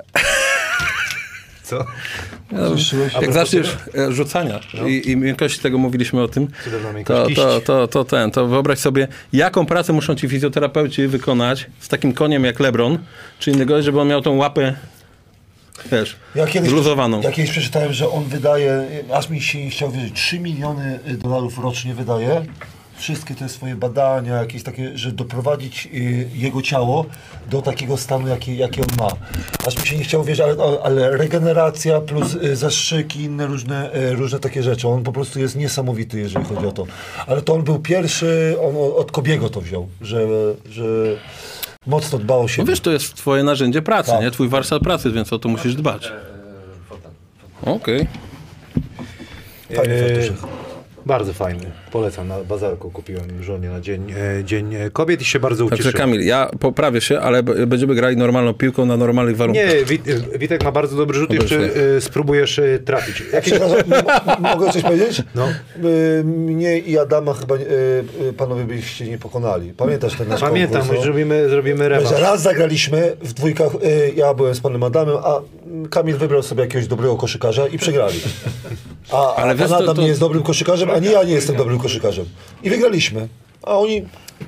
Co? Słyszałeś? jak zaczniesz e, rzucania i, i miękkości tego mówiliśmy o tym, Cudowna miękkość to, kiści. to, to, to ten, to wyobraź sobie, jaką pracę muszą ci fizjoterapeuci wykonać z takim koniem jak LeBron, czy innego, żeby on miał tą łapę, wiesz, Ja kiedyś, zluzowaną. ja kiedyś przeczytałem, że on wydaje, aż mi się nie chciał wierzyć, trzy miliony dolarów rocznie wydaje. Wszystkie te swoje badania, jakieś takie, że doprowadzić y, jego ciało do takiego stanu, jaki, jaki on ma. Aż mi się nie chciało wierzyć, ale, ale regeneracja plus y, zastrzyki, inne różne, y, różne takie rzeczy. On po prostu jest niesamowity, jeżeli chodzi o to. Ale to on był pierwszy, on od Kobiego to wziął, że, że mocno dbał o No siebie. wiesz, to jest twoje narzędzie pracy, Tak. nie? Twój warsztat pracy, więc o to musisz dbać. Okej. Fajny Eee, fartuszek. Bardzo fajny. Polecam. Na bazarku kupiłem żonie na dzień, e, dzień Kobiet i się bardzo Także ucieszyłem. Kamil, ja poprawię się, ale b- będziemy grali normalną piłką na normalnych warunkach. Nie, Wit, Witek ma bardzo dobry rzut, No to jeszcze już e, spróbujesz e, trafić. Jakieś... Przepraszam, m- mogę coś powiedzieć? No. Y, Mnie i Adama chyba y, y, panowie byście nie pokonali. Pamiętasz ten nasz Pamiętam, konkurs, no? zrobimy, zrobimy Wiesz, rewanż. raz zagraliśmy w dwójkach, y, ja byłem z panem Adamem, a Kamil wybrał sobie jakiegoś dobrego koszykarza i przegrali. A, Ale a wiesz, pan to- Adam to- nie jest dobrym koszykarzem, ani ja nie jestem dobrym koszykarzem. I wygraliśmy. A oni...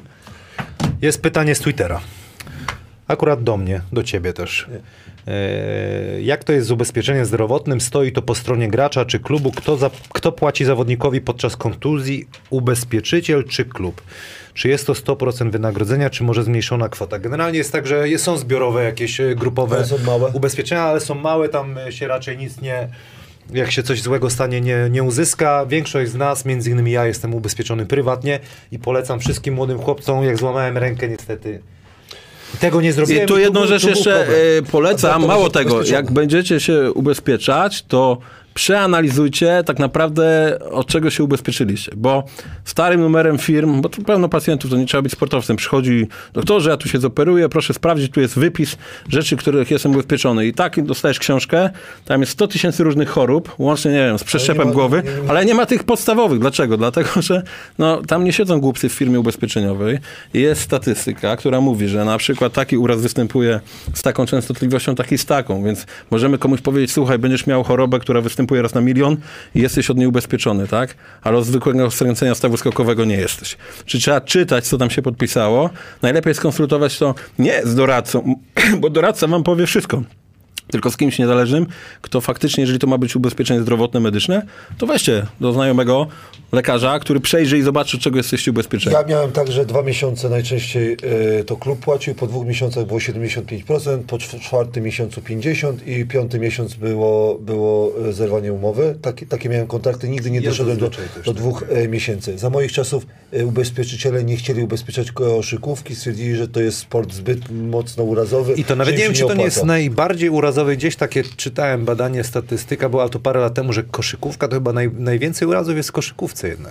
Jest pytanie z Twittera. Akurat do mnie, do ciebie też. E, jak to jest z ubezpieczeniem zdrowotnym? Stoi to po stronie gracza czy klubu? Kto, za, kto płaci zawodnikowi podczas kontuzji? Ubezpieczyciel czy klub? Czy jest to sto procent wynagrodzenia, czy może zmniejszona kwota? Generalnie jest tak, że jest- są zbiorowe jakieś e, grupowe Ale są małe. ubezpieczenia, ale są małe, tam e, się raczej nic nie... Jak się coś złego stanie, nie, nie uzyska. Większość z nas, między innymi ja, jestem ubezpieczony prywatnie i polecam wszystkim młodym chłopcom, jak złamałem rękę niestety. Tego nie zrobiłem. I tu i jedną był- rzecz był jeszcze problem. e, polecam. A to Mało będzie tego, ubezpieczony. jak będziecie się ubezpieczać, to przeanalizujcie tak naprawdę, od czego się ubezpieczyliście. Bo starym numerem firm, bo tu pełno pacjentów, to nie trzeba być sportowcem, przychodzi doktorze, ja tu się zoperuję, proszę sprawdzić, tu jest wypis rzeczy, których jestem ubezpieczony. I tak dostajesz książkę, tam jest sto tysięcy różnych chorób, łącznie, nie wiem, z przeszczepem ma- głowy, nie- nie- ale nie ma tych podstawowych. Dlaczego? Dlatego, że no, tam nie siedzą głupcy w firmie ubezpieczeniowej. Jest statystyka, która mówi, że na przykład taki uraz występuje z taką częstotliwością, taki z taką, więc możemy komuś powiedzieć, słuchaj, będziesz miał chorobę, która występuje raz na milion i jesteś od niej ubezpieczony, tak? Ale od zwykłego skręcenia stawu skokowego nie jesteś. Czy trzeba czytać, co tam się podpisało? Najlepiej skonsultować to nie z doradcą, bo doradca wam powie wszystko. Tylko z kimś niezależnym, kto faktycznie, jeżeli to ma być ubezpieczenie zdrowotne, medyczne, to weźcie do znajomego lekarza, który przejrzy i zobaczy, od czego jesteście ubezpieczeni. Ja miałem tak, że dwa miesiące najczęściej y, to klub płacił, po dwóch miesiącach było siedemdziesiąt pięć procent, po czw- czwartym miesiącu pięćdziesiąt procent i piąty miesiąc było, było y, zerwanie umowy. Takie, takie miałem kontrakty, nigdy nie Ja doszedłem do, zazwyczaj też do tak dwóch y, miesięcy. Za moich czasów y, ubezpieczyciele nie chcieli ubezpieczać koszykówki, stwierdzili, że to jest sport zbyt mocno urazowy. I to nawet że nie im wiem, się czy to nie jest opłaca. najbardziej urazowe. Gdzieś takie czytałem badanie, statystyka była to parę lat temu, że koszykówka to chyba naj, najwięcej urazów jest w koszykówce jednak.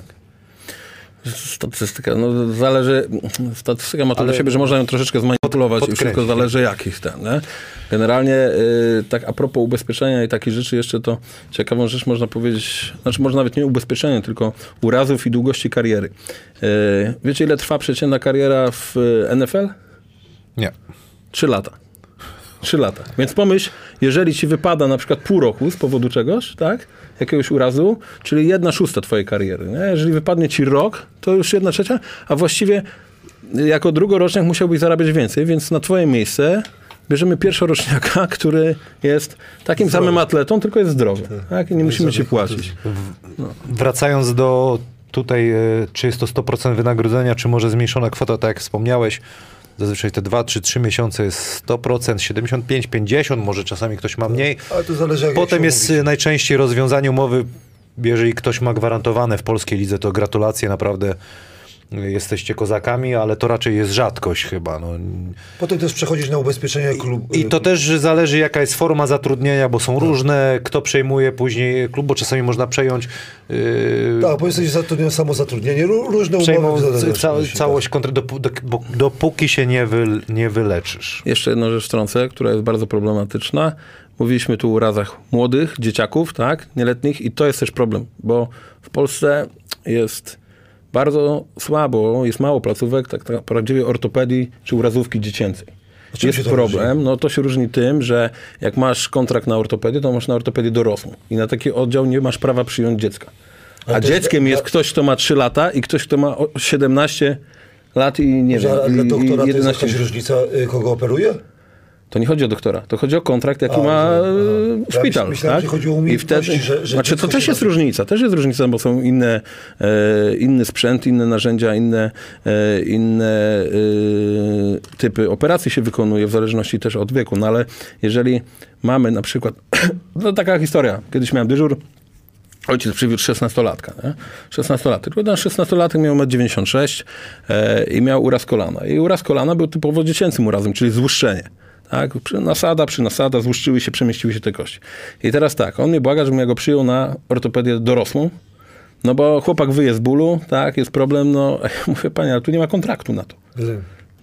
Statystyka, no zależy, statystyka ma to Ale do siebie, że można ją troszeczkę zmanipulować i wszystko podkreślić. zależy jakich ten, nie? Generalnie y, tak a propos ubezpieczenia i takich rzeczy jeszcze to ciekawą rzecz można powiedzieć, znaczy może nawet nie ubezpieczenie, tylko urazów i długości kariery. Y, wiecie ile trwa przeciętna kariera w N F L? Nie. Trzy lata. Trzy lata. Więc pomyśl, jeżeli ci wypada na przykład pół roku z powodu czegoś, tak? Jakiegoś urazu, czyli jedna szósta twojej kariery. Nie? Jeżeli wypadnie ci rok, to już jedna trzecia, a właściwie jako drugoroczniak musiałbyś zarabiać więcej, więc na twoje miejsce bierzemy pierwszoroczniaka, który jest takim samym atletą, tylko jest zdrowy. Tak? I nie musimy ci płacić. Wracając do tutaj, e, czy jest to sto procent wynagrodzenia, czy może zmniejszona kwota, tak jak wspomniałeś, zazwyczaj te dwa, trzy, trzy miesiące jest sto procent, siedemdziesiąt pięć, pięćdziesiąt, może czasami ktoś ma mniej. Ale to zależy, jak Potem się jest umówić. e, najczęściej rozwiązanie umowy, jeżeli ktoś ma gwarantowane w polskiej lidze, to gratulacje, naprawdę e, jesteście kozakami, ale to raczej jest rzadkość chyba. No. Potem też przechodzisz na ubezpieczenie klub. I to też zależy, jaka jest forma zatrudnienia, bo są różne, kto przejmuje później klub, bo czasami można przejąć yy, Tak, bo jesteś zatrudniony samozatrudnienie, ró- różne przejmą umowy. w ca- zależności, ca- całość kontr- dopó- do, bo, dopóki się nie, wy, nie wyleczysz. Jeszcze jedną rzecz wtrącę, która jest bardzo problematyczna. Mówiliśmy tu o urazach młodych, dzieciaków, tak, nieletnich i to jest też problem, bo w Polsce jest bardzo słabo, jest mało placówek, tak, tak prawdziwie ortopedii czy urazówki dziecięcej. czym Jest się to problem, no to się różni tym, że jak masz kontrakt na ortopedię, to masz na ortopedię dorosłą i na taki oddział nie masz prawa przyjąć dziecka. A Ale to jest- dzieckiem jest ja- ktoś, kto ma trzy lata i ktoś, kto ma o- siedemnaście lat i nie Że wiem, dla i, doktora i to jest jedenaście. jakaś różnica, y, kogo operuje? To nie chodzi o doktora, to chodzi o kontrakt, jaki A, ma że- e, aha. szpital. Ja myślałem, tak? że chodziło o I umiejętności, wtedy, że- że znaczy, to dziecko też się jest robi. różnica, też jest różnica, bo są inne, e, inny sprzęt, inne narzędzia, inne, e, inne e, typy operacji się wykonuje, w zależności też od wieku. No ale jeżeli mamy na przykład, no taka historia, kiedyś miałem dyżur, ojciec przywiózł szesnastolatka, nie? szesnastolatek. Tylko ten szesnastolatek miał metr dziewięćdziesiąt sześć e, i miał uraz kolana. I uraz kolana był typowo dziecięcym urazem, czyli złuszczenie. Tak? Przy nasada, przy nasada, złuszczyły się, przemieściły się te kości. I teraz tak, on mnie błaga, żebym ja go przyjął na ortopedię dorosłą, no bo chłopak wyje z bólu, tak, jest problem, no mówię, panie, ale tu nie ma kontraktu na to. Rozumiem.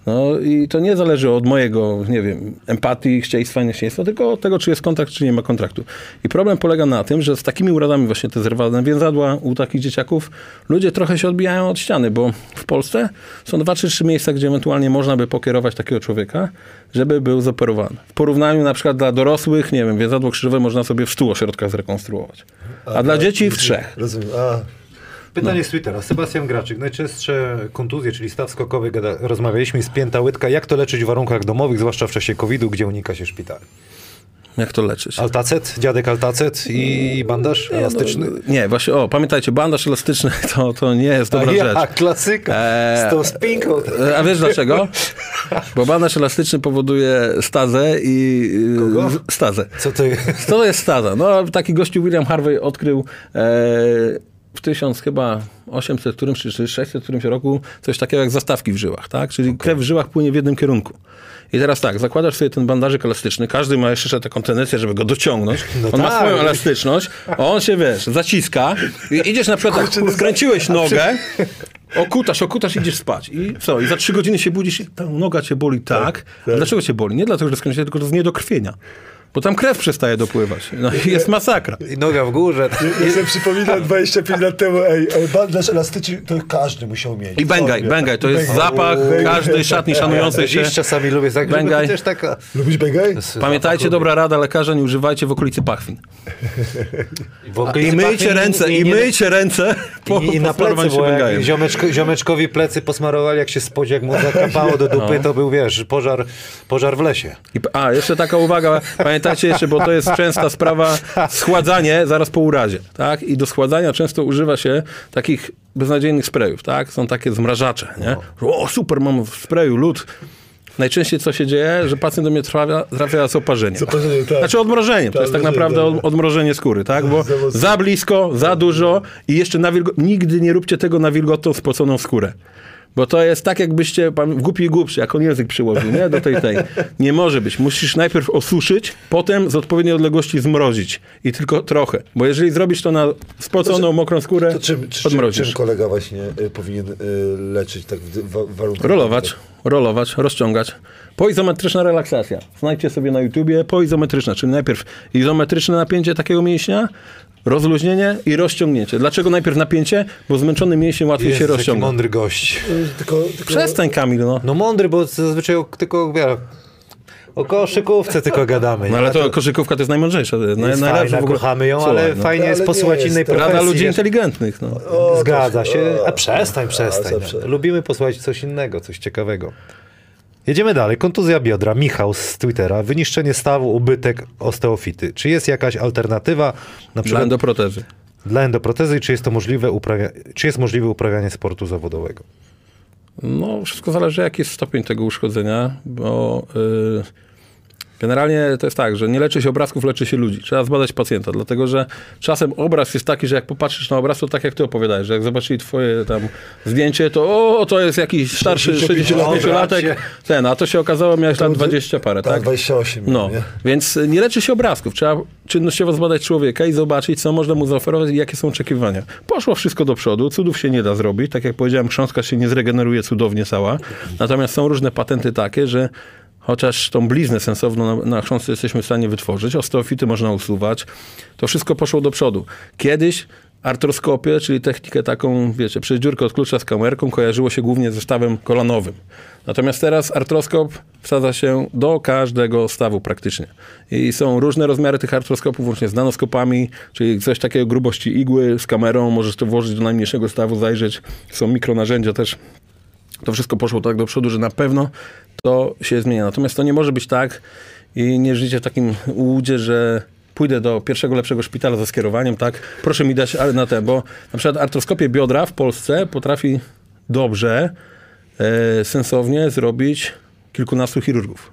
No i to nie zależy od mojego, nie wiem, empatii, chcieństwa, niechcieństwa, tylko od tego, czy jest kontrakt, czy nie ma kontraktu. I problem polega na tym, że z takimi urazami właśnie te zerwane więzadła u takich dzieciaków ludzie trochę się odbijają od ściany, bo w Polsce są dwa czy trzy miejsca, gdzie ewentualnie można by pokierować takiego człowieka, żeby był zoperowany. W porównaniu na przykład dla dorosłych, nie wiem, więzadło krzyżowe można sobie w stu ośrodkach zrekonstruować. A, A dla dzieci w trzech. Rozumiem. A. Pytanie no. z Twittera. Sebastian Graczyk. Najczęstsze kontuzje, czyli staw skokowy. Gada, rozmawialiśmy, spięta łydka. Jak to leczyć w warunkach domowych, zwłaszcza w czasie kowida, gdzie unika się szpitali? Jak to leczyć? Altacet, dziadek altacet i bandaż nie, elastyczny? No, nie, właśnie, o, pamiętajcie, bandaż elastyczny to, to nie jest dobra a rzecz. Ja, klasyka, eee, z tą spinką. A wiesz dlaczego? Bo bandaż elastyczny powoduje stazę i... Kogo? Stazę. Co to jest? Co to jest staza? No, taki gościu William Harvey odkrył e, w tysiąc chyba osiemset którymś czy sześćset którymś roku coś takiego jak zastawki w żyłach, tak? Czyli okay. krew w żyłach płynie w jednym kierunku. I teraz tak, zakładasz sobie ten bandażyk elastyczny, każdy ma jeszcze taką tendencję, żeby go dociągnąć. No on tak. ma swoją elastyczność, a on się, wiesz, zaciska i idziesz na przykład, tak, skręciłeś nogę, okutasz, okutasz, idziesz spać. I co? I za trzy godziny się budzisz i ta noga cię boli tak. tak, tak. Dlaczego cię boli? Nie dlatego, że skręciłeś, tylko z niedokrwienia. Bo tam krew przestaje dopływać. No i jest masakra. I noga w górze. Ja sobie przypominam dwadzieścia pięć lat temu, ej, bandaż elastyczny to każdy musiał mieć. I bengaj, bengaj, to jest bengaj. Zapach o, każdej szatni szanującej się. Ja czasami lubię tak, bengaj. Też taka... Lubisz bengaj? Pamiętajcie, dobra rada lekarza, nie używajcie w okolicy pachwin. W okolicy I myjcie pachwin, ręce, i, i myjcie ręce po, I, i po na plecy, bo jak ziomeczko, ziomeczkowi plecy posmarowali, jak się spodziek mu zakapało do dupy, no. to był, wiesz, pożar, pożar w lesie. I, a, jeszcze taka uwaga, pamiętajcie jeszcze, bo to jest częsta sprawa, schładzanie zaraz po urazie, tak? I do schładzania często używa się takich beznadziejnych sprayów, tak? Są takie zmrażacze, nie? O, super, mam w sprayu lód. Najczęściej co się dzieje, że pacjent do mnie trafia, trafia z oparzeniem. Tak. Znaczy odmrożeniem. To jest tak naprawdę od, odmrożenie skóry, tak? Bo za blisko, za dużo i jeszcze na wilgo... nigdy nie róbcie tego na wilgotną, spoconą skórę. Bo to jest tak, jakbyście w głupi i głupszy, jak on język przyłożył, nie? Do tej, tej. Nie może być. Musisz najpierw osuszyć, potem z odpowiedniej odległości zmrozić. I tylko trochę. Bo jeżeli zrobisz to na spoconą, mokrą skórę, to czym, czy, odmrozisz. Czym kolega właśnie y, powinien y, leczyć tak w, w warunkach? Rolować, rolować, rozciągać. Poizometryczna relaksacja. Znajdźcie sobie na YouTubie poizometryczna, czyli najpierw izometryczne napięcie takiego mięśnia, rozluźnienie i rozciągnięcie. Dlaczego najpierw napięcie? Bo zmęczony mięsień łatwiej Jest się rozciąga. mądry gość. Tylko, tylko... Przestań, Kamil, no. No mądry, bo zazwyczaj tylko, wiesz, o koszykówce tylko gadamy. No ale to, to koszykówka to jest najmądrzejsza. Jest najlepsza fajna, w ogóle. kochamy ją, Słuchaj, ale no. fajnie No, jest ale posłuchać nie innej jest to. profesji. Rada ludzi wiesz. inteligentnych. No. O, Zgadza to, się. o, A przestań, przestań. zawsze. Lubimy posłuchać coś innego, coś ciekawego. Jedziemy dalej. Kontuzja biodra. Michał z Twittera. Wyniszczenie stawu, ubytek osteofity. Czy jest jakaś alternatywa? Na przykład Dla endoprotezy. Dla endoprotezy, czy jest to możliwe, uprawia... czy jest możliwe uprawianie sportu zawodowego? No, wszystko zależy, jaki jest stopień tego uszkodzenia, bo yy, generalnie to jest tak, że nie leczy się obrazków, leczy się ludzi. Trzeba zbadać pacjenta, dlatego że czasem obraz jest taki, że jak popatrzysz na obraz, to tak jak ty opowiadałeś, że jak zobaczyli twoje tam zdjęcie, to o, to jest jakiś starszy sześćdziesięciopięciolatek, ten, a to się okazało, miałeś lat dwadzieścia parę, tak? Tak, dwadzieścia osiem. No, nie? Więc nie leczy się obrazków. Trzeba czynnościowo zbadać człowieka i zobaczyć, co można mu zaoferować i jakie są oczekiwania. Poszło wszystko do przodu, cudów się nie da zrobić. Tak jak powiedziałem, chrząstka się nie zregeneruje cudownie cała. Natomiast są różne patenty takie, że chociaż tą bliznę sensowną na, na chrząstce jesteśmy w stanie wytworzyć, osteofity można usuwać, to wszystko poszło do przodu. Kiedyś artroskopię, czyli technikę taką, wiecie, przez dziurkę od klucza z kamerką, kojarzyło się głównie ze stawem kolanowym. Natomiast teraz artroskop wsadza się do każdego stawu praktycznie. I są różne rozmiary tych artroskopów, łącznie z nanoskopami, czyli coś takiego grubości igły z kamerą, możesz to włożyć do najmniejszego stawu, zajrzeć. Są mikronarzędzia też. To wszystko poszło tak do przodu, że na pewno to się zmienia. Natomiast to nie może być tak i nie żyjcie w takim łudzie, że pójdę do pierwszego lepszego szpitala ze skierowaniem, tak, proszę mi dać na ten, bo na przykład artroskopię biodra w Polsce potrafi dobrze, e, sensownie zrobić kilkunastu chirurgów.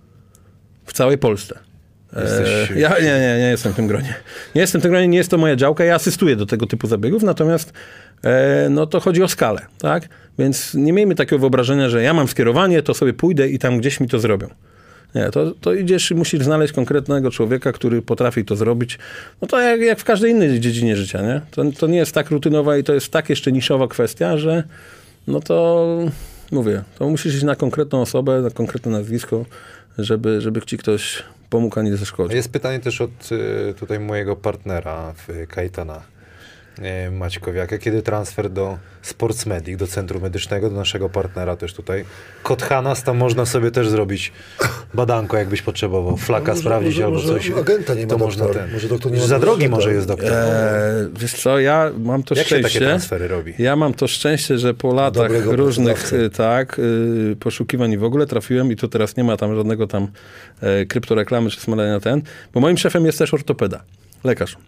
W całej Polsce. E, ja nie, nie, nie jestem w tym gronie. Nie jestem w tym gronie, nie jest to moja działka, ja asystuję do tego typu zabiegów, natomiast e, no to chodzi o skalę, tak? Więc nie miejmy takiego wyobrażenia, że ja mam skierowanie, to sobie pójdę i tam gdzieś mi to zrobią. Nie, to, to idziesz i musisz znaleźć konkretnego człowieka, który potrafi to zrobić. No to jak, jak w każdej innej dziedzinie życia, nie? To, to nie jest tak rutynowa i to jest tak jeszcze niszowa kwestia, że no to mówię, to musisz iść na konkretną osobę, na konkretne nazwisko, żeby, żeby ci ktoś pomógł, a nie zaszkodził. Jest pytanie też od y, tutaj mojego partnera w Kajtana y, Maćkowiaka. Kiedy transfer do Sports Medic, do Centrum Medycznego, do naszego partnera też tutaj. Kothanas, tam można sobie też zrobić badanko, jakbyś potrzebował. Flaka może, sprawdzić może, albo może coś. agenta nie ma to doktor. można ten. Może doktor nie ma Za drogi agenta. może jest doktor. Eee, wiesz co, ja mam to Jak szczęście. się takie transfery robi? Ja mam to szczęście, że po latach Dobrego różnych pracodawcy. tak, y, poszukiwań i w ogóle trafiłem i tu teraz nie ma tam żadnego tam e, kryptoreklamy czy smalenia ten, bo moim szefem jest też ortopeda, lekarz.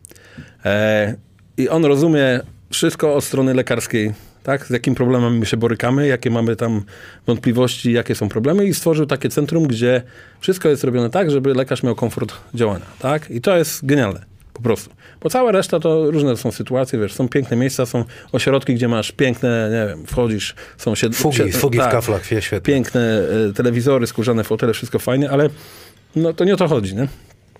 E, I on rozumie wszystko od strony lekarskiej, tak? Z jakim problemem my się borykamy, jakie mamy tam wątpliwości, jakie są problemy i stworzył takie centrum, gdzie wszystko jest robione tak, żeby lekarz miał komfort działania, tak? I to jest genialne, po prostu. Bo cała reszta to różne są sytuacje, wiesz, są piękne miejsca, są ośrodki, gdzie masz piękne, nie wiem, wchodzisz, są się... Fugi, się, fugi tak, w kaflach, świetnie. piękne e, telewizory, skórzane fotele, wszystko fajnie, ale no to nie o to chodzi, nie?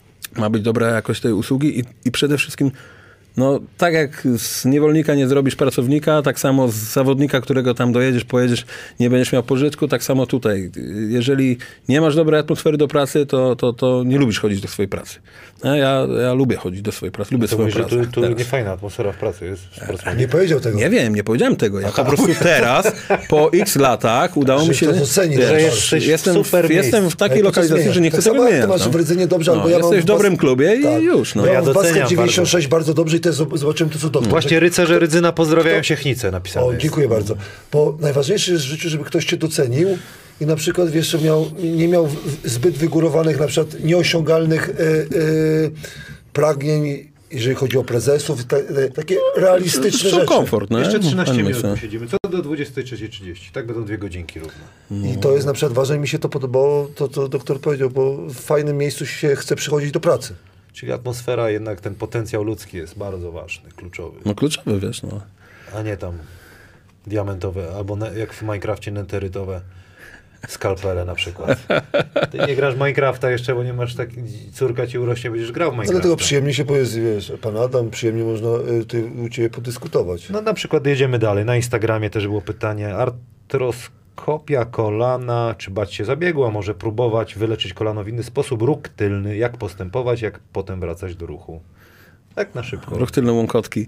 Ma być dobra jakość tej usługi i, i przede wszystkim no tak jak z niewolnika nie zrobisz pracownika, tak samo z zawodnika, którego tam dojedziesz, pojedziesz, nie będziesz miał pożytku, tak samo tutaj. Jeżeli nie masz dobrej atmosfery do pracy, to, to, to nie lubisz chodzić do swojej pracy. Ja, ja lubię chodzić do swojej pracy, lubię To swoją mówisz, że pracę. tu, tu teraz. nie fajna atmosfera w pracy jest. w Sports Nie powiedział tego. Nie wiem, nie powiedziałem tego. Ja po prostu teraz, po x latach udało Że mi się... to doceni, wiesz, że jesteś jestem, super w, jestem w takiej Ale to lokalizacji, zmienia. że nie Tak chcę tego samo jak zmieniać. Ty masz no. w Rydzynie dobrze, albo No, ja jesteś mam w dobrym klubie i tak. już. No. Ja, Ja mam w Basket doceniam dziewięćdziesiąt sześć bardzo dobrze i też zobaczyłem to, co doktor. Właśnie rycerze Rydzyna pozdrawiają Siechnicę napisane O, jest. dziękuję bardzo. Bo najważniejsze jest w życiu, żeby ktoś cię docenił i na przykład, wiesz, że miał, nie miał w- zbyt wygórowanych, na przykład nieosiągalnych y, y, pragnień, jeżeli chodzi o prezesów, te, te, takie realistyczne Są rzeczy. komfort, no. Jeszcze trzynaście Fajnie minut myślę. posiedzimy. Co do dwudziestej trzeciej trzydzieści? Tak będą dwie godzinki równo. I to jest na przykład ważne i mi się to podobało, to co doktor powiedział, bo w fajnym miejscu się chce przychodzić do pracy. Czyli atmosfera, jednak ten potencjał ludzki jest bardzo ważny, kluczowy. No kluczowy, wiesz, no. A nie tam diamentowe, albo ne, jak w Minecrafcie neterytowe skalpele na przykład. Ty nie grasz w Minecrafta jeszcze, bo nie masz tak, córka ci urośnie, będziesz grał w Minecrafta. Dlatego przyjemnie się powiedz, wiesz, pan Adam, przyjemnie można y, ty, u ciebie podyskutować. No na przykład jedziemy dalej. Na Instagramie też było pytanie. Artroskopia kolana. Czy bać się zabiegu, a może próbować wyleczyć kolano w inny sposób? Róg tylny. Jak postępować? Jak potem wracać do ruchu? Tak na szybko. Ruch tylny łąkotki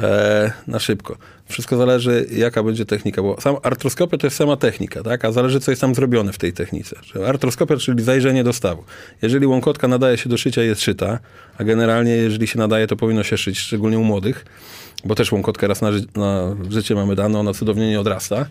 e, na szybko. Wszystko zależy, jaka będzie technika, bo sam artroskopia to jest sama technika, tak? A zależy, co jest tam zrobione w tej technice. Że artroskopia, czyli zajrzenie do stawu. Jeżeli łąkotka nadaje się do szycia, jest szyta, a generalnie, jeżeli się nadaje, to powinno się szyć, szczególnie u młodych, bo też łąkotkę raz na, ży na życie mamy dane, ona cudownie nie odrasta.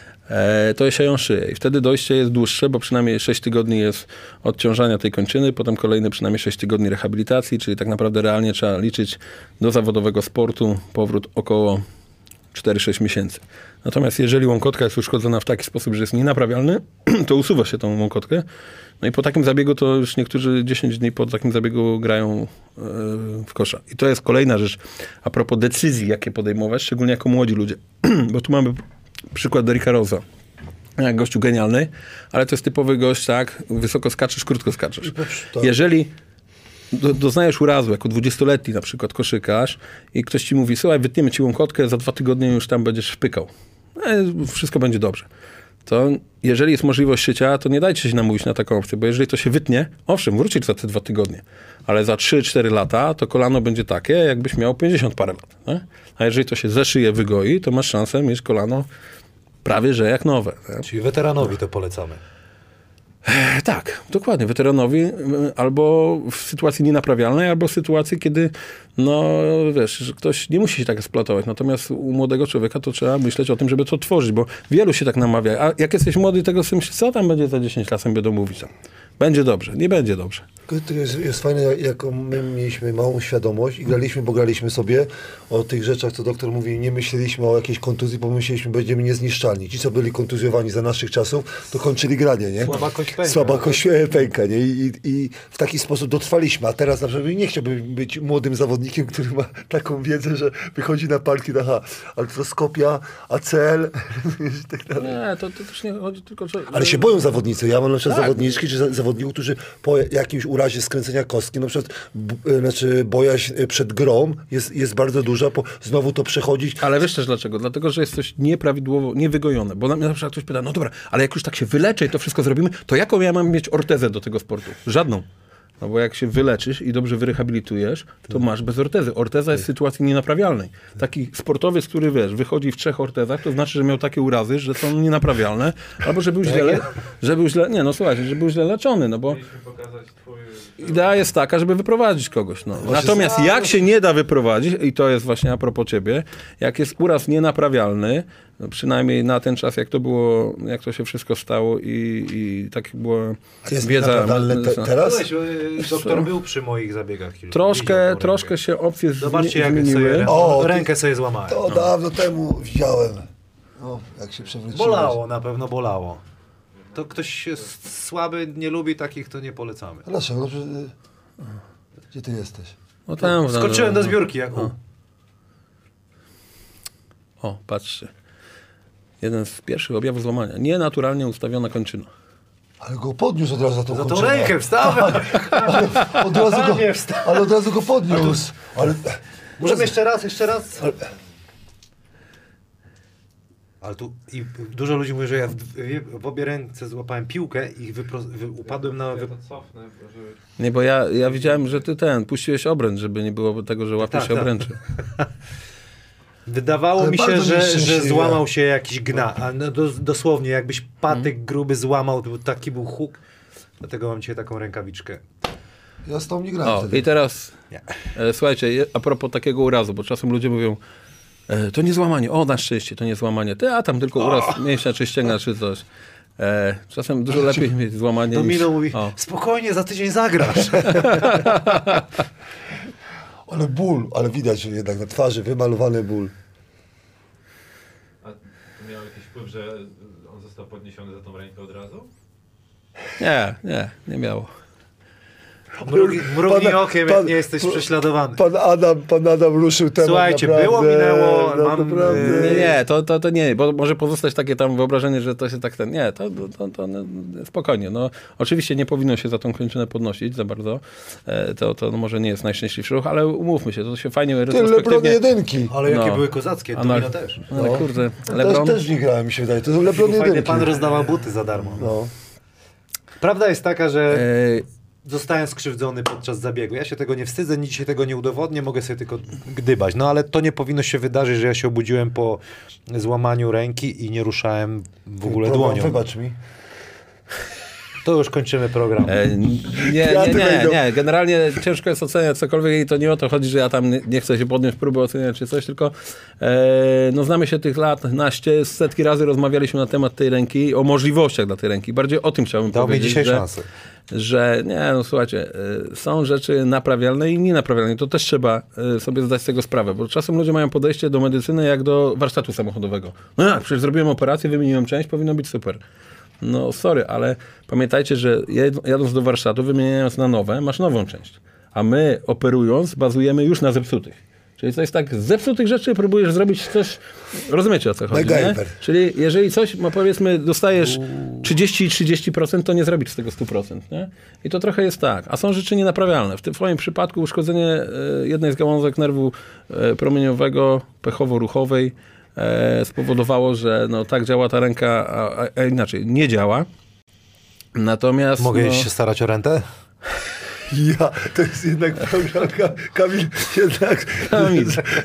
E, to się ją szyje. I wtedy dojście jest dłuższe, bo przynajmniej sześć tygodni jest odciążania tej kończyny, potem kolejne przynajmniej sześć tygodni rehabilitacji, czyli tak naprawdę realnie trzeba liczyć do zawodowego sportu powrót około cztery sześć miesięcy. Natomiast jeżeli łąkotka jest uszkodzona w taki sposób, że jest nienaprawialny, to usuwa się tą łąkotkę. No i po takim zabiegu to już niektórzy dziesięć dni po takim zabiegu grają yy, w kosza. I to jest kolejna rzecz a propos decyzji, jakie podejmować, szczególnie jako młodzi ludzie. Bo tu mamy przykład Derricka Rose'a. Jak gościu genialny, ale to jest typowy gość, tak? Wysoko skaczesz, krótko skaczesz. Tak. Jeżeli do, doznajesz urazu, jako dwudziestoletni na przykład koszykarz i ktoś ci mówi, słuchaj, wytniemy ci łąkotkę, za dwa tygodnie już tam będziesz wpykał. E, wszystko będzie dobrze. To jeżeli jest możliwość szycia, to nie dajcie się namówić na taką opcję, bo jeżeli to się wytnie, owszem, wrócisz za te dwa tygodnie, ale za trzy cztery lata to kolano będzie takie, jakbyś miał pięćdziesiąt parę lat. Nie? A jeżeli to się zeszyje, wygoi, to masz szansę mieć kolano prawie że jak nowe. Nie? Czyli weteranowi to polecamy. E, tak, dokładnie. Weteranowi y, albo w sytuacji nienaprawialnej, albo w sytuacji, kiedy no wiesz, że ktoś nie musi się tak eksploatować. Natomiast u młodego człowieka to trzeba myśleć o tym, żeby to tworzyć, bo wielu się tak namawia. A jak jesteś młody, tego sobie myślisz, co tam będzie za dziesięć lat, będą mówić. Tam. Będzie dobrze, nie będzie dobrze. To jest, jest fajne, jak- jaką my mieliśmy małą świadomość i graliśmy, bo graliśmy sobie o tych rzeczach, co doktor mówi, nie myśleliśmy o jakiejś kontuzji, bo myśleliśmy, będziemy niezniszczalni. Ci, co byli kontuzjowani za naszych czasów, to kończyli granie, nie? Słaba kość pęka. Słaba kość e, pęka, nie? I, i, I w taki sposób dotrwaliśmy, a teraz na przykład nie chciałbym być młodym zawodnikiem, który ma taką wiedzę, że wychodzi na parki, aha, artroskopia, A C L i tak dalej. Nie, to, to też nie chodzi tylko... Że, Ale się boją zawodnicy. Ja mam na przykład Tak. zawodniczki, czy za- zawodnicy, zawodników, którzy po jakimś urazie skręcenia kostki, na przykład b, znaczy bojaźń przed grą jest, jest bardzo duża, bo znowu to przechodzić. Ale wiesz też dlaczego? Dlatego, że jest coś nieprawidłowo, niewygojone. Bo na mnie na przykład ktoś pyta, no dobra, ale jak już tak się wyleczę i to wszystko zrobimy, to jaką ja mam mieć ortezę do tego sportu? Żadną. No bo jak się wyleczysz i dobrze wyrehabilitujesz, to masz bez ortezy. Orteza jest w sytuacji nienaprawialnej. Taki sportowiec, który wiesz, wychodzi w trzech ortezach, to znaczy, że miał takie urazy, że są nienaprawialne, albo że był źle, le- że był źle, nie no słuchajcie, że był źle leczony, no bo Mieliśmy pokazać twój... idea jest taka, żeby wyprowadzić kogoś. No. Natomiast jak się nie da wyprowadzić, i to jest właśnie a propos ciebie, jak jest uraz nienaprawialny, no przynajmniej na ten czas, jak to było, jak to się wszystko stało i, i tak była A jest wiedza. naprawdę te, no. teraz? Byłeś, e, doktor był przy moich zabiegach. kilku. Troszkę, Widział tą troszkę rękę. się opcje Zobaczcie, jak zmieniły. sobie rękę, O, rękę sobie złamałem. To dawno temu widziałem. No, jak się przewróciłeś. Bolało, na pewno bolało. To ktoś jest słaby, nie lubi takich, to nie polecamy. A dlaczego? No, że- Gdzie ty jesteś? No tam, Skoczyłem no, do no. zbiórki. Jak... O. O, patrzcie. Jeden z pierwszych objawów złamania. Nienaturalnie ustawiona kończyna. Ale go podniósł od razu za tą Za tą kończynę. rękę wstawę. Od razu go, Nie wstał. ale od razu go podniósł. Ale, Możemy jeszcze raz, jeszcze raz. Ale tu i dużo ludzi mówi, że ja w, w, w obie ręce złapałem piłkę i wypro, wy, upadłem na... Ja Wy... to cofnę, żeby... Nie, bo ja, ja widziałem, że ty ten, puściłeś obręcz, żeby nie było tego, że łapiesz Tak, się tak. obręczy. Wydawało Ale mi się, bardzo że, że nieszczęśliwe. złamał się jakiś gna, a no, dos, dosłownie jakbyś patyk gruby złamał, to taki był huk. Dlatego mam dzisiaj taką rękawiczkę. ja z tą nie grałem O, wtedy. i teraz, Nie. e, słuchajcie, je- a propos takiego urazu, bo czasem ludzie mówią, e, to nie złamanie, o na szczęście, to nie złamanie, ty, a tam tylko uraz mięśnia czy ścięgna czy coś. E, czasem dużo lepiej mieć złamanie niż... Domino mówi, O. spokojnie, za tydzień zagrasz. Ale ból, ale widać jednak na twarzy wymalowany ból. A to miał jakiś wpływ, że on został podniesiony za tą rękę od razu? Nie, nie, nie miało. Mrugi, mrugnij Pan- okiem, pan- jak nie jesteś pan- prześladowany. Pan Adam, pan Adam ruszył temat. Słuchajcie, naprawdę, było, minęło, no, mam, naprawdę. Nie, nie, to, to, to nie, bo może pozostać takie tam wyobrażenie, że to się tak ten, nie, to, to, to no, spokojnie, no oczywiście nie powinno się za tą kończynę podnosić za bardzo, e, to, to no, może nie jest najszczęśliwszy ruch, ale umówmy się, to się fajnie Ty Lebron retrospektywnie... jedynki. Ale jakie No. były kozackie, Anal- Domino też. Ale No. kurde, Też, Lebron... też nie grałem, mi się wydaje. To są Lebron Fajny jedynki. pan rozdawał buty za darmo. No. Prawda jest taka, że E, zostałem skrzywdzony podczas zabiegu. Ja się tego nie wstydzę, nic dzisiaj tego nie udowodnię, mogę sobie tylko gdybać. No ale to nie powinno się wydarzyć, że ja się obudziłem po złamaniu ręki i nie ruszałem w ogóle Program, dłonią. Wybacz mi. To już kończymy program. E, nie, Ja nie, tylko nie, idę. nie. Generalnie ciężko jest oceniać cokolwiek i to nie o to chodzi, że ja tam nie, nie chcę się podjąć próby oceniać czy coś, tylko e, no znamy się tych lat naście, setki razy rozmawialiśmy na temat tej ręki, o możliwościach dla tej ręki. Bardziej o tym chciałbym Dał mi powiedzieć, dzisiaj że, szansę. że nie, no słuchajcie, e, są rzeczy naprawialne i nienaprawialne. To też trzeba e, sobie zdać z tego sprawę, bo czasem ludzie mają podejście do medycyny jak do warsztatu samochodowego. No jak, przecież zrobiłem operację, wymieniłem część, powinno być super. No sorry, ale pamiętajcie, że jed- jadąc do warsztatu, wymieniając na nowe, masz nową część. A my operując, bazujemy już na zepsutych. Czyli to jest tak, z zepsutych rzeczy próbujesz zrobić coś, rozumiecie o co chodzi, nie? MacGyver. Czyli jeżeli coś, no powiedzmy, dostajesz trzydzieści i trzydzieści procent, to nie zrobisz z tego sto procent, nie? I to trochę jest tak. A są rzeczy nienaprawialne. W tym twoim przypadku uszkodzenie e, jednej z gałązek nerwu e, promieniowego, pechowo-ruchowej, e, spowodowało, że no, tak działa ta ręka, a, a, a inaczej nie działa. Natomiast... Mogę no, się starać o rentę? Ja, to jest jednak program, Ka- Kamil, jednak... Kamil.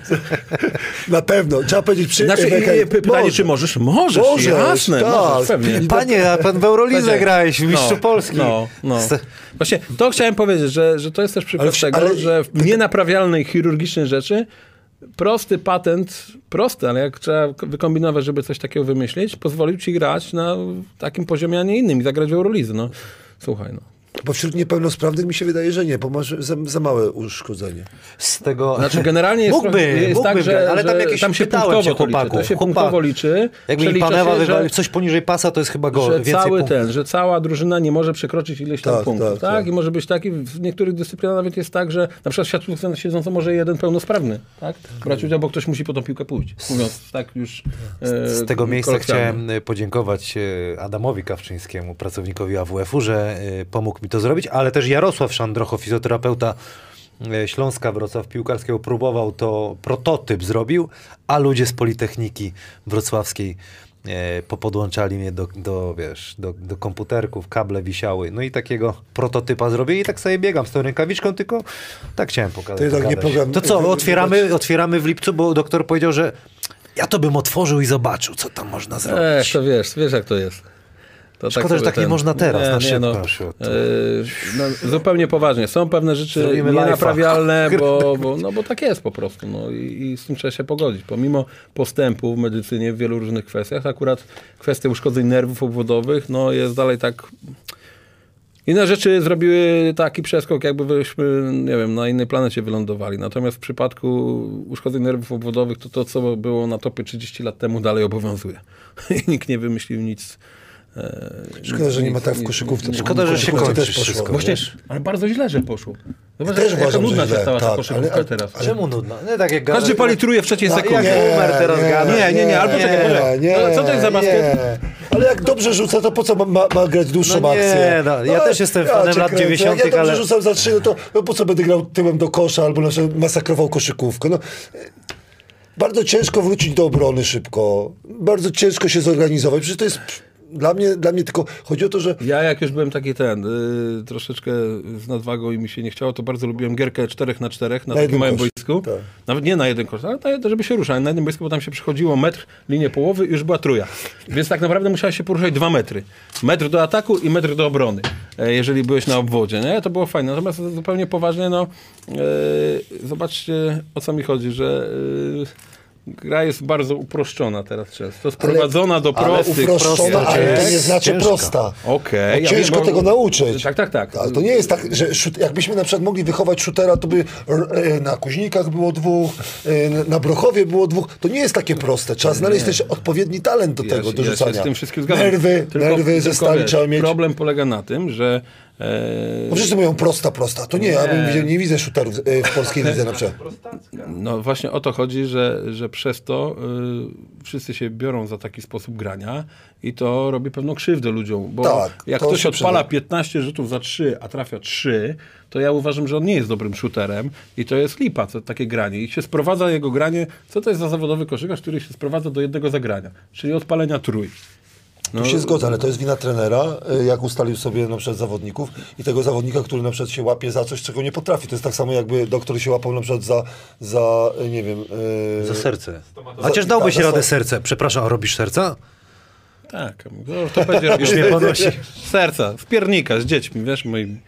Na pewno, trzeba powiedzieć przy... Znaczy, Ewa- i- i pytanie, Może. czy możesz? Możesz, Możesz, jasne, tak. możesz, pewnie. Panie, a pan w Eurolidze Słuchajcie, grałeś, w Mistrzu no, Polski. No, no. St- Właśnie to chciałem powiedzieć, że, że to jest też przykład Ale w- tego, ale- że w nienaprawialnej chirurgicznej rzeczy prosty patent, prosty, ale jak trzeba wykombinować, żeby coś takiego wymyślić, pozwolił ci grać na takim poziomie, a nie innym i zagrać w Eurolidze. No. Słuchaj, no. Bo wśród niepełnosprawnych mi się wydaje, że nie, bo masz za, za małe uszkodzenie. Z tego... Znaczy generalnie jest, mógłby, jest mógłby tak, że, grać, ale tam, że jakieś tam się pytałem punktowo się to liczy. chłopaków. To się Chłopak, punktowo liczy. jakby mi Przelicza Panewa się, wywalił że, coś poniżej pasa, to jest chyba go że więcej cały punktów. ten, że cała drużyna nie może przekroczyć ileś tam Tak, punktów. tak, Tak, tak. I może być taki, w niektórych dyscyplinach nawet jest tak, że na przykład w siatkówce siedząco może jeden pełnosprawny, tak? Brać udział, bo ktoś musi po tą piłkę pójść. Mówiąc tak już e, Z tego miejsca kolokwialnie. chciałem e, podziękować e, Adamowi Kawczyńskiemu, pracownikowi A W F-u, że e, pomógł mi to zrobić, ale też Jarosław Szandrocho, fizjoterapeuta e, Śląska Wrocław Piłkarskiego, próbował to, prototyp zrobił, a ludzie z Politechniki Wrocławskiej e, popodłączali mnie do, do, wiesz, do, do komputerków, kable wisiały, no i takiego prototypa zrobili i tak sobie biegam z tą rękawiczką, tylko tak chciałem pokazać. To jednak nie pogadać. program- To co, wy- otwieramy, otwieramy w lipcu, bo doktor powiedział, że ja to bym otworzył i zobaczył, co tam można zrobić. Ech, to wiesz, wiesz jak to jest. To Szkoda, sobie że tak nie można teraz, na szybko. no, Się to- e, no, zupełnie poważnie. Są pewne rzeczy Zrobimy live'a. nienaprawialne, bo, bo, no, bo tak jest po prostu. No, i, I z tym trzeba się pogodzić. Pomimo postępu w medycynie w wielu różnych kwestiach, akurat kwestia uszkodzeń nerwów obwodowych no, jest dalej tak... Inne rzeczy zrobiły taki przeskok, jakby byśmy, nie wiem, na innej planecie wylądowali. Natomiast w przypadku uszkodzeń nerwów obwodowych, to to, co było na topie trzydzieści lat temu, dalej obowiązuje. I nikt nie wymyślił nic. E, Szkoda, że nie ma nic- tak w nic- koszykówce. nic- Szkoda, że się Koszykówce kończy też poszło. wszystko. Właśnie, wiesz? ale bardzo źle, że poszło. Zobacz, też jaka uważam, że nudna się źle, stała ta tak, koszykówka ale- teraz. ale- Czemu nudno? Nie tak jak Każdy palitruje w trzeciej No, sekundzie. jak Boomer teraz gada. Nie, nie, nie, ale poczekaj, poczekaj. nie, No, co to jest za basket? nie. Ale jak dobrze rzuca, to po co ma, ma, ma grać dłuższą No nie, akcję? no, ja też jestem fanem cię lat kręcę. dziewięćdziesiątych, Jak ja dobrze ale- rzucam za trzy, no to no po co będę grał tyłem do kosza albo na przykład masakrował koszykówkę? No, bardzo ciężko wrócić do obrony szybko. Bardzo ciężko się zorganizować. Przecież to jest dla mnie, dla mnie tylko chodzi o to, że Ja jak już byłem taki ten, y, troszeczkę z nadwagą i mi się nie chciało, to bardzo lubiłem gierkę czterech na czterech na, Na takim jednym małym kosz. boisku. Tak. Nawet nie na jeden kosz, ale na jeden, żeby się ruszać. Na jednym boisku, bo tam się przychodziło metr, linię połowy i już była truja. Więc tak naprawdę musiałeś się poruszać dwa metry. Metr do ataku i metr do obrony, e, jeżeli byłeś na obwodzie. Nie? To było fajne. Natomiast zupełnie poważnie, no e, zobaczcie o co mi chodzi, że e, gra jest bardzo uproszczona teraz często. Sprowadzona do ale prostych. uproszczona, prostych, ale to nie jest znaczy ciężka. prosta. Okej. Bo ja ciężko wiem, bo- tego nauczyć. Tak, tak, tak. Ale to nie jest tak, że szut, jakbyśmy na przykład mogli wychować shootera, to by r- e, na Kuźnikach było dwóch, e, na Brochowie było dwóch. To nie jest takie proste. Trzeba znaleźć też odpowiedni talent do tego, ja, do ja rzucania. się z tym wszystkim zgadzam. Nerwy, Tylko- nerwy ze tylko, stali wiesz, trzeba mieć. Problem polega na tym, że e, No wszyscy mówią prosta, prosta. To nie, ja bym Nie. widział, nie widzę shooterów e, w polskiej lidze na przykład. Prostacka. no właśnie o to chodzi, że, że przez to y, wszyscy się biorą za taki sposób grania i to robi pewną krzywdę ludziom, bo Tak, jak to ktoś się odpala przyda. piętnaście rzutów za trzy, a trafia trzy, to ja uważam, że on nie jest dobrym shooterem i to jest lipa, to, takie granie. I się sprowadza jego granie, co to jest za zawodowy koszykarz, który się sprowadza do jednego zagrania, czyli odpalenia trój. No, Tu się zgodzę, ale to jest wina trenera, e, jak ustalił sobie na przykład zawodników i tego zawodnika, który na przykład się łapie za coś, czego nie potrafi. To jest tak samo jakby doktor się łapał na przykład za, za e, nie wiem... e, Za serce. Stomatologia. Chociaż dałbyś Tak, za radę serce. serce. Przepraszam, a robisz serca? Tak, no, to będzie robił. Już mnie podnosi. Serca, w piernika z dziećmi, wiesz, moim.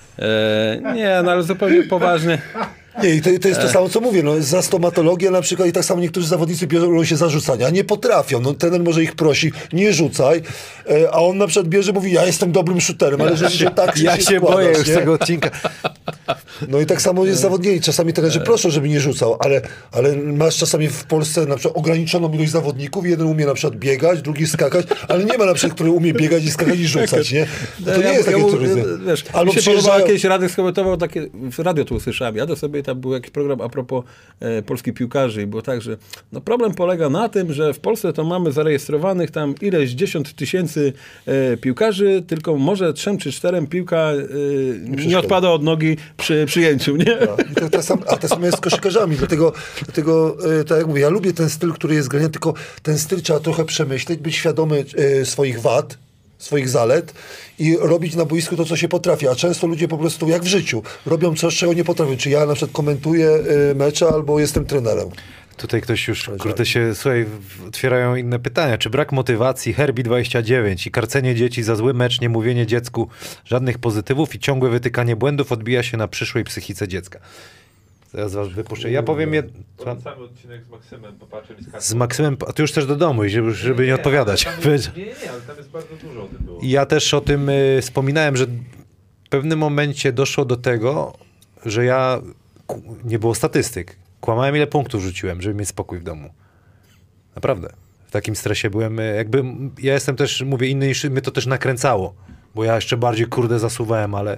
E, nie, no ale zupełnie poważnie. Nie, i to, to jest to samo, co mówię, no, za stomatologię na przykład i tak samo niektórzy zawodnicy biorą się za rzucanie, a nie potrafią. No, trener może ich prosi, nie rzucaj, e, a on na przykład bierze, mówi, ja jestem dobrym shooterem, ale że, że tak Ja się się składasz, boję już nie? tego odcinka. No i tak samo jest zawodnikiem. Czasami trenerzy proszą, żeby nie rzucał, ale, ale masz czasami w Polsce na przykład ograniczoną ilość zawodników. Jeden umie na przykład biegać, drugi skakać, ale nie ma na przykład, który umie biegać i skakać i rzucać, nie? No to nie Ja- jest ja takie mu- trudne. Wiesz, Albo mi się podobało, przyjeżdżają... jakieś Radek skomentował takie, w radio to usłyszałem, jadę sobie, tam był jakiś program a propos e, polskich piłkarzy i było tak, że no problem polega na tym, że w Polsce to mamy zarejestrowanych tam ileś dziesiąt tysięcy e, piłkarzy, tylko może trzem czy czterem piłka e, nie przeszkadza. odpada od nogi przy przyjęciu, nie? I to, to sam, a to samo jest z koszykarzami, dlatego, dlatego e, tak jak mówię, ja lubię ten styl, który jest grany, tylko ten styl trzeba trochę przemyśleć, być świadomy e, swoich wad, swoich zalet i robić na boisku to, co się potrafi, a często ludzie po prostu, jak w życiu, robią coś, czego nie potrafią, czy ja na przykład komentuję e, mecze, albo jestem trenerem. Tutaj ktoś już, kurde się, słuchaj, w- otwierają inne pytania. Czy brak motywacji, Herbie dwadzieścia dziewięć i karcenie dzieci za zły mecz, nie mówienie dziecku żadnych pozytywów i ciągłe wytykanie błędów odbija się na przyszłej psychice dziecka? Zaraz was wypuszczę. Ja powiem jed... Polecamy odcinek z Maksymem, popatrzyli z z Maksymem, a ty już też do domu iść, żeby, żeby nie odpowiadać. Nie, nie, ale tam jest bardzo dużo o tym było. I ja też o tym y, wspominałem, że pewnym momencie doszło do tego, że ja, nie było statystyk, kłamałem ile punktów rzuciłem, żeby mieć spokój w domu. Naprawdę. W takim stresie byłem, jakby, ja jestem też, mówię, inny niż, mnie to też nakręcało, bo ja jeszcze bardziej, kurde, zasuwałem, ale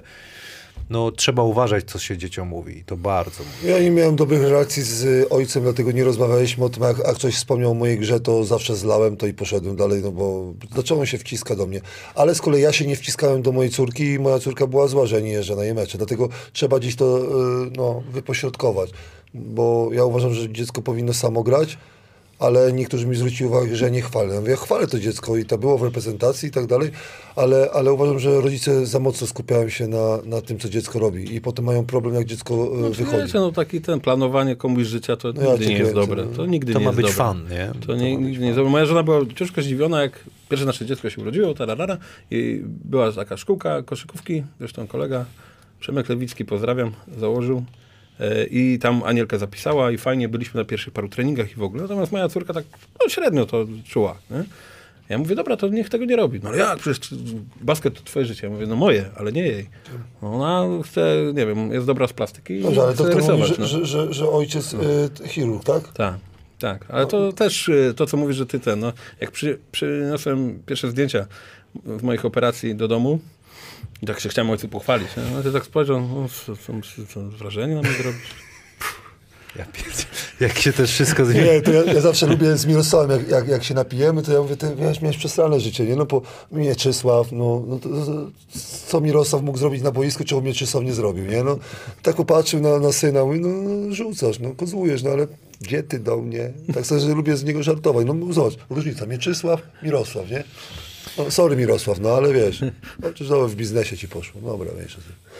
no trzeba uważać, co się dzieciom mówi i to bardzo mówi. Ja nie miałem dobrych relacji z ojcem, dlatego nie rozmawialiśmy o tym, jak, jak ktoś wspomniał o mojej grze, to zawsze zlałem to i poszedłem dalej, no bo dlaczego on się wciska do mnie? Ale z kolei ja się nie wciskałem do mojej córki i moja córka była zła, że nie jeżdżę na jej mecze, dlatego trzeba gdzieś to no, wypośrodkować, bo ja uważam, że dziecko powinno samo grać, ale niektórzy mi zwrócili uwagę, że ja nie chwalę. Ja mówię, ja chwalę to dziecko i to było w reprezentacji i tak dalej, ale, ale uważam, że rodzice za mocno skupiają się na, na tym, co dziecko robi i potem mają problem, jak dziecko no, wychodzi. Wiecie, no taki ten, planowanie komuś życia to No ja nigdy nie jest kręcę, dobre. no. To nigdy To nie ma jest być dobre. fan, nie? To, To nie, ma być nigdy nie jest dobre. Moja żona była ciężko zdziwiona, jak pierwsze nasze dziecko się urodziło, tararara, i była taka szkółka koszykówki, zresztą kolega Przemek Lewicki, pozdrawiam, założył. I tam Anielkę zapisała i fajnie, byliśmy na pierwszych paru treningach i w ogóle. Natomiast moja córka tak no, średnio to czuła. Nie? Ja mówię, dobra, to niech tego nie robi. No ale jak, przecież basket to twoje życie. Ja mówię, no moje, ale nie jej. Ona chce, nie wiem, jest dobra z plastyki i Dobrze, ale to chce w tym rysować. mówi, że, No. że, że, że ojciec y, chirurg, tak? Tak, tak. Ale to też y, to, co mówisz, że ty ten, no, jak przy, przyniosłem pierwsze zdjęcia w moich operacji do domu, i tak się chciałem ojcu pochwalić. Nie? No, ty tak spojrzał, no, co, co, co wrażenie na mnie zrobisz? Ja pierdzie, jak się też wszystko zmieni. Nie, to ja, ja zawsze lubię z Mirosławem, jak, jak, jak się napijemy, to ja mówię, ty wiesz, miałeś przestranne życie, nie? No bo Mieczysław, no, no to, to, co Mirosław mógł zrobić na boisku, czego Mieczysław nie zrobił, nie? No, tak popatrzył na, na syna, mówi, no, no rzucasz, no kozłujesz, no ale gdzie ty do mnie? Tak sobie, że lubię z niego żartować. No zobacz, różnica, Mieczysław, Mirosław, nie? No, sorry Mirosław, no ale wiesz, chociaż no, w biznesie ci poszło. Dobra, wiesz.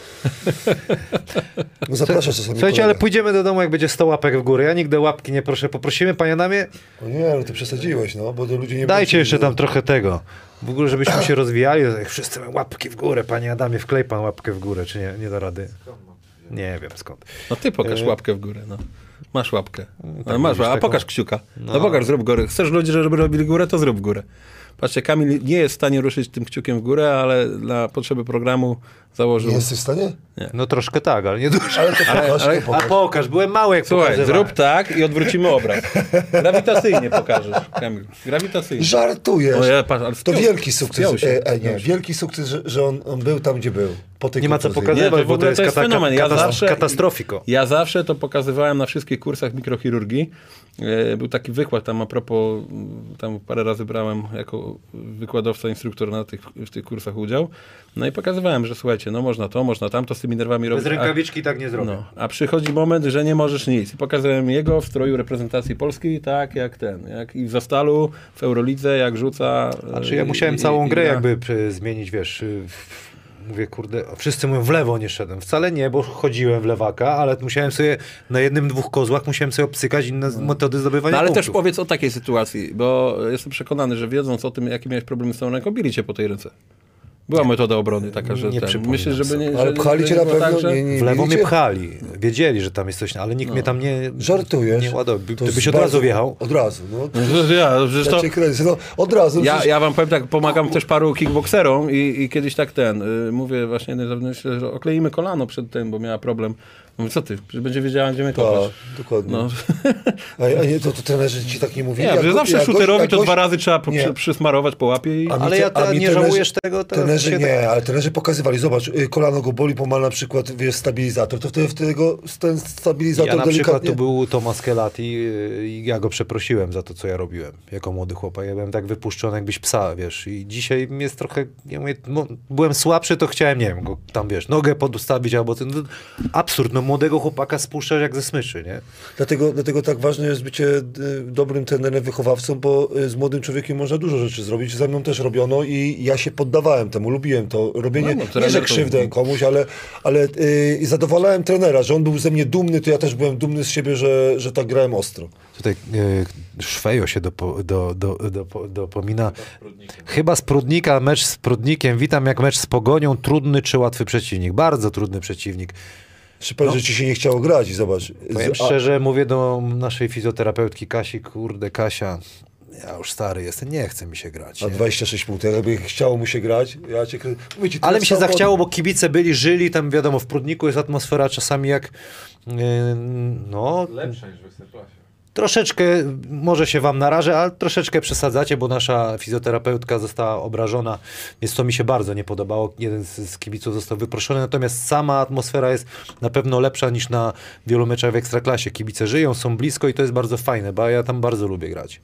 No zapraszasz czasami Słuchajcie, kolegę. ale pójdziemy do domu, jak będzie sto łapek w górę. Ja nigdy łapki nie proszę. Poprosimy, panie Adamie, O nie, ale ty przesadziłeś, no, bo to ludzie nie dajcie będą- jeszcze tam trochę tego. W ogóle, żebyśmy się rozwijali. Jak wszyscy mają łapki w górę. Panie Adamie, wklej pan łapkę w górę, czy nie? Nie da rady. Nie wiem skąd. No ty pokaż E, łapkę w górę, no. Masz łapkę. No, tak masz, mówisz, a taką- pokaż kciuka. No. No. pokaż, zrób górę. Chcesz ludzi, żeby robili górę, to zrób górę. Patrzcie, Kamil nie jest w stanie ruszyć tym kciukiem w górę, ale na potrzeby programu założył... Nie jesteś w stanie? No troszkę tak, ale nie dużo. Ale to pokaż, ale- to A pokaż. pokaż, byłem mały jak Słuchaj, pokazywałem. zrób tak i odwrócimy obraz. Grawitacyjnie pokażesz, Kamil. Grawitacyjnie. Żartujesz. O, ja, patrz, ale To wspiął- wielki sukces. wspiął się. E, e, nie, Wspiął się. wielki sukces, że, że on, on był tam, gdzie był. Po tej Nie ma co kontuzji. pokazywać, Nie, to w bo to ogóle jest, to jest kata- fenomen. Ja katas- zawsze- katastrofiko. Ja zawsze to pokazywałem na wszystkich kursach mikrochirurgii. E, Był taki wykład tam a propos, m, tam parę razy brałem jako wykładowca, instruktor na tych, w tych kursach udział. No i pokazywałem, że słuchajcie, no można to, można tamto z tymi nerwami Bez robić. a- rękawiczki tak nie zrobię. No, a przychodzi moment, że nie możesz nic. I pokazałem jego w stroju reprezentacji Polski, tak jak ten, jak i w Zastalu, w Eurolidze, jak rzuca. Znaczy ja e, musiałem i- całą i- grę i- jakby y, zmienić, wiesz, y, w- mówię, kurde, wszyscy mówią, w lewo nie szedłem. Wcale nie, bo chodziłem w lewaka, ale musiałem sobie na jednym, dwóch kozłach musiałem sobie obcykać inne metody zdobywania No ale punktów. też powiedz o takiej sytuacji, bo jestem przekonany, że wiedząc o tym, jakie miałeś problemy z tą ręką, bili cię po tej ręce. Była metoda obrony taka, że nie ten, przypominam myślę, żeby nie, Ale że, pchali że cię nie na było pewno? tak, że... Nie, nie, W lewo mnie widzicie? pchali. Wiedzieli, że tam jest coś, ale nikt mnie tam nie... Żartujesz? Nie ładował. To Gdybyś jest od razu bardzo- wjechał. Od razu, no. Ja, przecież Ja to, cię kręcę, no od razu. ja, przecież- ja wam powiem tak, pomagam też paru kickbokserom i, i kiedyś tak ten, y, mówię właśnie jednej zawodniczce, że okleimy kolano przed tym, bo miała problem. Mówię, co ty, że będzie wiedziała, gdzie mnie kopać. Tak, dokładnie. No. A, a nie, to, to trenerzy ci tak nie mówili? Nie, Jak że go- zawsze jak shooterowi gość- to jak dwa gość- razy trzeba po, Nie. przy, przysmarować po łapie i... A mi Ale te- ja a te, mi nie trenerzy- żałujesz tego? To Trenerzy się nie, ale trenerzy pokazywali, zobacz, y, kolano go boli, bo ma na przykład, wiesz, stabilizator, to wtedy, wtedy go, ten stabilizator Ja na przykład delikatnie... to był Tomasz Kelati yy, i ja go przeprosiłem za to, co ja robiłem jako młody chłopak. Ja byłem tak wypuszczony, jakbyś psa, wiesz. I dzisiaj jest trochę, ja mówię, no, byłem słabszy, to chciałem, nie wiem, go tam, wiesz, nogę podustawić albo ten, no, absurd, no młodego chłopaka spuszczasz jak ze smyczy, nie? Dlatego, dlatego tak ważne jest bycie y, dobrym trenerem, wychowawcą, bo y, z młodym człowiekiem można dużo rzeczy zrobić. Ze mną też robiono i ja się poddawałem temu, lubiłem to. Robienie, No, no, nie trener że to- krzywdę komuś, ale, ale y, i zadowalałem trenera, że on był ze mnie dumny, to ja też byłem dumny z siebie, że, że tak grałem ostro. Tutaj e, Szwejo się dopo, do, do, do, do, dopomina. Chyba z Prudnika, mecz z Prudnikiem. Witam jak mecz z Pogonią. Trudny czy łatwy przeciwnik? Bardzo trudny przeciwnik. Czy powiem, No. że ci się nie chciało grać i zobacz. Powiem z- a- szczerze, mówię do naszej fizjoterapeutki Kasi, kurde Kasia, ja już stary jestem, nie chce mi się grać. A Nie? dwadzieścia sześć punktów, jakby chciało mu się grać, ja cię krę... Mówię ci, Ale mi się Sopot- zachciało, bo kibice byli, żyli, tam wiadomo, w Prudniku jest atmosfera czasami jak, yy, no, Lepsza niż w Ekstraklasie. troszeczkę, może się wam narażę, ale troszeczkę przesadzacie, bo nasza fizjoterapeutka została obrażona, więc to mi się bardzo nie podobało. Jeden z, z kibiców został wyproszony, natomiast sama atmosfera jest na pewno lepsza niż na wielu meczach w Ekstraklasie. Kibice żyją, są blisko i to jest bardzo fajne, bo ja tam bardzo lubię grać.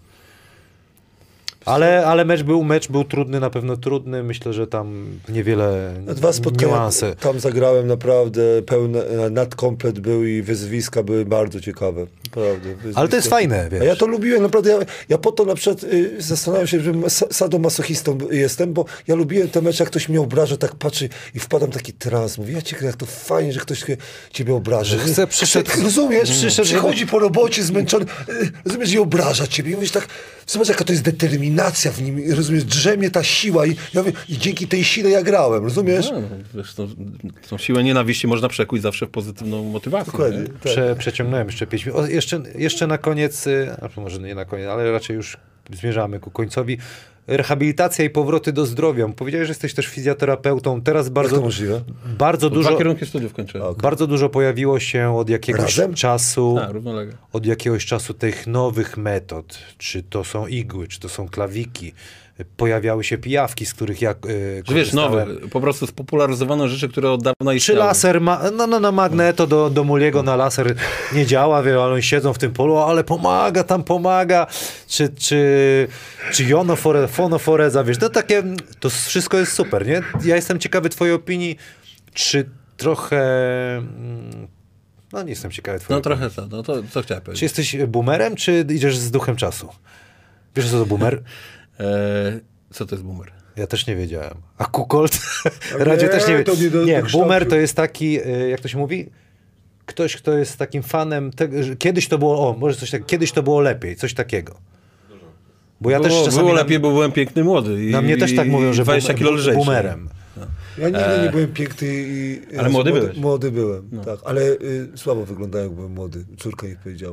Ale, ale mecz był, mecz był trudny, na pewno trudny. Myślę, że tam niewiele Dwa spotkania, niuanse. tam zagrałem naprawdę pełne, nadkomplet był i wyzwiska były bardzo ciekawe. Naprawdę, Ale to jest fajne, wiesz. A ja to lubiłem, naprawdę. Ja, ja po to na przykład y, zastanawiam się, że sa- sadomasochistą jestem, bo ja lubiłem te mecze, jak ktoś mnie obraża, tak patrzy i wpadam w taki trans. Mówię, ja cię jak to fajnie, że ktoś ciebie obraża. Że chce, przyszedł- Rozumiesz? przyszedł, Przychodzi po robocie zmęczony, y, rozumiesz, i obraża ciebie. I mówisz tak, zobacz, jaka to jest determinacja w nim, rozumiesz, drzemie ta siła i, ja mówię, i dzięki tej sile ja grałem, rozumiesz? No, wiesz, to, tą siłę nienawiści można przekuć zawsze w pozytywną motywację. Dokładnie. Nie? Tak. Prze, przeciągnąłem jeszcze pięć minut. O, jeszcze, jeszcze na koniec, y, a może nie na koniec, ale raczej już zmierzamy ku końcowi. Rehabilitacja i powroty do zdrowia. Powiedziałeś, że jesteś też fizjoterapeutą. Teraz Jak bardzo, to możliwe? bardzo, Dwa dużo, kierunki studiów kończyłem. bardzo dużo pojawiło się od jakiegoś Razem? czasu. A, równolegle. Od jakiegoś czasu tych nowych metod, czy to są igły, czy to są klawiki, pojawiały się pijawki, z których ja yy, Że wiesz, nowe, po prostu spopularyzowano rzeczy, które od dawna Czy istniały. laser, ma, no, no, no magneto do, do Muliego na laser nie działa, wie, ale oni siedzą w tym polu, ale pomaga, tam pomaga, czy, czy, czy jonofore, fonoforeza, wiesz, to takie, to wszystko jest super, nie? Ja jestem ciekawy twojej opinii, czy trochę, mm, no nie jestem ciekawy twojej No opinii. trochę co, no to co chciałem Czy powiedzieć. jesteś boomerem, czy idziesz z duchem czasu? Wiesz, co to boomer? E, co to jest boomer? Ja też nie wiedziałem. A Kukolt? Radio nie, też nie to nie do- Nie, dokształcił. boomer to jest taki, y, jak to się mówi? Ktoś, kto jest takim fanem tego, że kiedyś to było, o, może coś tak, kiedyś to było lepiej, coś takiego. Bo ja było, też czasami było na, lepiej, bo byłem piękny, młody. I, na mnie też tak i mówią, że dwadzieścia kilo lżejszy. boomerem. Ja nigdy nie byłem piękny i... Ale ja młody młody, byłeś. młody byłem, tak. Ale y, słabo wyglądałem, jak byłem młody. Córka mi powiedziała.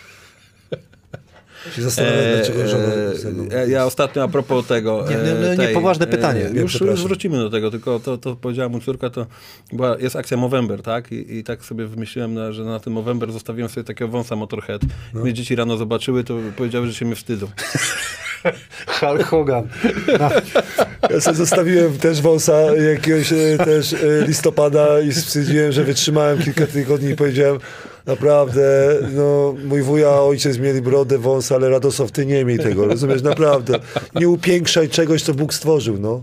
Się zastanawiam, dlaczego żona ze mną. e, ja ostatnio a propos tego... Nie, nie, e, nie, tej, poważne pytanie. e, Nie, Już, już przepraszam. wrócimy do tego, tylko to, to powiedziała mu córka, to była, jest akcja Movember, tak? I, i tak sobie wymyśliłem, na, że na tym Movember zostawiłem sobie takiego wąsa Motorhead. No. Mnie dzieci rano zobaczyły, to powiedziały, że się mnie wstydzą. Hulk Hogan. No. Ja sobie zostawiłem też wąsa jakiegoś e, też e, listopada i stwierdziłem, że wytrzymałem kilka tygodni i powiedziałem, naprawdę, no mój wuja, ojciec mieli brodę, wąsa, ale Radosław, ty nie miej tego, rozumiesz, naprawdę. Nie upiększaj czegoś, co Bóg stworzył, no.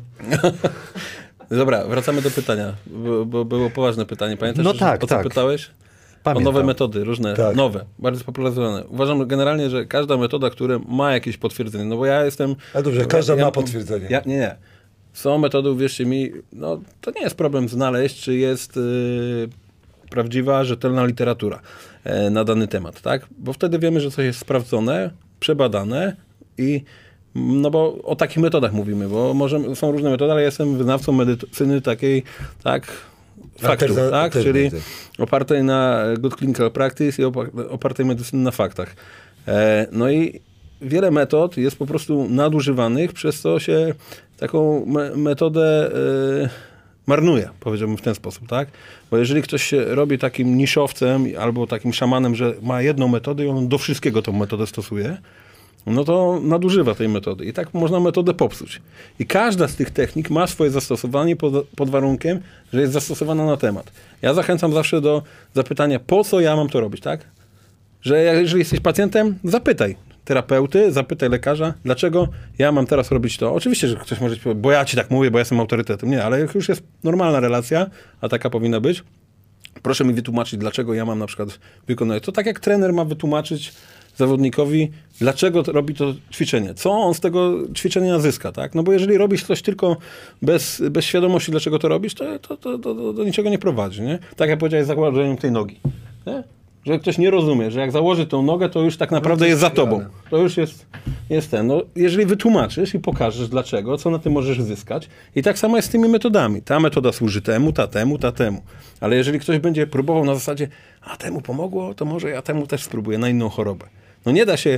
Dobra, wracamy do pytania, bo, bo było poważne pytanie. Pamiętasz, No że- tak, o co tak. pytałeś? Pamiętam. O nowe metody, różne, Tak. nowe, bardzo spopularyzowane. Uważam generalnie, że każda metoda, która ma jakieś potwierdzenie, no bo ja jestem... A dobrze, każda ja, ma potwierdzenie. Ja, nie, nie. Są metody, uwierzcie mi, no to nie jest problem znaleźć, czy jest yy, prawdziwa, rzetelna literatura yy, na dany temat, tak? Bo wtedy wiemy, że coś jest sprawdzone, przebadane i no bo o takich metodach mówimy, bo może, są różne metody, ale ja jestem wyznawcą medycyny takiej, tak, faktów, Alterna- tak? Czyli alternatyw. opartej na good clinical practice i opa- opartej medycyny na faktach. E, no i wiele metod jest po prostu nadużywanych, przez co się taką me- metodę e, marnuje, powiedziałbym w ten sposób, tak? Bo jeżeli ktoś się robi takim niszowcem albo takim szamanem, że ma jedną metodę i on do wszystkiego tą metodę stosuje, no to nadużywa tej metody. I tak można metodę popsuć. I każda z tych technik ma swoje zastosowanie pod, pod warunkiem, że jest zastosowana na temat. Ja zachęcam zawsze do zapytania, po co ja mam to robić, tak? Że jeżeli jesteś pacjentem, zapytaj terapeuty, zapytaj lekarza, dlaczego ja mam teraz robić to. Oczywiście, że ktoś może ci powiedzieć, bo ja ci tak mówię, bo ja jestem autorytetem. Nie, ale jak już jest normalna relacja, a taka powinna być, proszę mi wytłumaczyć, dlaczego ja mam na przykład wykonać. To tak jak trener ma wytłumaczyć zawodnikowi, dlaczego to robi to ćwiczenie. Co on z tego ćwiczenia zyska, tak? No bo jeżeli robisz coś tylko bez, bez świadomości, dlaczego to robisz, to, to, to, to do, do niczego nie prowadzi, nie? Tak jak powiedziałeś z zakładaniem tej nogi, nie? Że ktoś nie rozumie, że jak założy tą nogę, to już tak naprawdę jest za tobą. To już jest, jest ten. No, jeżeli wytłumaczysz i pokażesz dlaczego, co na tym możesz zyskać. I tak samo jest z tymi metodami. Ta metoda służy temu, ta temu, ta temu. Ale jeżeli ktoś będzie próbował na zasadzie, a temu pomogło, to może ja temu też spróbuję na inną chorobę. No nie da się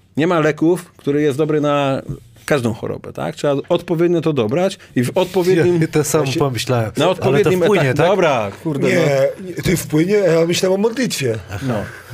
Nie ma leków, który jest dobry na każdą chorobę, tak? Trzeba odpowiednio to dobrać i w odpowiednim... Ja to samo pomyślałem. Na odpowiednim Ale to wpłynie, etapie. tak? Dobra, kurde. Nie, No. ty wpłynie, ja myślałem o modlitwie. no.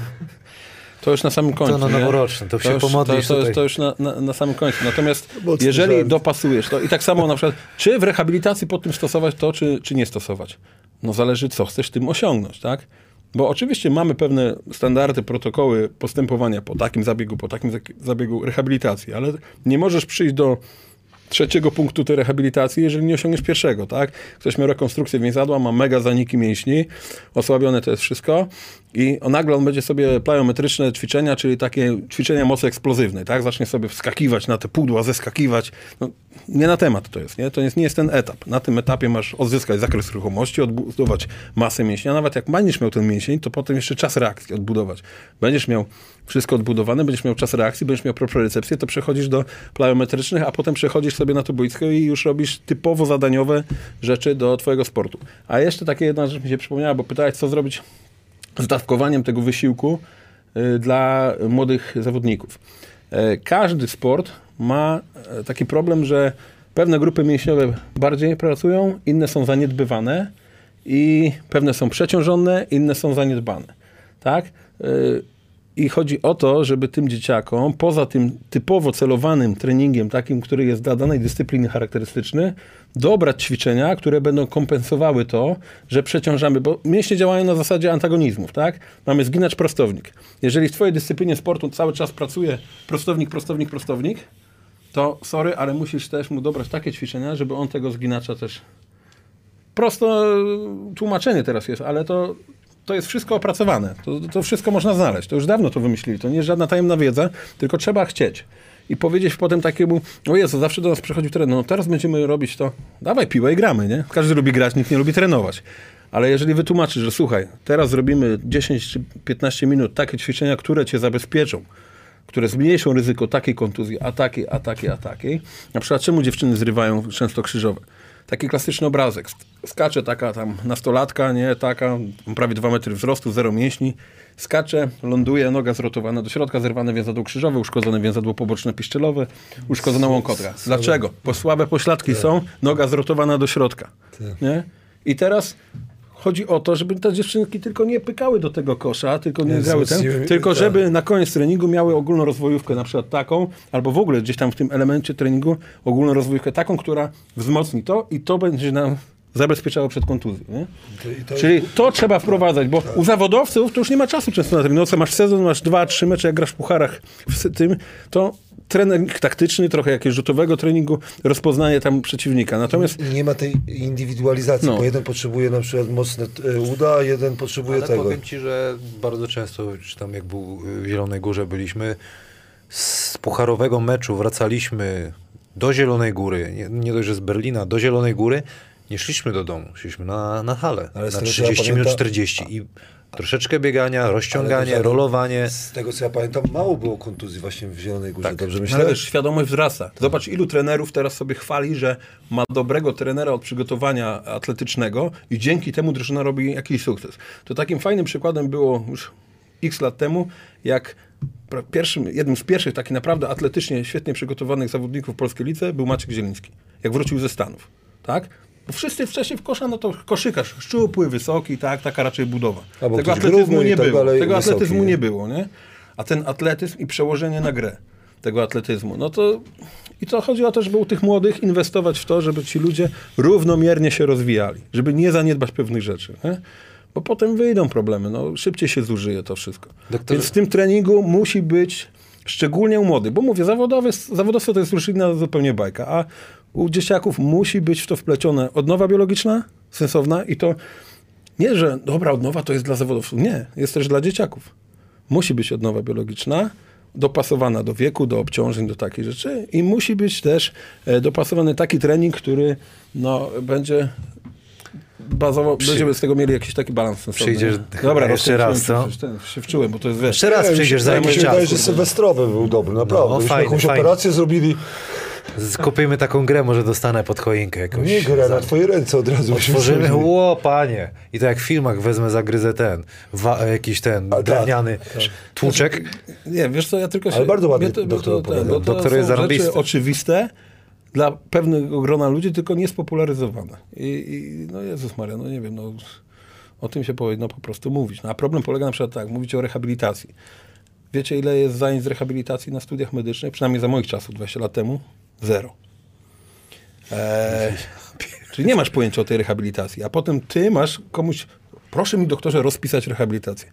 To już na samym końcu. To na nie? noworoczne, to się już, pomodlisz to, to, tutaj. to już na, na, na samym końcu. Natomiast Mocny jeżeli żart. dopasujesz to i tak samo na przykład, czy w rehabilitacji po tym stosować to, czy, czy nie stosować? No zależy, co chcesz tym osiągnąć, tak? Bo oczywiście mamy pewne standardy, protokoły postępowania po takim zabiegu, po takim zabiegu rehabilitacji, ale nie możesz przyjść do trzeciego punktu tej rehabilitacji, jeżeli nie osiągniesz pierwszego, tak? Ktoś miał rekonstrukcję więzadła, ma mega zaniki mięśni, osłabione to jest wszystko i o, nagle on będzie sobie plyometryczne ćwiczenia, czyli takie ćwiczenia mocy eksplozywnej, tak? Zacznie sobie wskakiwać na te pudła, zeskakiwać. No, nie na temat to jest, nie? To jest, nie jest ten etap. Na tym etapie masz odzyskać zakres ruchomości, odbudować masę mięśnia. Nawet jak będziesz miał ten mięsień, to potem jeszcze czas reakcji odbudować. Będziesz miał wszystko odbudowane, będziesz miał czas reakcji, będziesz miał propriocepcję, to przechodzisz do plyometrycznych, a potem przechodzisz sobie na to boisko i już robisz typowo zadaniowe rzeczy do twojego sportu. A jeszcze takie jedna rzecz mi się przypomniała, bo pytałeś, co zrobić z dawkowaniem tego wysiłku y, dla młodych zawodników. Y, każdy sport ma y, taki problem, że pewne grupy mięśniowe bardziej pracują, inne są zaniedbywane i pewne są przeciążone, inne są zaniedbane. Tak? Y, I chodzi o to, żeby tym dzieciakom, poza tym typowo celowanym treningiem, takim, który jest dla danej dyscypliny charakterystyczny, dobrać ćwiczenia, które będą kompensowały to, że przeciążamy, bo mięśnie działają na zasadzie antagonizmów, tak? Mamy zginacz, prostownik. Jeżeli w twojej dyscyplinie sportu cały czas pracuje prostownik, prostownik, prostownik, to sorry, ale musisz też mu dobrać takie ćwiczenia, żeby on tego zginacza też... Prosto tłumaczenie teraz jest, ale to... To jest wszystko opracowane. To, to wszystko można znaleźć. To już dawno to wymyślili. To nie jest żadna tajemna wiedza, tylko trzeba chcieć. I powiedzieć potem takiemu, o Jezu, zawsze do nas przychodził trener, no teraz będziemy robić to, dawaj piłę i gramy, nie? Każdy lubi grać, nikt nie lubi trenować. Ale jeżeli wytłumaczysz, że słuchaj, teraz zrobimy dziesięć czy piętnaście minut takie ćwiczenia, które cię zabezpieczą, które zmniejszą ryzyko takiej kontuzji, a takiej, a takiej, a takiej. Na przykład czemu dziewczyny zrywają często krzyżowe? Taki klasyczny obrazek. Skacze taka tam nastolatka, nie? Taka, prawie dwa metry wzrostu, zero mięśni. Skacze, ląduje, noga zrotowana do środka, zerwane więzadło krzyżowe, uszkodzone więzadło poboczne piszczelowe, uszkodzona łąkotka. Dlaczego? Bo słabe pośladki są, noga zrotowana do środka. Nie? I teraz chodzi o to, żeby te dziewczynki tylko nie pykały do tego kosza, tylko nie, nie grały ten, tylko żeby na koniec treningu miały ogólną rozwojówkę, na przykład taką, albo w ogóle gdzieś tam w tym elemencie treningu ogólną rozwojówkę taką, która wzmocni to i to będzie nam zabezpieczało przed kontuzją. Nie? To, i to Czyli jest... to trzeba wprowadzać, bo tak. U zawodowców to już nie ma czasu często na tym. No co, masz sezon, masz dwa, trzy mecze, jak grasz w pucharach w tym, to trening taktyczny, trochę jakiegoś rzutowego treningu, rozpoznanie tam przeciwnika. Natomiast nie ma tej indywidualizacji, no. bo jeden potrzebuje na przykład mocne uda, a jeden potrzebuje Ale tego. powiem ci, że bardzo często, czy tam jak był w Zielonej Górze byliśmy, z pucharowego meczu wracaliśmy do Zielonej Góry, nie, nie dość, że z Berlina, do Zielonej Góry, nie szliśmy do domu, szliśmy na, na halę, Ale na z tego, co ja trzydzieści minut, pamiętam- czterdzieści i troszeczkę biegania, rozciąganie, Ale to- rolowanie. Z tego co ja pamiętam, mało było kontuzji właśnie w Zielonej Górze. Tak. Dobrze ale myślę? też świadomość wzrasta. Zobacz, ilu trenerów teraz sobie chwali, że ma dobrego trenera od przygotowania atletycznego i dzięki temu drużyna robi jakiś sukces. To takim fajnym przykładem było już x lat temu, jak pierwszym, jednym z pierwszych takich naprawdę atletycznie świetnie przygotowanych zawodników w polskiej lidze był Maciek Zieliński, jak wrócił ze Stanów. Tak? Bo wszyscy wcześniej w kosza, no to koszykarz, szczupły, wysoki, tak, taka raczej budowa. Albo Tego ktoś atletyzmu gruby i nie tak było. dalej, Tego wysoki, atletyzmu nie? nie było, nie? A ten atletyzm i przełożenie na grę tego atletyzmu, no to i to chodzi o to, żeby u tych młodych inwestować w to, żeby ci ludzie równomiernie się rozwijali, żeby nie zaniedbać pewnych rzeczy, nie? Bo potem wyjdą problemy, no szybciej się zużyje to wszystko. Doktorze- Więc w tym treningu musi być szczególnie u młodych, bo mówię, zawodowe, zawodowstwo to jest już inna zupełnie bajka, a u dzieciaków musi być w to wplecione odnowa biologiczna, sensowna i to nie, że dobra odnowa to jest dla zawodowców. Nie, jest też dla dzieciaków. Musi być odnowa biologiczna, dopasowana do wieku, do obciążeń, do takich rzeczy i musi być też e, dopasowany taki trening, który no, będzie bazował, Przy- będziemy z tego mieli jakiś taki balans sensowny. Przyjdziesz nie? Dobra, jeszcze raz, rozkręciłem co? się, ten, się wczułem, bo to jest wiesz. Jeszcze raz Nie, przyjdziesz mi za się, mi jakiś się czas. wydaje, że kurde. sylwestrowy był dobry, naprawdę. No, Myśmy fajny, jakąś fajny. operację zrobili Kupimy taką grę, może dostanę pod choinkę jakoś. Nie gra na twoje ręce od razu. Otworzymy, ło panie. I to jak w filmach wezmę, zagryzę ten, wa, jakiś ten A, tak, drewniany tak. tłuczek. Nie, wiesz co, ja tylko się... Ale bardzo ładnie mnie to- doktor bo to, opowiada. bo to Doktor są jest rzeczy zarąbisty. oczywiste dla pewnego grona ludzi, tylko niespopularyzowane. I, i no Jezus Maria, no nie wiem, no o tym się powinno po prostu mówić. No, a problem polega na przykład tak, mówicie o rehabilitacji. Wiecie, ile jest zajęć z rehabilitacji na studiach medycznych? Przynajmniej za moich czasów, dwadzieścia lat temu. Zero. Eee, czyli nie masz pojęcia o tej rehabilitacji, a potem ty masz komuś, proszę mi doktorze rozpisać rehabilitację.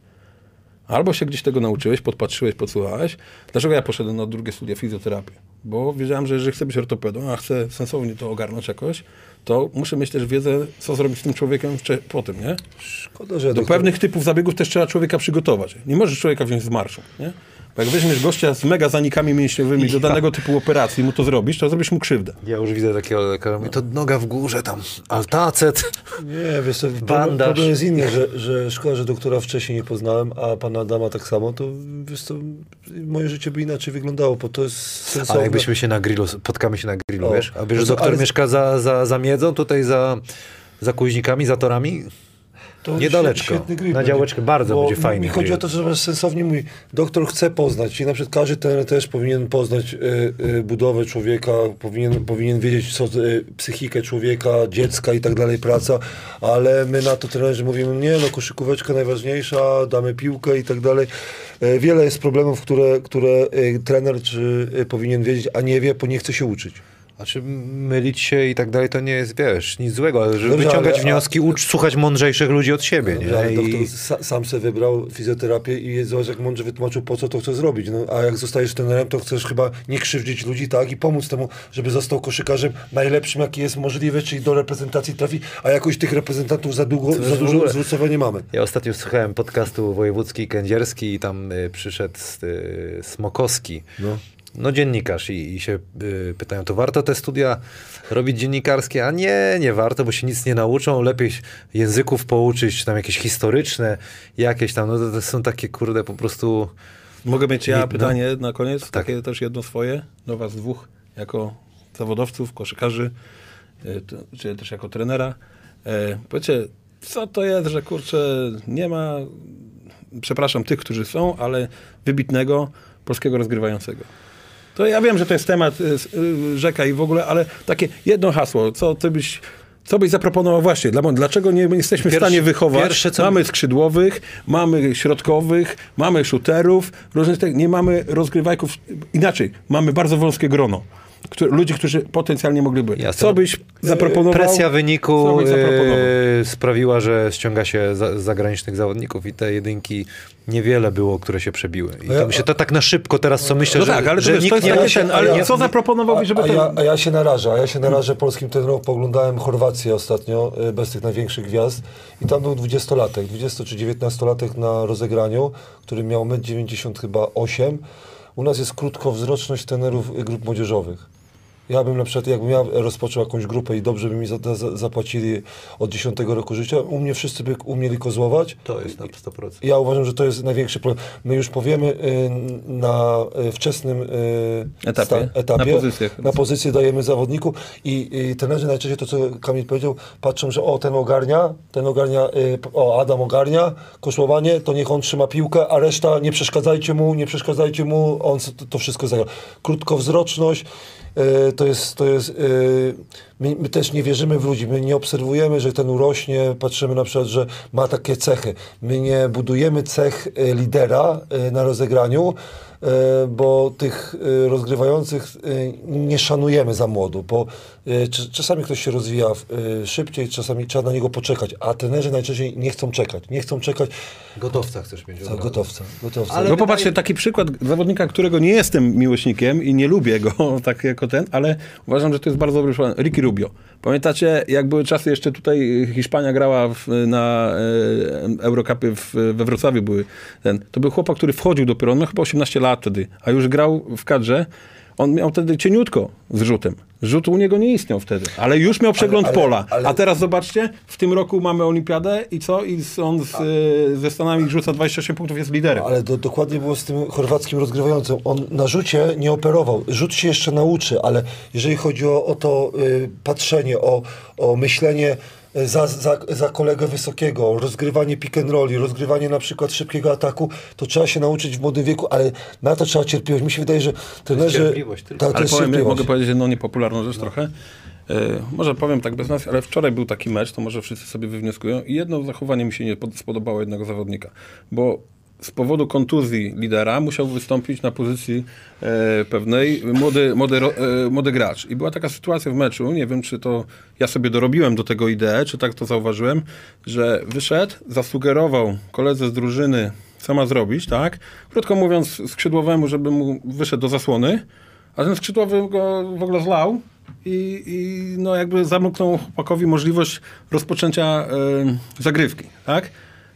Albo się gdzieś tego nauczyłeś, podpatrzyłeś, podsłuchałeś. Dlaczego ja poszedłem na drugie studia fizjoterapię? Bo wiedziałem, że jeżeli chcę być ortopedą, a chcę sensownie to ogarnąć jakoś, to muszę mieć też wiedzę, co zrobić z tym człowiekiem wcze- po tym, nie? Szkoda, że Do doktor... pewnych typów zabiegów też trzeba człowieka przygotować. Nie możesz człowieka wziąć z marszu, nie? Bo jak weźmiesz gościa z mega zanikami mięśniowymi do danego typu operacji i mu to zrobisz, to zrobisz mu krzywdę. Ja już widzę takiego lekarza, mówi, to noga w górze tam, altacet. Nie, wiesz co, problem, Bandaż. problem jest inny, że, że szkoda, że doktora wcześniej nie poznałem, a pana Adama tak samo, to wiesz co, moje życie by inaczej wyglądało, bo to jest sensowne. Ale jakbyśmy się na grillu, spotkamy się na grillu, O, wiesz? A wiesz, że no co, doktor ale- mieszka za, za, za miedzą, tutaj za, za kuźnikami, za torami? To Niedaleczko. świetny grill Na będzie. działeczkę bardzo Bo będzie fajny Mi chodzi grill. o to, że sensownie mój doktor chce poznać i na przykład każdy trener też powinien poznać y, y, budowę człowieka, powinien, powinien wiedzieć co, y, psychikę człowieka, dziecka i tak dalej, praca, ale my na to trenerzy mówimy, nie no, koszykóweczka najważniejsza, damy piłkę i tak dalej. Y, wiele jest problemów, które, które y, trener czy, y, powinien wiedzieć, a nie wie, bo nie chce się uczyć. Znaczy mylić się i tak dalej to nie jest, wiesz, nic złego, ale żeby Dobrze, wyciągać ale- a- wnioski, ucz, słuchać mądrzejszych ludzi od siebie, nie? Ale doktor I... sa, sam sobie wybrał fizjoterapię i zobacz, jak mądrze wytłumaczył, po co to chce zrobić. No, a jak zostajesz trenerem, to chcesz chyba nie krzywdzić ludzi, tak? I pomóc temu, żeby został koszykarzem najlepszym, jaki jest możliwy, czyli do reprezentacji trafi, a jakoś tych reprezentantów za, długo, za w dużo ogóle- zwrócowa nie mamy. Ja ostatnio słuchałem podcastu wojewódzki kędzierski i tam y, przyszedł y, Smokowski, No. no dziennikarz i, i się y, pytają, to warto te studia robić dziennikarskie? A nie, nie warto, bo się nic nie nauczą, lepiej języków pouczyć, czy tam jakieś historyczne, jakieś tam, no to, to są takie kurde po prostu... Mogę mieć ja Nie, no. pytanie na koniec, Tak. takie też jedno swoje, do was dwóch, jako zawodowców, koszykarzy, y, to, czy też jako trenera. E, powiedzcie, co to jest, że kurczę, nie ma, przepraszam tych, którzy są, ale wybitnego polskiego rozgrywającego. To ja wiem, że to jest temat y, s- y, rzeka i w ogóle, ale takie jedno hasło, co ty byś, co byś zaproponował właśnie, dla, dlaczego nie jesteśmy w Pierwsze- stanie wychować, pierwsze, co- mamy skrzydłowych, mamy środkowych, mamy shooterów, różnych tych, nie mamy rozgrywajków, inaczej, mamy bardzo wąskie grono. Którzy, ludzi, którzy potencjalnie mogliby. Jasne. Co byś zaproponował? Presja Co wyniku byś zaproponował? e, sprawiła, że ściąga się za, zagranicznych zawodników i te jedynki niewiele było, które się przebiły. I A ja- to mi się to tak na szybko teraz, co myślę, No że, tak, ale to, że wiesz, to nikt jest nie... takie się- ten, a ale ja- co zaproponowałbyś, żeby a, to... ja, a ja się narażę, a ja się narażę polskim trenerom, pooglądałem Chorwację ostatnio, y, bez tych największych gwiazd i tam był dwudziestolatek, dwudziesto czy dziewiętnastolatek na rozegraniu, który miał metr dziewięćdziesiąt chyba osiem. U nas jest krótkowzroczność trenerów y, grup młodzieżowych. Ja bym na przykład, jakbym ja rozpoczął jakąś grupę i dobrze by mi za, za, zapłacili od dziesiątego roku życia, u mnie wszyscy by umieli kozłować. To jest na sto procent. Ja uważam, że to jest największy problem. My już powiemy y, na y, wczesnym y, Etapie. etapie Na pozycjach. na pozycję dajemy zawodniku i, i trenerzy najczęściej to, co Kamil powiedział, patrzą, że o, ten ogarnia, ten ogarnia, y, o, Adam ogarnia, koszłowanie, to niech on trzyma piłkę, a reszta nie przeszkadzajcie mu, nie przeszkadzajcie mu, on to, to wszystko zagra. Krótkowzroczność, y, to jest, to jest y, my, my też nie wierzymy w ludzi, my nie obserwujemy, że ten urośnie, patrzymy na przykład, że ma takie cechy. My nie budujemy cech y, lidera y, na rozegraniu, y, bo tych y, rozgrywających y, nie szanujemy za młodu, bo y, cz- czasami ktoś się rozwija y, szybciej, czasami trzeba na niego poczekać, a trenerzy najczęściej nie chcą czekać, nie chcą czekać Gotowca chcesz mieć. od za razu. gotowca. gotowca. Ale Bo wydaje- popatrzcie, taki przykład zawodnika, którego nie jestem miłośnikiem i nie lubię go tak jako ten, ale uważam, że to jest bardzo dobry przykład. Ricky Rubio. Pamiętacie, jak były czasy jeszcze tutaj Hiszpania grała w, na e, Eurocupy w, we Wrocławiu były ten. To był chłopak, który wchodził dopiero, on miał chyba osiemnaście lat wtedy, a już grał w kadrze. On miał wtedy cieniutko z rzutem. Rzut u niego nie istniał wtedy, ale już miał przegląd ale, ale, pola. ale... A teraz zobaczcie, w tym roku mamy olimpiadę i co? I on z, y, ze Stanami rzuca dwadzieścia osiem punktów, jest liderem. Ale do, dokładnie było z tym chorwackim rozgrywającym. On na rzucie nie operował. Rzut się jeszcze nauczy, ale jeżeli chodzi o, o to y, patrzenie, o, o myślenie za, za, za kolegę wysokiego, rozgrywanie pick and rolli, rozgrywanie na przykład szybkiego ataku, to trzeba się nauczyć w młodym wieku, ale na to trzeba cierpliwość. Mi się wydaje, że trenerzy... cierpliwość tylko. Tak, to Ale jest powiem, cierpliwość. mogę powiedzieć jedną niepopularną rzecz no. trochę. E, może powiem tak bez nas, ale wczoraj był taki mecz, to może wszyscy sobie wywnioskują i jedno zachowanie mi się nie pod- spodobało jednego zawodnika, bo z powodu kontuzji lidera musiał wystąpić na pozycji e, pewnej młody, młody, ro, e, młody gracz. I była taka sytuacja w meczu, nie wiem czy to ja sobie dorobiłem do tego ideę, czy tak to zauważyłem, że wyszedł, zasugerował koledze z drużyny, co ma zrobić, tak? Krótko mówiąc skrzydłowemu, żeby mu wyszedł do zasłony, a ten skrzydłowy go w ogóle zlał i, i no jakby zamknął chłopakowi możliwość rozpoczęcia e, zagrywki, tak?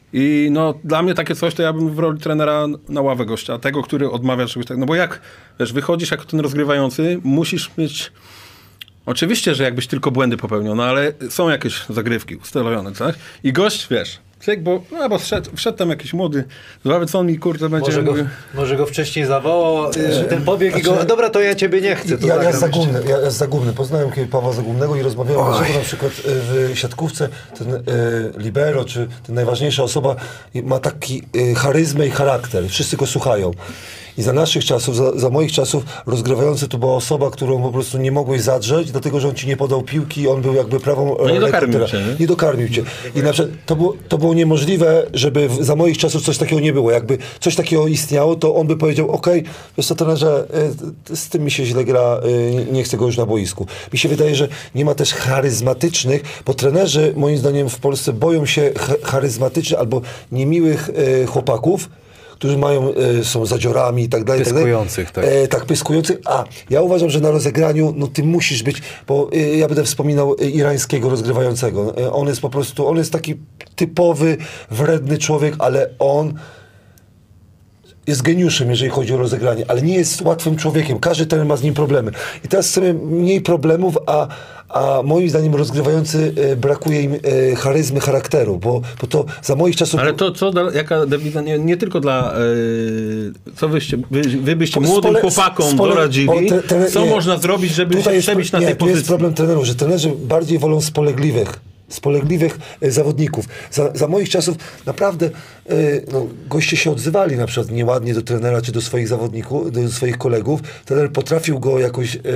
I no dla mnie takie coś, to ja bym w roli trenera na ławę gościa, tego, który odmawia czegoś takiego. No bo jak, wiesz, wychodzisz jako ten rozgrywający, musisz mieć... Oczywiście, że jakbyś tylko błędy popełniał, no ale są jakieś zagrywki ustawione, tak? I gość, wiesz, cyk, bo, no, bo wszedł, wszedł tam jakiś młody, zobaczy co on mi kurde będzie... Może go, mówił. może go wcześniej zawołał, że ten pobieg i go, dobra, to ja ciebie nie chcę. To Ja, ja, zagram Zagumny, ja, ja Zagumny. Poznałem kiedyś Pawła Zagumnego i rozmawiałem, dlaczego na przykład w siatkówce ten y, libero, czy ten najważniejsza osoba ma taki y, charyzmę i charakter. Wszyscy go słuchają. I za naszych czasów, za, za moich czasów rozgrywający to była osoba, którą po prostu nie mogłeś zadrzeć, dlatego że on ci nie podał piłki, on był jakby prawą... No nie dokarmił cię, nie? Nie dokarmił cię. I na przykład to było, to było niemożliwe, żeby w, za moich czasów coś takiego nie było. Jakby coś takiego istniało, to on by powiedział, okej, okay, wiesz co, trenerze, y, z tym mi się źle gra, y, nie chcę go już na boisku. Mi się wydaje, że nie ma też charyzmatycznych, bo trenerzy moim zdaniem w Polsce boją się ch- charyzmatycznych albo niemiłych y, chłopaków, którzy mają, y, są zadziorami i tak dalej. Pyskujących, tak. E, tak, pyskujących. A ja uważam, że na rozegraniu, no ty musisz być, bo y, ja będę wspominał y, irańskiego rozgrywającego. Y, on jest po prostu, on jest taki typowy, wredny człowiek, ale on jest geniuszem, jeżeli chodzi o rozegranie, ale nie jest łatwym człowiekiem. Każdy trener ma z nim problemy. I teraz chcemy mniej problemów, a, a moim zdaniem rozgrywający y, brakuje im y, charyzmy, charakteru, bo, bo to za moich czasów... Ale to co, da, jaka dewiza, nie, nie tylko dla, yy, co wyście, wy, wy byście młodym Spole- chłopakom spole- doradzili, o, te- te- co nie. można zrobić, żeby Tutaj się jest, przebić na nie, tej tu pozycji? jest problem trenerów, że trenerzy bardziej wolą spolegliwych, spolegliwych e, zawodników. Za, za moich czasów naprawdę e, no, goście się odzywali na przykład nieładnie do trenera czy do swoich zawodników, do swoich kolegów. Trener potrafił go jakoś e, e,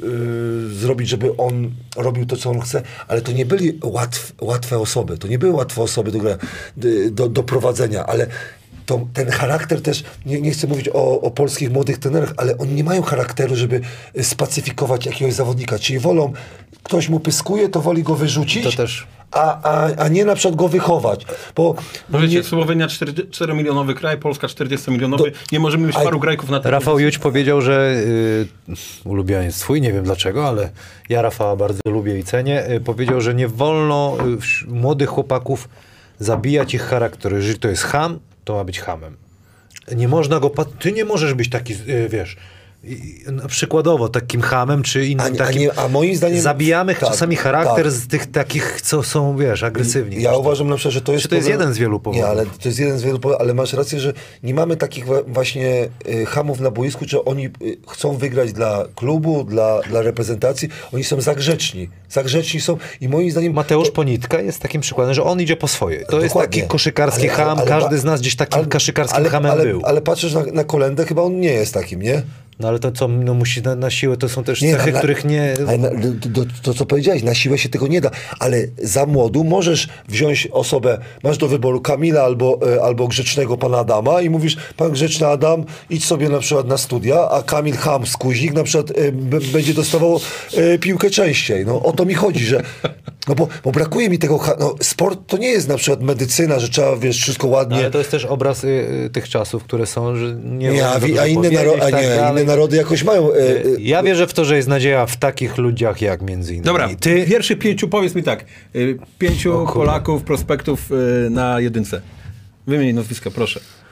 zrobić, żeby on robił to, co on chce, ale to nie byli łatw, łatwe osoby, to nie były łatwe osoby do, gra- do, do prowadzenia, ale to, ten charakter też, nie, nie chcę mówić o, o polskich młodych trenerach, ale oni nie mają charakteru, żeby spacyfikować jakiegoś zawodnika, czyli wolą, ktoś mu pyskuje, to woli go wyrzucić, To też- a, a, a nie na przykład go wychować, bo No wiecie, nie, Słowenia czteromilionowy kraj, Polska czterdziestomilionowy, nie możemy mieć a- paru grajków na tej Rafał pozycji. Juć powiedział, że y, ulubieniec twój, nie wiem dlaczego, ale ja Rafała bardzo lubię i cenię, y, powiedział, że nie wolno y, wś- młodych chłopaków zabijać ich charakteru. Jeżeli to jest cham, to ma być chamem. Nie można go... pat- Ty nie możesz być taki, y, wiesz... I, no, przykładowo takim chamem, czy innym A nie- a takim... nie- a moim zdaniem- Zabijamy tak, czasami charakter tak. z tych takich, co są, wiesz, agresywni. Ja uważam na przykład, że to jest... Czy to jest problem- jeden z wielu powodów? Nie, ale to jest jeden z wielu powodów, ale masz rację, że nie mamy takich wa- właśnie y, hamów na boisku, że oni y, chcą wygrać dla klubu, dla, dla reprezentacji. Oni są zagrzeczni. Zagrzeczni są i moim zdaniem... Mateusz Ponitka jest takim przykładem, że on idzie po swoje. To jest Dokładnie. taki koszykarski Ale- ale- ham, ale- każdy z nas gdzieś takim ale- koszykarskim ale, hamem ale, był. Ale patrzysz na, na Kolendę, chyba on nie jest takim, nie? No ale to co, no musi na, na siłę, to są też cechy, na- których nie... Ale na, do, do, to, co powiedziałeś, na siłę się tego nie da, ale za młodu możesz wziąć osobę, masz do wyboru Kamila albo, e, albo grzecznego pana Adama i mówisz, pan grzeczny Adam, idź sobie na przykład na studia, a Kamil Ham Skuźnik na przykład e, b, będzie dostawał e, piłkę częściej. No o to mi chodzi, że no bo, bo brakuje mi tego, ha- no, sport to nie jest na przykład medycyna, że trzeba, wiesz, wszystko ładnie... Ale to jest też obraz y, y, tych czasów, które są, że nie nie, wolno a, za wi- dużo a, inne, powiedzieć, naro- a tak nie, dalej. inne narody jakoś mają... E, e, Ja wierzę w to, że jest nadzieja w takich ludziach jak między innymi Dobra, ty. ty pierwszych pięciu, powiedz mi tak, y, pięciu O kurde. Polaków, prospektów y, na jedynce. Wymień nazwiska, proszę.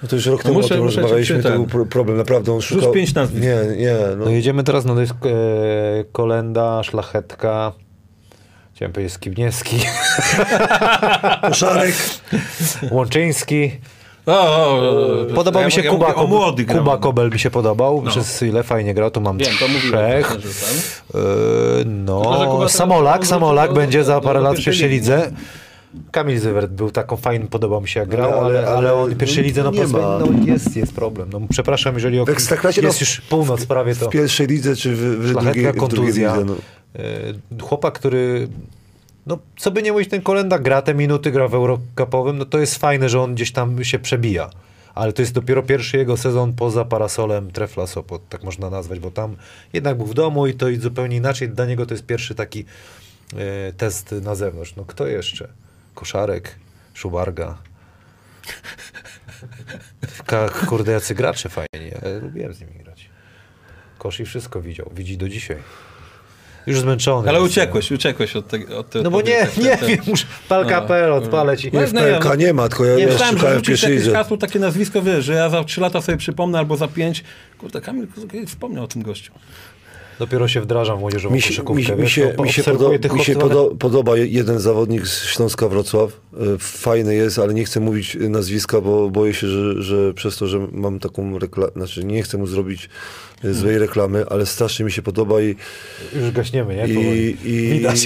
No to już rok No temu muszę- o tym muszę ci rozmawialiśmy, to ten- był pro- problem, naprawdę on szukał... pięć nazwisk. Nie, nie, no. No jedziemy teraz, no to jest e, Kolenda, Szlachetka, chciałem powiedzieć Skibniewski, Koszarek. Łączyński. O, o, o, Podobał ja, mi się ja Kuba, mówię o młodych Kuba grałem. Kobel mi się podobał, No. przez ile fajnie grał, to mam Wiem, to mówiłem. trzech. że tam. Yy, Tylko, że Kuba no, teraz Samolak, wrócił Samolak do- będzie za do- parę do lat w pierwszej pierwszej ligi. lidze. Kamil Zywert był taką fajny, podobał mi się jak grał, Ale- ale, ale- ale, ale on w pierwszej lidze no, nie pozwoli- ma. no jest, jest problem. No, przepraszam, jeżeli o, W Ekstraklasie, jest no, już północ prawie to. W pierwszej lidze, czy w, w, Szlachetna drugiej, w drugiej kontuzja. lidze, no. Yy, Chłopak, który no co by nie mówić, ten Kolenda gra te minuty, gra w Eurocupowym, no to jest fajne, że on gdzieś tam się przebija. Ale to jest dopiero pierwszy jego sezon poza parasolem Trefla Sopot, tak można nazwać, bo tam jednak był w domu i to i zupełnie inaczej. Dla niego to jest pierwszy taki e, test na zewnątrz. No kto jeszcze? Koszarek, Szubarga. Ka, kurde, jacy gracze fajni. Ja lubiłem z nimi grać. Kosz wszystko widział. Widzi do dzisiaj. Już zmęczony. Ale jest. uciekłeś, uciekłeś od tego. Od tej No bo nie, odpowiedzi. nie Te- wiem, muszę palka No. P L odpalę ci. No, Nie, w no, P L K ja- nie ma, tylko ja, Nie ja myślałem, że szukałem w rzucić pierwszej jakieś lidze. hasło, takie nazwisko, wiesz, że ja za trzy lata sobie przypomnę albo za pięć. Kurde, Kamil wspomniał o tym gościu. Dopiero się wdrażam w młodzieżową Mi się, koszykówkę. mi, się, mi wiesz, się, no, mi się, obserwuję podo- tych mi się chłopców, ale- podo- podoba je- jeden zawodnik z Śląska Wrocław. Y, Fajny jest, ale nie chcę mówić nazwiska, bo boję się, że, że przez to, że mam taką reklamę, znaczy nie chcę mu zrobić y, złej reklamy, ale strasznie mi się podoba i, Już gaśniemy, nie? i, Powoli. i, Widać.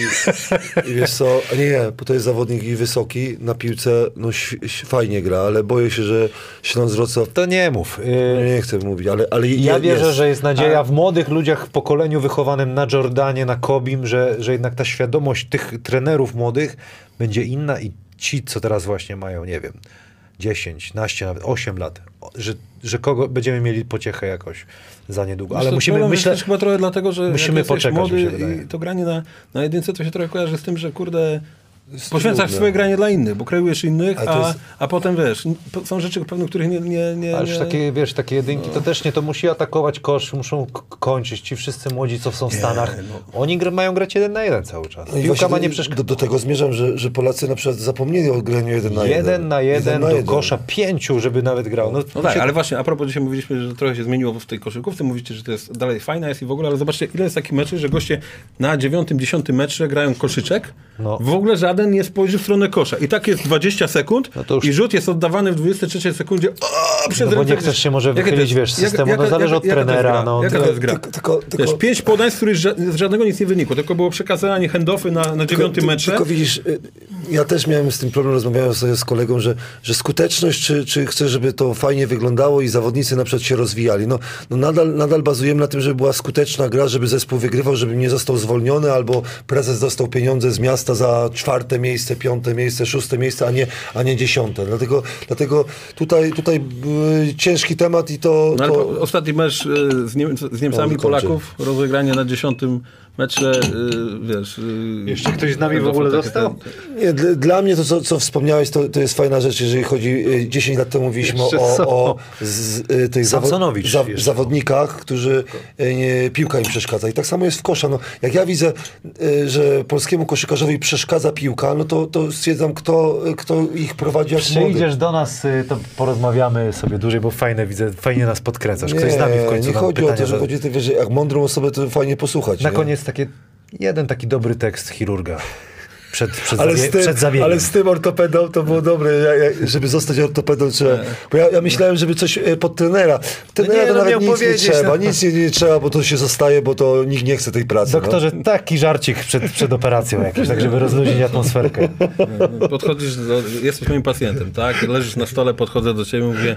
i wiesz co, a nie, nie, bo to jest zawodnik i wysoki, na piłce no ś- ś- fajnie gra, ale boję się, że Śląsk Wrocław, To nie mów. no, Yy, nie chcę mówić, ale, ale ja je- wierzę, jest. że jest nadzieja w młodych ludziach, w pokoleniu wychowanym na Jordanie, na Kobim, że, że jednak ta świadomość tych trenerów młodych będzie inna i ci, co teraz właśnie mają, nie wiem, dziesięć, naście, nawet osiem lat, o, że, że kogo będziemy mieli pociechę jakoś za niedługo. Ale Myślę, musimy, problem myślę, jest też chyba trochę dlatego, że musimy jak jesteś poczekać, mi się młody wydaje. i to granie na, na jedynce to się trochę kojarzy z tym, że kurde poświęcasz trudne. swoje granie dla innych, bo kreujesz innych, Ale to a, jest- a potem wiesz, n- po- są rzeczy pewne, których nie... nie, nie, ale już nie takie, wiesz, takie jedynki to też nie, to musi atakować kosz, muszą k- kończyć. Ci wszyscy młodzi, co są w Stanach, oni gr- mają grać jeden na jeden cały czas. No i Piłka właśnie ma do- nie przeszkadzać. do, do tego zmierzam, że, że Polacy na przykład zapomnieli o graniu jeden na jeden. Jeden na jeden na do jeden. kosza, pięciu, żeby nawet grał. No, No tak, się- ale właśnie, a propos, dzisiaj mówiliśmy, że trochę się zmieniło w tej koszykówce, mówicie, że to jest dalej fajna jest i w ogóle, ale zobaczcie, ile jest takich meczy, że goście na dziewiątym, dziesiątym metrze grają koszyczek, No. w ogóle żaden nie spojrzy w stronę kosza. I tak jest dwadzieścia sekund No to już- i rzut jest oddawany w dwudziestej trzeciej sekundzie o, przez No bo ręce. nie chcesz się może Jakie to wychylić, jest- wiesz, z jaka- systemu, no jaka- zależy od jaka to jest trenera, gra? no. Jaka to jest gra? Tylko, tylko, tylko, Wiesz, pięć podań, z których ża- z żadnego nic nie wynikło, tylko było przekazanie handoffy na, na dziewiątym ty- metrze. Tylko widzisz, y, ja też miałem z tym problem, rozmawiałem sobie z kolegą, że, że skuteczność, czy, czy chcę, żeby to fajnie wyglądało i zawodnicy na przykład się rozwijali. No, no nadal, nadal bazujemy na tym, żeby była skuteczna gra, żeby zespół wygrywał, żeby nie został zwolniony, albo prezes dostał pieniądze z miasta za czwarte miejsce, piąte miejsce, szóste miejsce, a nie, a nie dziesiąte. Dlatego, dlatego tutaj, tutaj y, ciężki temat i to... No, ale to... po, ostatni mecz y, z, Niem z Niemcami, No, Polaków, rozegranie na dziesiątym metrze, y, wiesz... Y, Jeszcze ktoś z nami w ogóle takie- został? Nie, dla, dla mnie to, co, co wspomniałeś, to, to jest fajna rzecz, jeżeli chodzi, y, dziesięć lat temu mówiliśmy Jeszcze o, są. o z, y, tych zawo Samsonowicz za jeszcze. zawodnikach, którzy y, nie, piłka im przeszkadza. I tak samo jest w kosza. No, jak ja widzę, y, że polskiemu koszykarzowi przeszkadza piłka, no to, to stwierdzam, kto, kto ich prowadzi jak młody. Przyjdziesz do nas, y, to porozmawiamy sobie dłużej, bo fajne widzę, fajnie nas podkręcasz. Ktoś z nami w końcu nie nam chodzi o pytania to, że zada- chodzi, ty wiesz, że jak mądrą osobę, to fajnie posłuchać. Na nie? koniec takie, jeden taki dobry tekst chirurga. Przed, przed, Ale zawie- z, tym, przed zabiegiem. ale z tym ortopedą to było dobre, ja, ja, żeby zostać ortopedą trzeba, bo ja, ja myślałem, żeby coś e, pod trenera. Trenera nie, to no nawet miał nic nie powiedzieć, trzeba, no. nic nie, nie trzeba, bo to się zostaje, bo to nikt nie chce tej pracy. Doktorze, taki żarcik przed, przed operacją jakiś, tak żeby rozluźnić atmosferkę. Podchodzisz, do, jesteś moim pacjentem, tak? Leżysz na stole, podchodzę do ciebie i mówię: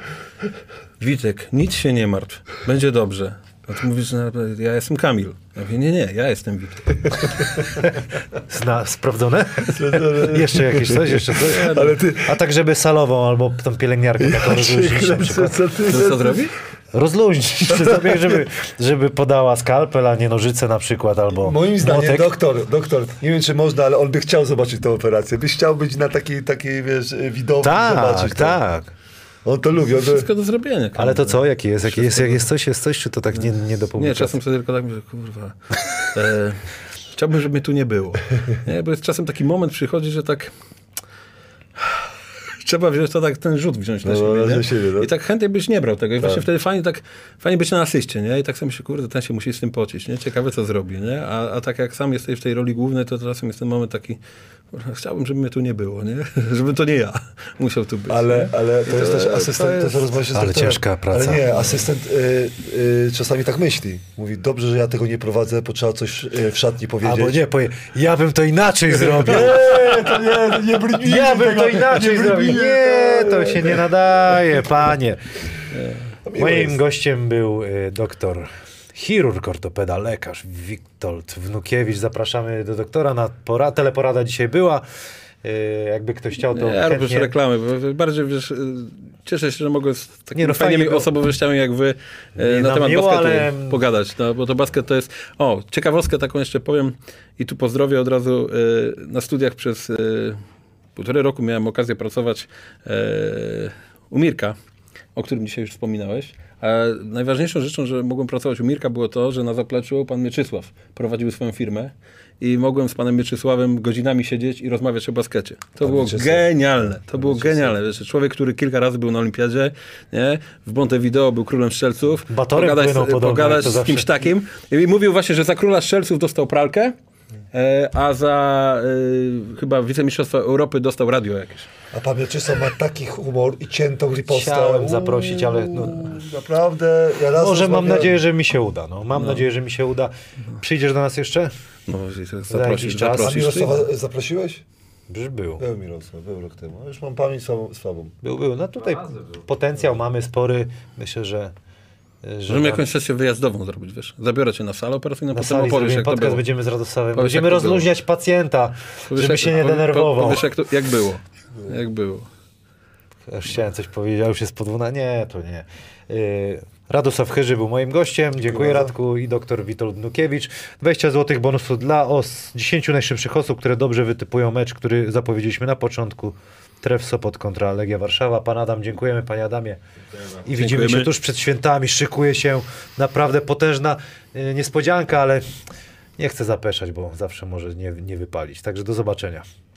Witek, nic się nie martw, będzie dobrze. A ty mówisz, że ja jestem Kamil. Ja mówię, nie, nie, ja jestem Witek. Zna, sprawdzone? Jeszcze jakieś coś? Jeszcze coś? Ale ty- A tak, żeby salową albo tą pielęgniarkę taką rozluźnić na przykład. co ty, Co, co zrobi? Rozluźnić przy sobie, żeby, żeby podała skalpel, a nie nożyce na przykład, albo Moim zdaniem młotek. doktor, doktor, nie wiem czy można, ale on by chciał zobaczyć tę operację. Byś chciał być na takiej, takiej wiesz, widowni Tak, zobaczyć to. tak. On to lubi. On to... Wszystko do zrobienia. Kamil. Ale to co? Jaki jest? Jaki jest, jak jest coś, jest coś, czy to tak nie, nie do Nie, publikacji? czasem sobie tylko tak mówię, kurwa, e, chciałbym, żeby mnie tu nie było. Nie, bo jest czasem taki moment przychodzi, że tak trzeba wziąć to tak, ten rzut wziąć na No, siebie, na nie? siebie, no. I tak chętnie byś nie brał tego. I właśnie Tak. wtedy fajnie, tak, fajnie być na asyście, nie? I tak sobie myślę, kurde, ten się musi z tym pocić, nie? Ciekawe, co zrobi, nie? A, a tak jak sam jesteś w tej roli głównej, to czasem jest ten moment taki, kurwa, chciałbym, żeby mnie tu nie było, nie? Żeby to nie ja musiał tu być. Ale, ale to jest też to asystent, to jest- jest rozmawia się z ale doktorem. ciężka praca. Ale nie, asystent y, y, czasami tak myśli. Mówi, dobrze, że ja tego nie prowadzę, bo trzeba coś y, w szatni powiedzieć. Albo nie, powie, ja bym to inaczej zrobił. Nie, to nie, nie brnijmy Ja bym tego, to inaczej nie zrobił. brnijmy. Nie, to się nie nadaje, panie. Miło Moim jest. gościem był y, doktor, chirurg, ortopeda, lekarz Witold Wnukiewicz. Zapraszamy do doktora na pora- teleporada dzisiaj była. Y, jakby ktoś chciał, to Nie, ja robię chętnie... reklamy, bo bardziej wiesz, y, cieszę się, że mogę z takimi Nie, no fajnie fajnymi było. osobowościami jak wy Nie, y, na nam temat miło, basketu ale- pogadać, no, bo to basket to jest... O, ciekawostkę taką jeszcze powiem i tu pozdrowię od razu. Y, na studiach przez y, półtorej roku miałem okazję pracować y, u Mirka, o którym dzisiaj już wspominałeś. A najważniejszą rzeczą, że mogłem pracować u Mirka, było to, że na zapleczu pan Mieczysław prowadził swoją firmę i mogłem z panem Mieczysławem godzinami siedzieć i rozmawiać o baskecie. To Pan było Mieczysław. genialne. To było genialne. Wiesz, człowiek, który kilka razy był na olimpiadzie, nie? W Montevideo był królem strzelców. Batorem pogadać płynął podobno, pogadać to z zawsze. kimś takim. I mówił właśnie, że za króla strzelców dostał pralkę, e, a za e, chyba wicemistrzostwa Europy dostał radio jakieś. A pan Mieczysław ma taki humor i ciętą ripostę. Chciałem zaprosić, ale no- Uuu, naprawdę. Ja raz Może mam rozmawiałem- nadzieję, że mi się uda. No, mam nadzieję, że mi się uda. Przyjdziesz do nas jeszcze? No, i to jakiś zaprosisz, czas. A zaprosisz ty? Mirosława zaprosiłeś? Już był. Był Mirosław, był rok temu. Już mam pamięć słabą. słabą. Był, był. No tutaj Dwa razy był. potencjał mamy spory. Myślę, że... że Możemy nam- jakąś sesję wyjazdową zrobić, wiesz. Zabiorę cię na salę operacyjną, na potem sali opowiesz, zrobimy jak to podcast, było. będziemy z Radosławem. Powiesz, Będziemy jak to było. rozluźniać pacjenta, Powiesz, żeby jak- się nie powie- denerwował. Powiesz, jak, to, jak było. Jak było. Już chciałem coś powiedzieć, a już jest podwójna. Nie, to nie. Yy, Radosław Chyży był moim gościem. Dziękuję bardzo. Radku i doktor Witold Wnukiewicz. dwadzieścia złotych bonusu dla os dziesięciu najszybszych osób, które dobrze wytypują mecz, który zapowiedzieliśmy na początku. Tref Sopot kontra Legia Warszawa. Pan Adam, dziękujemy Panie Adamie. I widzimy Dziękujemy. się tuż przed świętami. Szykuje się naprawdę potężna yy, niespodzianka, ale nie chcę zapeszać, bo zawsze może nie, nie wypalić. Także do zobaczenia.